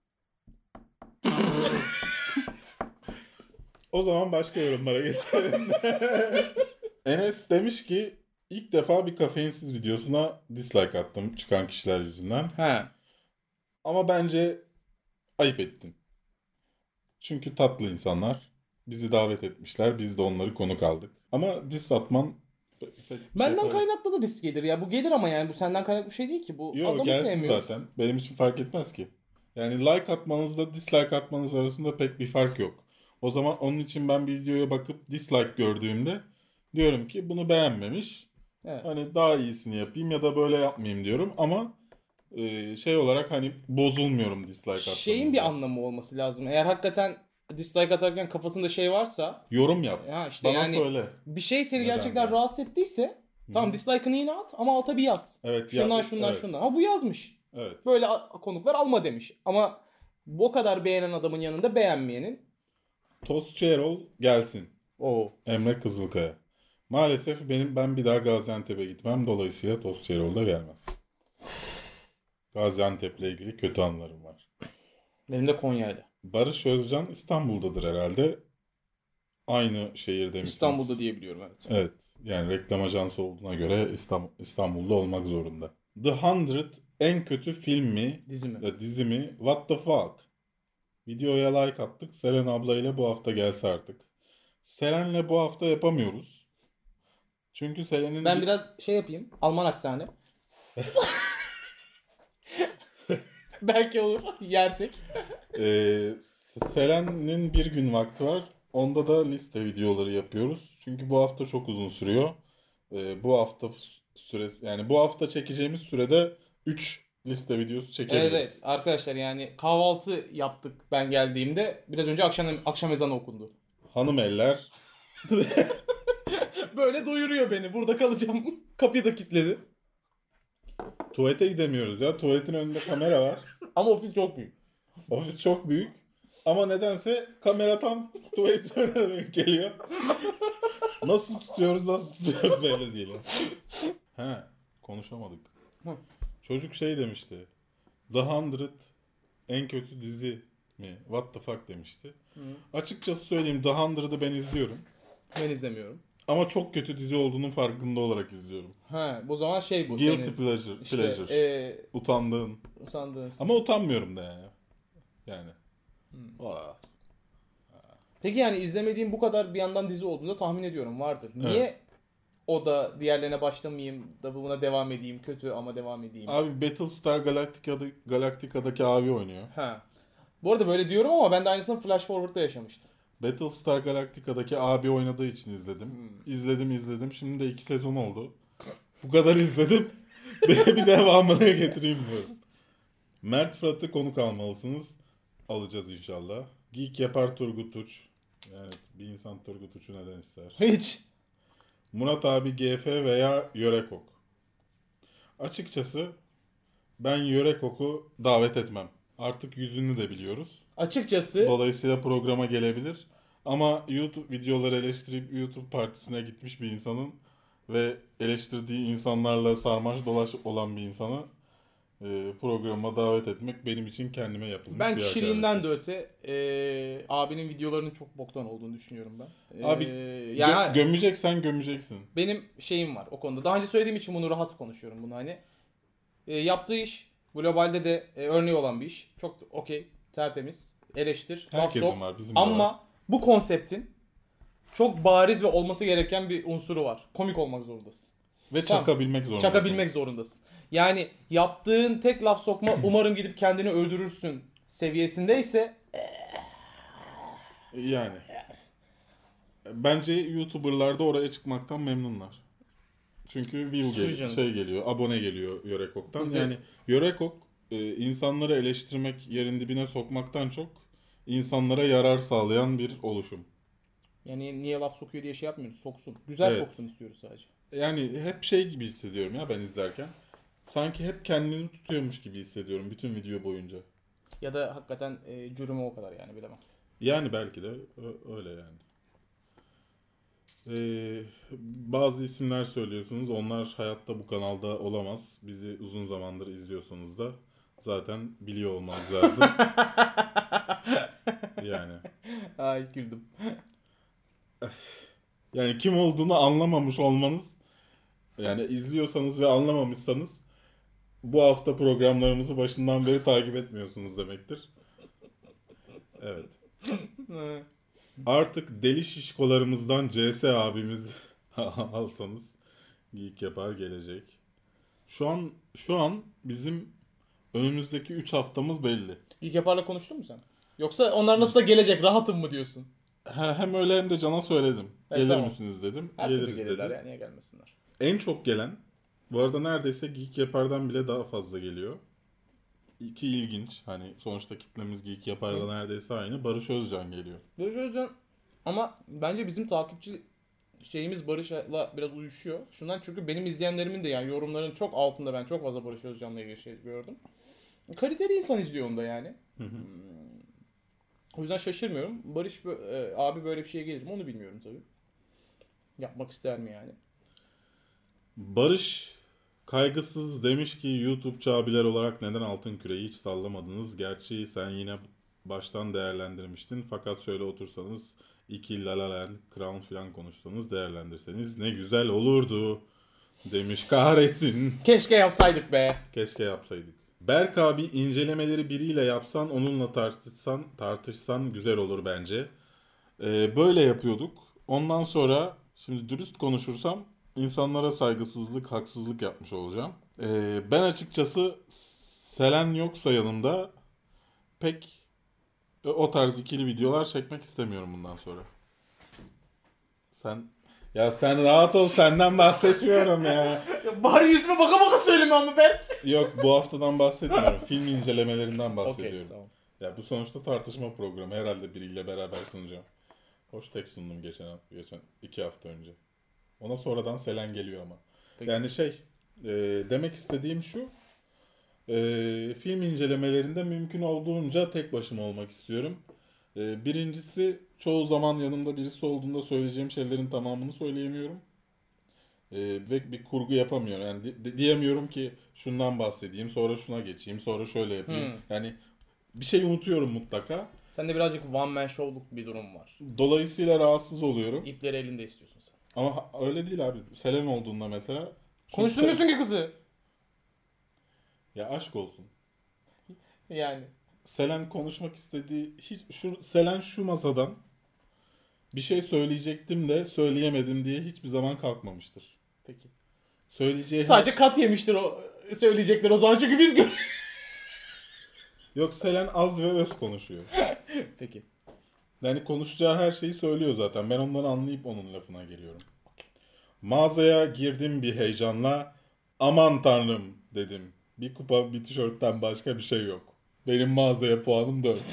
O zaman başka yorumlara geçelim. Enes demiş ki ilk defa bir kafeinsiz videosuna dislike attım çıkan kişiler yüzünden. Ha. Ama bence ayıp ettin. Çünkü tatlı insanlar. Bizi davet etmişler. Biz de onları konuk aldık. Ama diss atman pek şey Benden tabii. kaynaklı da disk gelir ya. Bu gelir ama yani bu senden kaynaklı bir şey değil ki. Bu Yok adamı gelsin sevmiyor. zaten. Benim için fark etmez ki. Yani like atmanızla dislike atmanız arasında pek bir fark yok. O zaman onun için ben bir videoya bakıp dislike gördüğümde diyorum ki bunu beğenmemiş. Evet. Hani daha iyisini yapayım ya da böyle yapmayayım diyorum ama e, şey olarak hani bozulmuyorum dislike atmanızda. Şeyin bir anlamı olması lazım. Eğer hakikaten dislike atarken kafasında şey varsa Yorum yap. ya işte Bana yani söyle. bir şey seni Neden gerçekten de? rahatsız ettiyse tamam dislike'ını yine at ama alta bir yaz. Evet. Şundan ya- şundan evet, şundan. Ha bu yazmış. Evet. Böyle a- konuklar alma demiş. Ama bu kadar beğenen adamın yanında beğenmeyenin Tostçu Erol gelsin. o. Emre Kızılkaya. Maalesef benim ben bir daha Gaziantep'e gitmem. Dolayısıyla Tostçu Erol da gelmez. Gaziantep'le ilgili kötü anılarım var. Benim de Konya'yla. Barış Özcan İstanbul'dadır herhalde. Aynı şehirde misiniz? İstanbul'da diyebiliyorum evet. Evet. Yani reklam ajansı olduğuna göre İstanbul, İstanbul'da olmak zorunda. The Hundred en kötü film mi? Dizi mi? Ya dizi mi? What the fuck? Videoya like attık. Selen ablayla bu hafta gelse artık. Selen'le bu hafta yapamıyoruz. Çünkü Selen'in... Ben bir- biraz şey yapayım. Alman aksanı. Belki olur. Yersek. Ee, Selen'in bir gün vakti var. Onda da liste videoları yapıyoruz. Çünkü bu hafta çok uzun sürüyor. Ee, bu hafta süresi yani bu hafta çekeceğimiz sürede üç liste videosu Evet, çekebiliriz. evet arkadaşlar yani kahvaltı yaptık ben geldiğimde. Biraz önce akşam akşam ezanı okundu. Hanım eller. Böyle doyuruyor beni. Burada kalacağım. Kapıyı da kilitledi. Tuvalete gidemiyoruz ya. Tuvaletin önünde kamera var. Ama ofis çok büyük. Ofis çok büyük. Ama nedense kamera tam tuvaletin önüne denk geliyor. Nasıl tutuyoruz nasıl tutuyoruz belli değil. He, konuşamadık. Hı. Çocuk şey demişti. The Hundred en kötü dizi mi? What the fuck demişti. Hı. Açıkçası söyleyeyim The Hundred'ı ben izliyorum. Ben izlemiyorum. Ama çok kötü dizi olduğunun farkında olarak izliyorum. Ha, bu zaman şey bu. Guilty senin pleasure. işte, pleasure. e, Utandığın. utandığın. Ama utanmıyorum da yani. Yani. Hı. Aa. Peki yani izlemediğim bu kadar bir yandan dizi olduğunda tahmin ediyorum vardır. Niye o da diğerlerine başlamayayım da buna devam edeyim kötü ama devam edeyim. Abi Battlestar Galactica'da, Galactica'daki abi oynuyor. Ha. Bu arada böyle diyorum ama ben de aynısını Flash Forward'da yaşamıştım. Battlestar Galactica'daki abi oynadığı için izledim. Hmm. İzledim izledim. Şimdi de iki sezon oldu. Bu kadar izledim. Bir bir devamını getireyim diyorum. Mert Fırat'ı konuk almalısınız. Alacağız inşallah. Geek yapar Turgut Uç. Yani bir insan Turgut Uç'u neden ister? Hiç. Murat abi G F veya Yörekok. Açıkçası ben Yörekok'u davet etmem. Artık yüzünü de biliyoruz. Açıkçası Dolayısıyla programa gelebilir. Ama YouTube videoları eleştirip YouTube partisine gitmiş bir insanın ve eleştirdiği insanlarla sarmaş dolaş olan bir insanı e, programa davet etmek benim için kendime yapılmış Ben bir kişiliğinden hakarettir. de öte e, abinin videolarının çok boktan olduğunu düşünüyorum ben. E, Abi yani gö- gömeceksen gömeceksin. benim şeyim var o konuda. Daha önce söylediğim için bunu rahat konuşuyorum bunu hani. E, yaptığı iş globalde de e, örneği olan bir iş. Çok okey, tertemiz, eleştir, laf Herkesin sok. var, bizim de var. Ama bu konseptin çok bariz ve olması gereken bir unsuru var. Komik olmak zorundasın. Ve Tamam. çakabilmek zorundasın. Çakabilmek zorundasın. Yani yaptığın tek laf sokma umarım gidip kendini öldürürsün seviyesindeyse Yani. Bence YouTuber'lar da oraya çıkmaktan memnunlar. Çünkü view Tabii gel- canım. şey geliyor, abone geliyor Yörekok'tan. Biz de- Yani Yörekok e, insanları eleştirmek, yerin dibine sokmaktan çok insanlara yarar sağlayan bir oluşum. yani niye laf sokuyor diye şey yapmıyoruz. Soksun. Güzel Evet. soksun istiyoruz sadece. Yani hep şey gibi hissediyorum ya ben izlerken. Sanki hep kendini tutuyormuş gibi hissediyorum bütün video boyunca. Ya da hakikaten e, cürümü o kadar yani bilemem. Yani belki de ö- öyle yani. Ee, bazı isimler söylüyorsunuz. Onlar hayatta bu kanalda olamaz. Bizi uzun zamandır izliyorsanız da zaten biliyor olmanız lazım. Yani. Ay güldüm. Yani kim olduğunu anlamamış olmanız, yani izliyorsanız ve anlamamışsanız bu hafta programlarımızı başından beri takip etmiyorsunuz demektir. Evet. Artık deli şişkolarımızdan C S abimiz alsanız geek yapar gelecek. Şu an şu an bizim önümüzdeki üç haftamız belli. İlk yaparla konuştun mu sen? Yoksa onlar nasılsa gelecek rahatım mı diyorsun? He- Hem öyle hem de Can'a söyledim. Evet, Gelir tamam. misiniz dedim. Her türlü Geliriz gelirler dedi. ya niye gelmesinler? En çok gelen, bu arada neredeyse Geek Yapar'dan bile daha fazla geliyor. İki ilginç. Hani sonuçta kitlemiz Geek Yapar'la neredeyse aynı. Barış Özcan geliyor. Böyle yüzden ama bence bizim takipçi şeyimiz Barış'la biraz uyuşuyor. Şundan çünkü benim izleyenlerimin de yani yorumların çok altında ben çok fazla Barış Özcan'la ilgili şey gördüm. Kaliteli insan izliyor onu da yani. Hmm. O yüzden şaşırmıyorum. Barış bö- e, abi böyle bir şeye gelir mi onu bilmiyorum tabii. Yapmak ister mi yani? Barış Kaygısız demiş ki YouTube'cu abiler olarak neden altın küreyi hiç sallamadınız? Gerçi sen yine baştan değerlendirmiştin. Fakat şöyle otursanız iki La La Land, Crown falan konuşsanız değerlendirseniz ne güzel olurdu demiş kahretsin. Keşke yapsaydık be. Keşke yapsaydık. Berk abi incelemeleri biriyle yapsan onunla tartışsan tartışsan güzel olur bence. Ee, böyle yapıyorduk. Ondan sonra şimdi dürüst konuşursam insanlara saygısızlık, haksızlık yapmış olacağım. Ee, ben açıkçası Selen yoksa yanımda pek o tarz ikili videolar çekmek istemiyorum bundan sonra. Sen ya sen rahat ol, senden bahsetmiyorum ya. Ya bari yüzüme baka baka söyleme ama Berk. Yok, bu haftadan bahsetmiyorum. Film incelemelerinden Okey bahsediyorum. tamam. Ya bu sonuçta tartışma programı. Herhalde biriyle beraber sunacağım. Hoş tek sundum geçen geçen iki hafta önce. Ona sonradan Selen geliyor ama. Peki. Yani şey e, demek istediğim şu. E, film incelemelerinde mümkün olduğunca tek başıma olmak istiyorum. E, birincisi çoğu zaman yanımda birisi olduğunda söyleyeceğim şeylerin tamamını söyleyemiyorum. E, ve bir kurgu yapamıyorum. Yani di- di- diyemiyorum ki şundan bahsedeyim, sonra şuna geçeyim, sonra şöyle yapayım. Hmm. Yani bir şey unutuyorum mutlaka. Sende birazcık one man show'luk bir durum var. Dolayısıyla rahatsız oluyorum. İpleri elinde istiyorsun sen. Ama ha- öyle değil abi. Selen olduğunda mesela. Çünkü Konuşturmuyorsun ki kızı. Ya aşk olsun. Yani. Selen konuşmak istediği hiç şu Selen şu masadan bir şey söyleyecektim de söyleyemedim diye hiçbir zaman kalkmamıştır. Peki. Söyleyeceği Sadece her- kat yemiştir o söyleyecekler o zaman çünkü biz gör. Yok, Selen az ve öz konuşuyor. Peki. Yani konuşacağı her şeyi söylüyor zaten. Ben ondan anlayıp onun lafına geliyorum. Mağazaya girdim bir heyecanla. Aman tanrım dedim. Bir kupa bir tişörtten başka bir şey yok. Benim mağazaya puanım dört.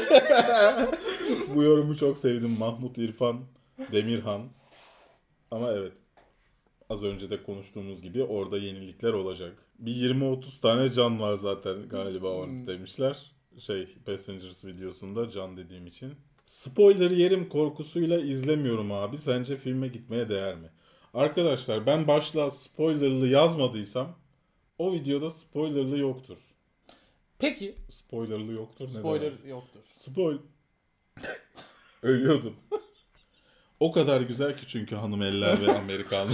Bu yorumu çok sevdim. Mahmut İrfan Demirhan. Ama evet. Az önce de konuştuğumuz gibi orada yenilikler olacak. Bir yirmi otuz tane can var zaten galiba orada demişler. Şey Passengers videosunda can dediğim için. Spoiler yerim korkusuyla izlemiyorum abi. Sence filme gitmeye değer mi? Arkadaşlar ben başlığa spoilerlı yazmadıysam o videoda spoilerlı yoktur. Peki. Spoilerlı yoktur ne Spoiler demek? yoktur. Spoil. Ölüyordum. O kadar güzel ki çünkü hanım eller ve Amerikanlı.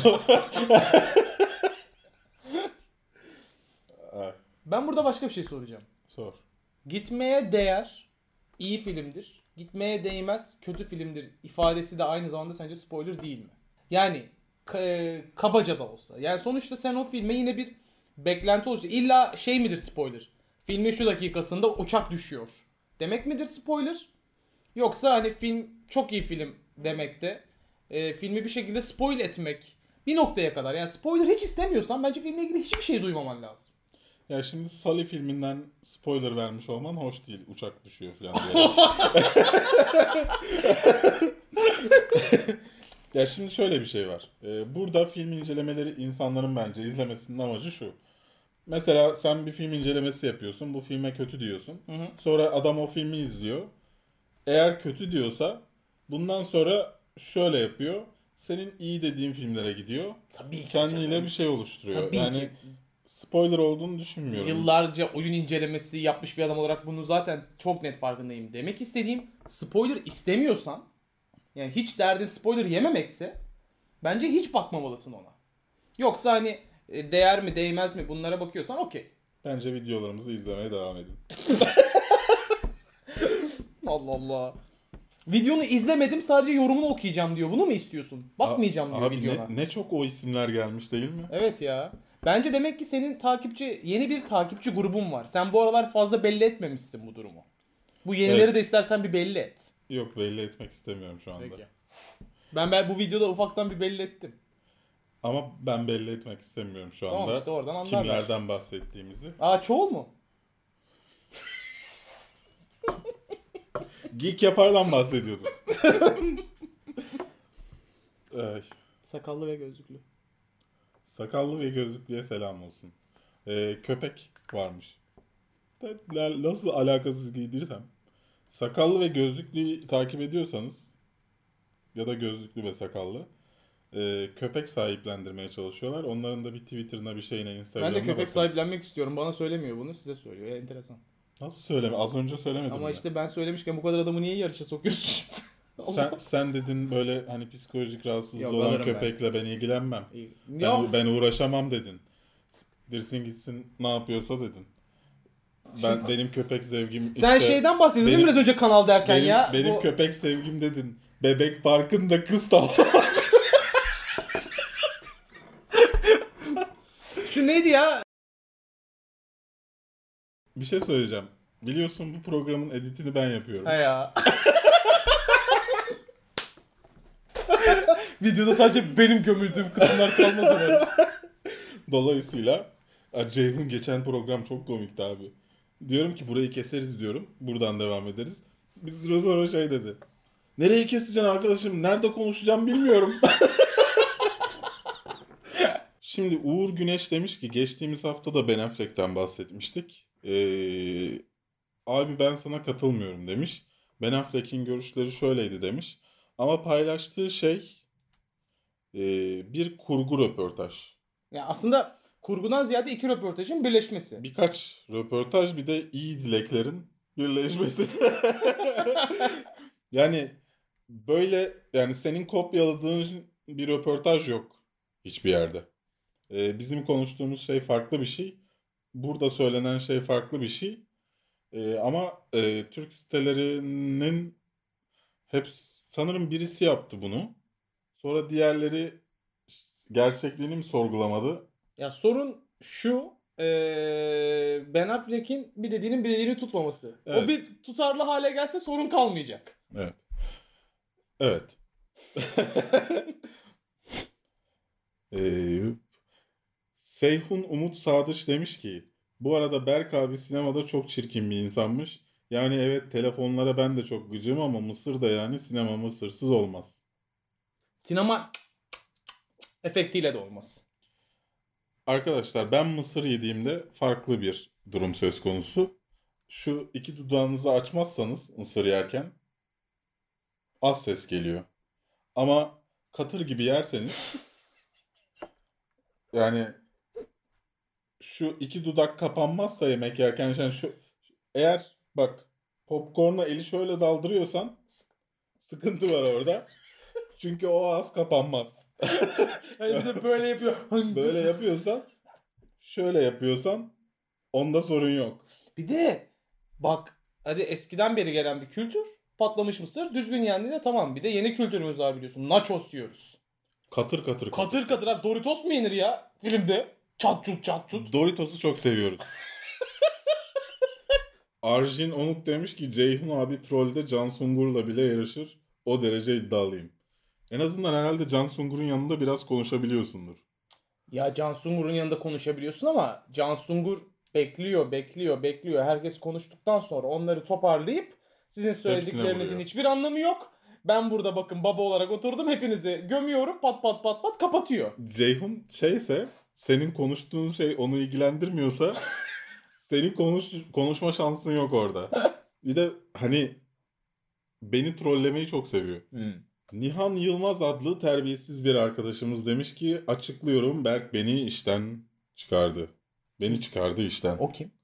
Ben burada başka bir şey soracağım. Sor. Gitmeye değer, iyi filmdir. Gitmeye değmez, kötü filmdir ifadesi de aynı zamanda sence spoiler değil mi? Yani k- kabaca da olsa. Yani sonuçta sen o filme yine bir beklenti oluştu. İlla şey midir spoiler? Filmin şu dakikasında uçak düşüyor. Demek midir spoiler? Yoksa hani film çok iyi film demekte. E, filmi bir şekilde spoil etmek bir noktaya kadar. Yani spoiler hiç istemiyorsan bence filmle ilgili hiçbir şey duymaman lazım. Ya şimdi Sully filminden spoiler vermiş olman hoş değil. Uçak düşüyor falan diye. Ya şimdi şöyle bir şey var. Ee, burada film incelemeleri insanların bence izlemesinin amacı şu. Mesela sen bir film incelemesi yapıyorsun. Bu filme kötü diyorsun. Hı hı. Sonra adam o filmi izliyor. Eğer kötü diyorsa bundan sonra şöyle yapıyor. Senin iyi dediğin filmlere gidiyor. Tabii ki Kendiyle canım. bir şey oluşturuyor. Tabii yani ki. spoiler olduğunu düşünmüyorum. Yıllarca oyun incelemesi yapmış bir adam olarak bunu zaten çok net farkındayım. Demek istediğim spoiler istemiyorsan, yani hiç derdin spoiler yememekse bence hiç bakmamalısın ona. Yoksa hani e, değer mi değmez mi bunlara bakıyorsan okey. Bence videolarımızı izlemeye devam edin. Allah Allah. Videonu izlemedim sadece yorumunu okuyacağım diyor. Bunu mu istiyorsun? Bakmayacağım diyor Abi videona. ne, ne çok o isimler gelmiş değil mi? Evet ya. Bence demek ki senin takipçi yeni bir takipçi grubun var. Sen bu aralar fazla belli etmemişsin bu durumu. Bu yenileri Evet. de istersen bir belli et. Yok, belli etmek istemiyorum şu anda. Peki. Ben, ben bu videoda ufaktan bir belli ettim. Ama ben belli etmek istemiyorum şu anda. Tamam işte oradan anlarlar. Kimlerden bahsettiğimizi. Aa çoğul mu? Geek Yapar'dan bahsediyorduk. Ay, Sakallı ve gözlüklü. sakallı ve gözlüklüye selam olsun. Ee, köpek varmış. Ben nasıl alakasız giydirsem. Sakallı ve gözlüklüyü takip ediyorsanız ya da gözlüklü ve sakallı e, köpek sahiplendirmeye çalışıyorlar. Onların da bir Twitter'ına bir şeyine Instagram'ına Ben de köpek bakın. sahiplenmek istiyorum. Bana söylemiyor bunu, size söylüyor. Ya, enteresan. Nasıl söyleme? Az önce söylemedim Ama mi? işte ben söylemişken bu kadar adamı niye yarışa sokuyorsun şimdi? Sen, sen dedin böyle hani psikolojik rahatsızlığı Yok, olan alırım köpekle ben, ilgilenmem. İyi. Ben, Ya, ben uğraşamam dedin. Dirsin gitsin ne yapıyorsa dedin. Ben Şimdi- benim köpek sevgim sen işte, şeyden bahsediyordun değil mi benim- biraz önce kanal derken benim, ya. benim Bu- köpek sevgim dedin. Bebek parkında kız tavla. Şu neydi ya? Bir şey söyleyeceğim. Biliyorsun bu programın editini ben yapıyorum. He ya. Videoda sadece benim gömüldüğüm kısımlar kalmaz umarım. Dolayısıyla "Aa, Ceyhun geçen program çok komikti abi. Diyorum ki burayı keseriz diyorum. Buradan devam ederiz. Bir süre sonra şey dedi. Nereyi keseceksin arkadaşım? Nerede konuşacağım bilmiyorum. Şimdi Uğur Güneş demiş ki geçtiğimiz hafta da Ben Affleck'ten bahsetmiştik. Ee, abi ben sana katılmıyorum demiş. Ben Affleck'in görüşleri şöyleydi demiş. Ama paylaştığı şey e, bir kurgu röportaj. Ya aslında kurgudan ziyade iki röportajın birleşmesi. Birkaç röportaj bir de iyi dileklerin birleşmesi. Yani böyle yani senin kopyaladığın bir röportaj yok hiçbir yerde. Ee, bizim konuştuğumuz şey farklı bir şey. Burada söylenen şey farklı bir şey. Ee, ama e, Türk sitelerinin hep sanırım birisi yaptı bunu. Sonra diğerleri gerçekliğini mi sorgulamadı? Ya sorun şu. eee, Ben Affleck'in bir dediğinin bir dediğini tutmaması. Evet. O bir tutarlı hale gelse sorun kalmayacak. Evet. Evet. Ee, Seyhun Umut Sadıç demiş ki bu arada Berk abi sinemada çok çirkin bir insanmış. Yani evet telefonlara ben de çok gıcığım ama Mısır da yani sinema Mısırsız olmaz. Sinema efektiyle de olmaz. Arkadaşlar ben mısır yediğimde farklı bir durum söz konusu. Şu iki dudağınızı açmazsanız mısır yerken az ses geliyor. Ama katır gibi yerseniz yani şu iki dudak kapanmazsa yemek yerken yani şu eğer bak popcorn'a eli şöyle daldırıyorsan sıkıntı var orada. Çünkü o ağız kapanmaz. Yani bir de böyle yapıyor. Böyle yapıyorsan şöyle yapıyorsan onda sorun yok. Bir de bak hadi eskiden beri gelen bir kültür. Patlamış mısır düzgün yendiğinde tamam. Bir de yeni kültürümüz var biliyorsun. Nachos yiyoruz. Katır katır katır. Katır katır abi Doritos mu yenir ya filmde? Çat çut çat çut. Doritos'u çok seviyoruz. Arjin Onuk demiş ki Ceyhun abi trollde Can Sungur'la bile yarışır. O derece iddialıyım. En azından herhalde Can Sungur'un yanında biraz konuşabiliyorsundur. Ya Can Sungur'un yanında konuşabiliyorsun ama Can Sungur bekliyor, bekliyor, bekliyor. Herkes konuştuktan sonra onları toparlayıp sizin söylediklerinizin hiçbir anlamı yok. Ben burada bakın baba olarak oturdum hepinizi gömüyorum pat pat pat pat kapatıyor. Ceyhun şeyse senin konuştuğun şey onu ilgilendirmiyorsa senin konuş konuşma şansın yok orada. Bir de hani beni trollemeyi çok seviyor. Hmm. Nihan Yılmaz adlı terbiyesiz bir arkadaşımız demiş ki açıklıyorum Berk beni işten çıkardı. Beni çıkardı işten. O kim?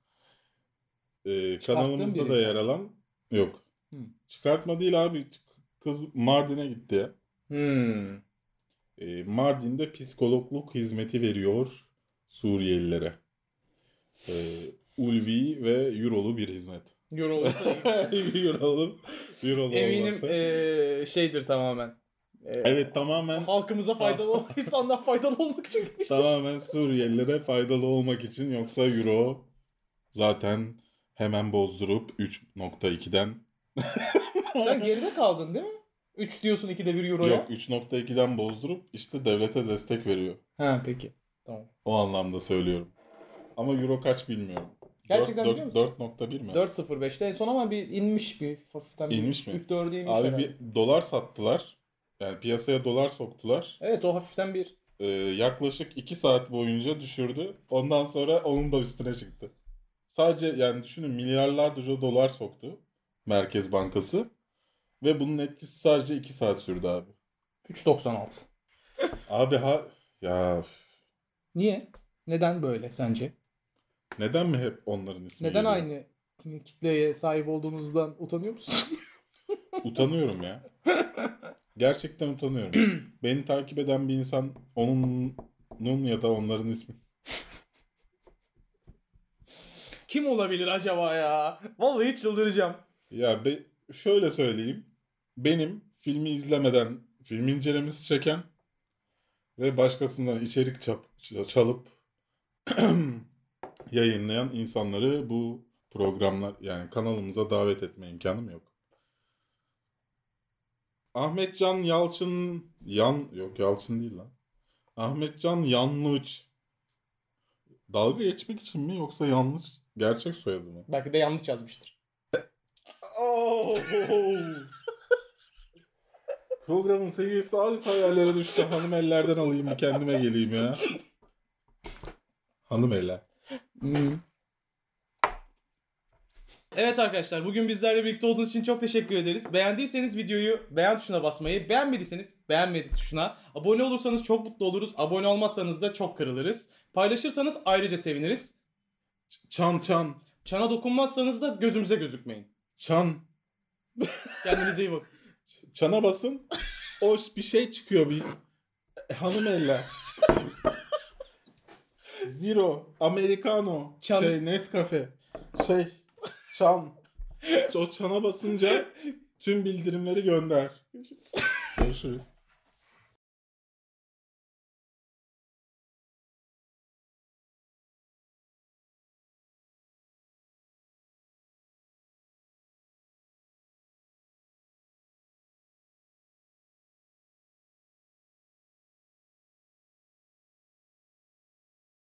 Ee, kanalımızda da birisi. yer alan yok. Hmm. Çıkartma değil abi. Kız Mardin'e gitti ya. Hmm. Ee, Mardin'de psikologluk hizmeti veriyor Suriyelilere. Ee, ulvi ve eurolu bir hizmet. Euro olursa eurolu, eurolu eminim olması. eee, şeydir tamamen. Eee, Evet tamamen halkımıza faydalı ol, insanlar faydalı olmak için gitmiştir. tamamen Suriyelilere faydalı olmak için, yoksa euro zaten hemen bozdurup üç nokta ikiden Sen geride kaldın değil mi? üç diyorsun ikide bir euroya. yok üç nokta ikiden bozdurup işte devlete destek veriyor. Ha peki. Tamam. O anlamda söylüyorum. Ama euro kaç bilmiyorum. Gerçekten biliyor musun? dört nokta bir mi? dört nokta sıfır beşte en son ama bir inmiş bir hafiften bir İnmiş mi? üç dörde inmiş Abi herhalde. bir dolar sattılar. Yani piyasaya dolar soktular. Evet o hafiften bir Ee, yaklaşık iki saat boyunca düşürdü. Ondan sonra onun da üstüne çıktı. Sadece yani düşünün milyarlarca dolar soktu Merkez Bankası. Ve bunun etkisi sadece iki saat sürdü abi. üç doksan altı. Abi ha ya Niye? Neden böyle sence? neden mi hep onların ismi Neden geliyor? aynı kitleye sahip olduğunuzdan utanıyor musun? Utanıyorum ya. Gerçekten utanıyorum. Beni takip eden bir insan onun ya da onların ismi. Kim olabilir acaba ya? Vallahi çıldıracağım. Ya be, şöyle söyleyeyim. Benim filmi izlemeden film incelemesi çeken ve başkasından içerik çap, çalıp yayınlayan insanları bu programlar yani kanalımıza davet etme imkanım yok. Ahmetcan Yalçın Yan yok Yalçın değil lan. Ahmetcan Yanlış. Dalga geçmek için mi yoksa yanlış gerçek soyadı mı? Belki de yanlış yazmıştır. Oh! Programın seviyesi adeta yerlere düştü. Hanım ellerden alayım bir kendime geleyim ya. Hanım eller. Hmm. Evet arkadaşlar bugün bizlerle birlikte olduğunuz için çok teşekkür ederiz. Beğendiyseniz videoyu beğen tuşuna basmayı, beğenmediyseniz beğenmedik tuşuna, abone olursanız çok mutlu oluruz. Abone olmazsanız da çok kırılırız. Paylaşırsanız ayrıca seviniriz. Çan çan. Çana dokunmazsanız da gözümüze gözükmeyin. Çan. Kendinize iyi bakın. Çana basın. O bir şey çıkıyor bir. Hanım eller. Zero. Americano. Çan. Şey Nescafe. Şey. Çan. O çana basınca tüm bildirimleri gönder. Görüşürüz.